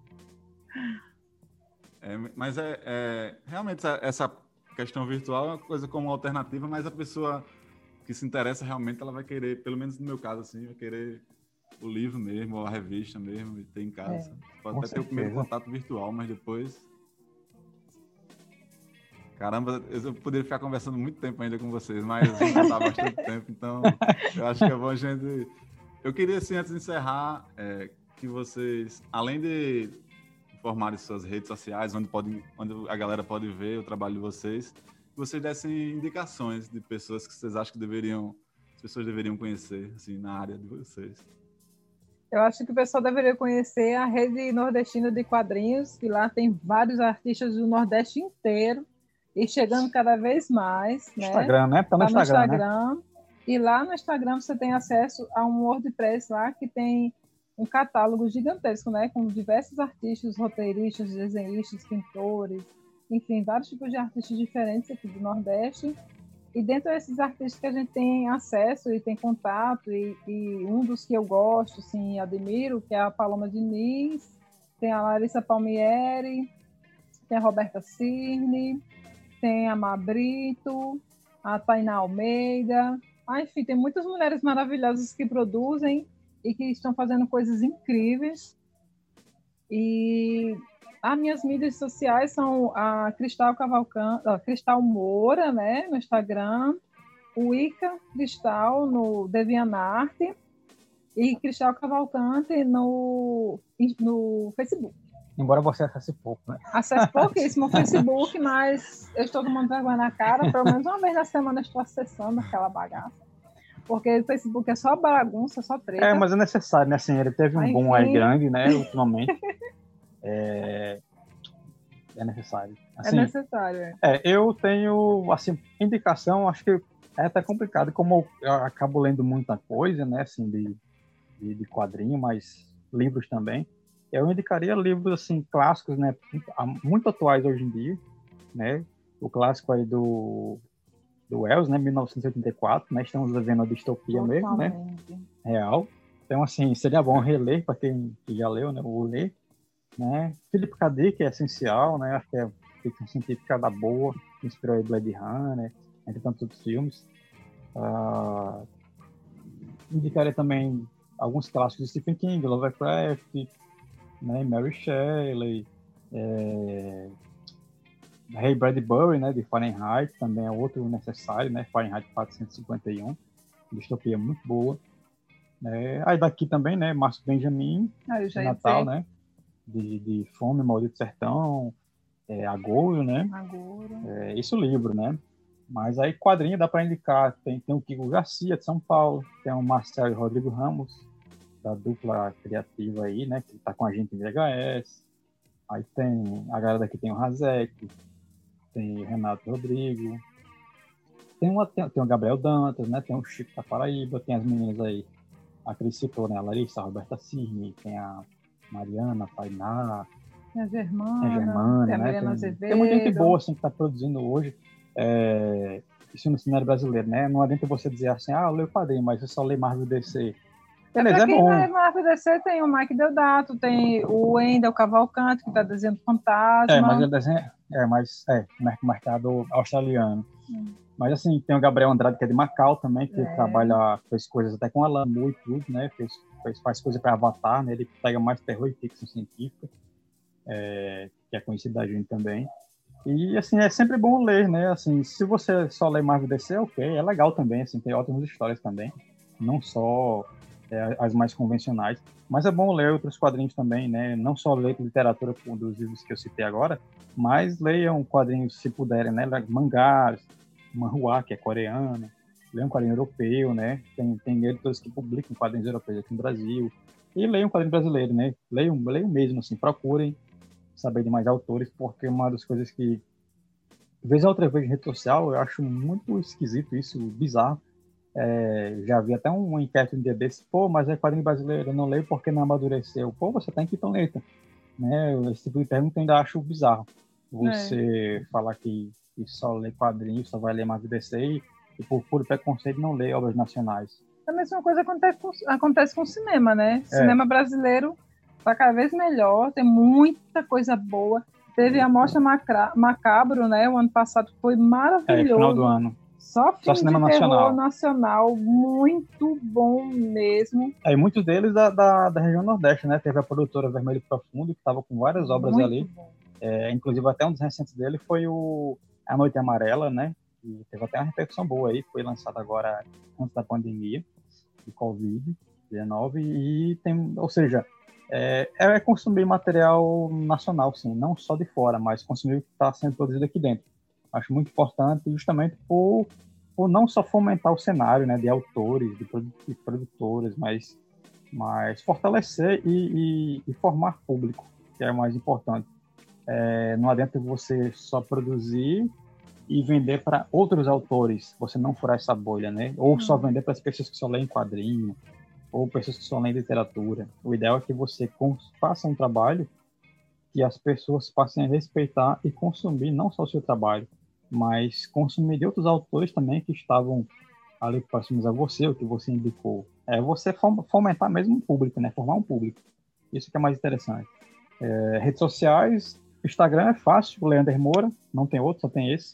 É, mas é, é realmente essa, essa questão virtual é uma coisa como alternativa, mas a pessoa que se interessa realmente, ela vai querer, pelo menos no meu caso, assim, vai querer o livro mesmo, ou a revista mesmo, e ter em casa. É, Pode até certeza. ter o primeiro contato virtual, mas depois... Caramba, eu poderia ficar conversando muito tempo ainda com vocês, mas a gente já está há bastante tempo, então eu acho que é bom a gente... Eu queria, assim, antes de encerrar, é, que vocês, além de formarem suas redes sociais, onde, pode, onde a galera pode ver o trabalho de vocês, que vocês dessem indicações de pessoas que vocês acham que deveriam, as pessoas deveriam conhecer, assim, na área de vocês. Eu acho que o pessoal deveria conhecer a Rede Nordestina de Quadrinhos, que lá tem vários artistas do Nordeste inteiro, e chegando cada vez mais, né? Instagram, né? Tá no, tá no Instagram, Instagram. Né? E lá no Instagram você tem acesso a um WordPress lá que tem um catálogo gigantesco, né? Com diversos artistas, roteiristas, desenhistas, pintores, enfim, vários tipos de artistas diferentes aqui do Nordeste. E dentro desses artistas que a gente tem acesso e tem contato, e, e um dos que eu gosto, assim, admiro, que é a Paloma Diniz, tem a Larissa Palmieri, tem a Roberta Cirne, tem a Mabrito, a Tainá Almeida, ah, enfim, tem muitas mulheres maravilhosas que produzem e que estão fazendo coisas incríveis. E as minhas mídias sociais são a Cristal Cavalcante, a Cristal Moura, né, no Instagram, o Ica Cristal no DeviantArt e Cristal Cavalcante no, no Facebook. Embora você acesse pouco, né? Acesso pouquíssimo o Facebook, mas eu estou tomando vergonha na cara, pelo menos uma vez na semana eu estou acessando aquela bagaça. Porque o Facebook é só bagunça, só treta. É, mas é necessário, né? Assim, ele teve um Aí, boom aí grande, né? Ultimamente. É, é necessário. Assim, é necessário, é. é. Eu tenho, assim, indicação, acho que é até complicado, como eu acabo lendo muita coisa, né? Assim, de, de, de quadrinho, mas livros também. Eu indicaria livros, assim, clássicos, né? Muito atuais hoje em dia, né? O clássico aí do, do Wells, né? mil novecentos e oitenta e quatro, né? Estamos vivendo a distopia Totalmente. mesmo, né? Real. Então, assim, seria bom reler, para quem já leu, né? Ou ler, né? Philip K. Dick é essencial, né? Acho que é ficção científica da boa, inspirou aí Blade Runner, entre tantos outros filmes. Uh, indicaria também alguns clássicos de Stephen King, Lovecraft, né, Mary Shelley, é... Ray Bradbury, né, de Fahrenheit, também é outro necessário, né, Fahrenheit quatrocentos e cinquenta e um, distopia muito boa. É... Aí daqui também, né, Márcio Benjamin, ah, de Natal, né, de, de Fome, Maldito Sertão, é, Agouro, né, Agouro. É, isso livro, né, mas aí quadrinho dá para indicar, tem, tem o Kiko Garcia, de São Paulo, tem o Marcelo e Rodrigo Ramos, da dupla criativa aí, né, que tá com a gente em V H S. Aí tem a galera daqui, tem o Razek, tem o Renato Rodrigo, tem, uma, tem, tem o Gabriel Dantas, né, tem o Chico da Paraíba, tem as meninas aí, a Cris citou, né, a Larissa, a Roberta Cirne, tem a Mariana, a Tainá, a Germana, a Germana, tem a né, tem, tem muita gente boa assim, que tá produzindo hoje é, isso no cenário brasileiro, né, não adianta você dizer assim, ah, eu leio quadrinho, mas eu só leio Marvel D C. Beleza, pra quem é bom. lê Marvel D C, tem o Mike Deodato, tem o Wendell Cavalcante, que está desenhando Fantasma. É, mas ele desenha... É, mas é, mercado australiano. Hum. Mas assim, tem o Gabriel Andrade, que é de Macau também, que é. trabalha, fez coisas até com a Lamu e tudo, né? Fez, fez, faz coisa para Avatar, né? Ele pega mais terror e ficção científica, é, que é conhecido da gente também. E, assim, é sempre bom ler, né? Assim, se você só lê Marvel D C, ok, é legal também, assim, tem ótimas histórias também, não só é, as mais convencionais, mas é bom ler outros quadrinhos também, né? Não só ler literatura dos livros que eu citei agora, mas leiam quadrinhos, se puderem, né? Mangás, manhua, que é coreano, leiam um quadrinho europeu, né? Tem, tem editores que publicam quadrinhos europeus aqui no Brasil, e leiam um quadrinho brasileiro, né? Leiam, leiam mesmo, assim, procurem saber de mais autores, porque uma das coisas que, vez a outra vez em rede social, eu acho muito esquisito isso, bizarro. É, já vi até uma enquete um dia desse, pô, mas é quadrinho brasileiro, eu não leio porque não amadureceu. Pô, você tá em Pitoneta, né? Esse tipo de pergunta eu ainda acho bizarro. Você é. falar que, que só lê quadrinhos, só vai ler Marvel D C e, e por puro preconceito não lê obras nacionais. A mesma coisa acontece com, acontece com o cinema, né? É. Cinema brasileiro tá cada vez melhor, tem muita coisa boa. Teve a Mostra Macra, Macabro, né? O ano passado foi maravilhoso. É, final do ano. Só filme Só cinema de terror nacional. nacional, muito bom mesmo. É, e muitos deles da, da, da região Nordeste, né? Teve a produtora Vermelho Profundo, que estava com várias obras muito ali. É, inclusive, até um dos recentes dele foi o A Noite Amarela, né? E teve até uma repercussão boa aí, foi lançado agora antes da pandemia de covid dezenove. E tem, ou seja, é, é consumir material nacional, sim, não só de fora, mas consumir o que está sendo produzido aqui dentro. Acho muito importante, justamente por, por não só fomentar o cenário, né, de autores, de, produ- de produtores, mas, mas fortalecer e, e, e formar público, que é o mais importante. É, não adianta você só produzir e vender para outros autores, você não furar essa bolha, né? Ou só vender para as pessoas que só leem quadrinho, ou pessoas que só leem literatura. O ideal é que você faça um trabalho que as pessoas passem a respeitar e consumir não só o seu trabalho, mas consumir de outros autores também que estavam ali próximos a você, o que você indicou. É você fomentar mesmo um público, né? Formar um público. Isso que é mais interessante. É, redes sociais, Instagram é fácil, Leander Moura, não tem outro, só tem esse.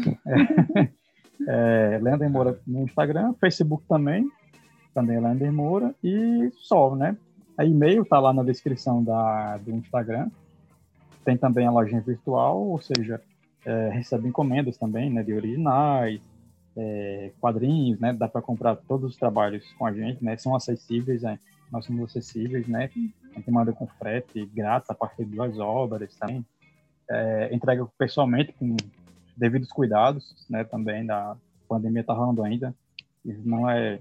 É, é, Leander Moura no Instagram, Facebook também, também é Leander Moura, e só, né? A e-mail tá lá na descrição da, do Instagram. Tem também a lojinha virtual, ou seja, é, recebe encomendas também, né, de originais, é, quadrinhos, né, dá para comprar todos os trabalhos com a gente, né, são acessíveis, né, nós somos acessíveis, né, a gente manda com frete grátis a partir de duas obras também, é, entrega pessoalmente com devidos cuidados, né, também da pandemia tá rolando ainda, isso não é,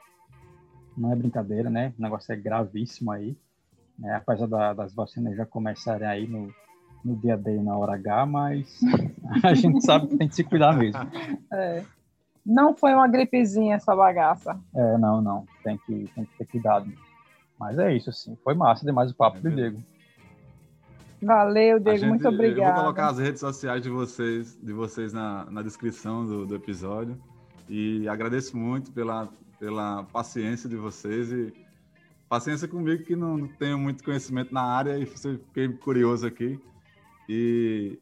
não é brincadeira, né, o negócio é gravíssimo aí, né, apesar da, das vacinas já começarem aí no no dia D e na hora H, mas a gente sabe que tem que se cuidar mesmo. É. Não foi uma gripezinha essa bagaça. É, não, não. Tem que, tem que ter cuidado. Mas é isso, assim. Foi massa demais o papo é do Diego. Valeu, Diego. Gente, muito obrigado. Eu vou colocar as redes sociais de vocês, de vocês na, na descrição do, do episódio. E agradeço muito pela, pela paciência de vocês e paciência comigo, que não, não tenho muito conhecimento na área e fiquei curioso aqui. E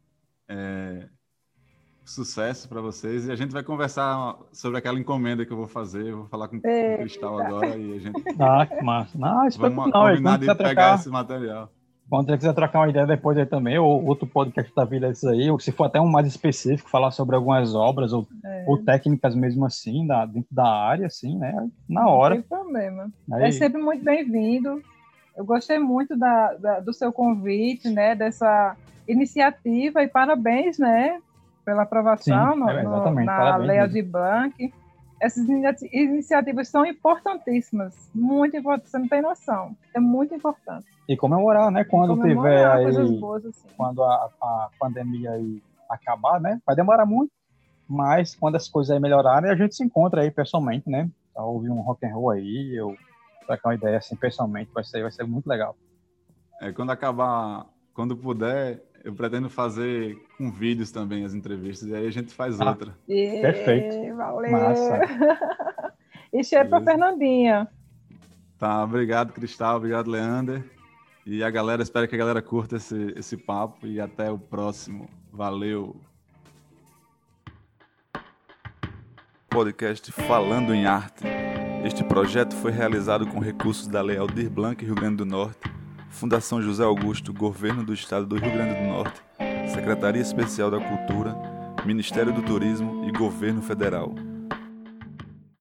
é, sucesso para vocês. E a gente vai conversar sobre aquela encomenda que eu vou fazer. Eu vou falar com, com o Cristal agora e a gente ah, que massa. Não, isso vamos não, combinar de pegar trocar, esse material. Quando você quiser trocar uma ideia depois aí também, ou outro podcast da vida isso aí, ou se for até um mais específico, falar sobre algumas obras ou, é. ou técnicas mesmo assim, da, dentro da área, assim, né? Na hora. Não tem problema. Aí... É sempre muito bem-vindo. Eu gostei muito da, da, do seu convite, né, dessa iniciativa, e parabéns, né, pela aprovação. Sim, no, é, no, na parabéns, Lei Aldir Blanc. Essas inici- iniciativas são importantíssimas, muito importantes, você não tem noção, é muito importante. E comemorar, né, quando comemorar tiver coisas aí, boas, assim. Quando a, a pandemia aí acabar, né, vai demorar muito, mas quando as coisas aí melhorarem, a gente se encontra aí pessoalmente, né, ouvir um rock and roll aí, eu trocar uma ideia assim pessoalmente, vai ser, vai ser muito legal. É, quando acabar, quando puder, eu pretendo fazer com vídeos também as entrevistas, e aí a gente faz ah, outra. E... Perfeito. Valeu. Massa. E cheiro pra Fernandinha. Tá, obrigado, Cristal, obrigado, Leander. E a galera, espero que a galera curta esse, esse papo e até o próximo. Valeu! Podcast Falando em Arte. Este projeto foi realizado com recursos da Lei Aldir Blanc, Rio Grande do Norte, Fundação José Augusto, Governo do Estado do Rio Grande do Norte, Secretaria Especial da Cultura, Ministério do Turismo e Governo Federal.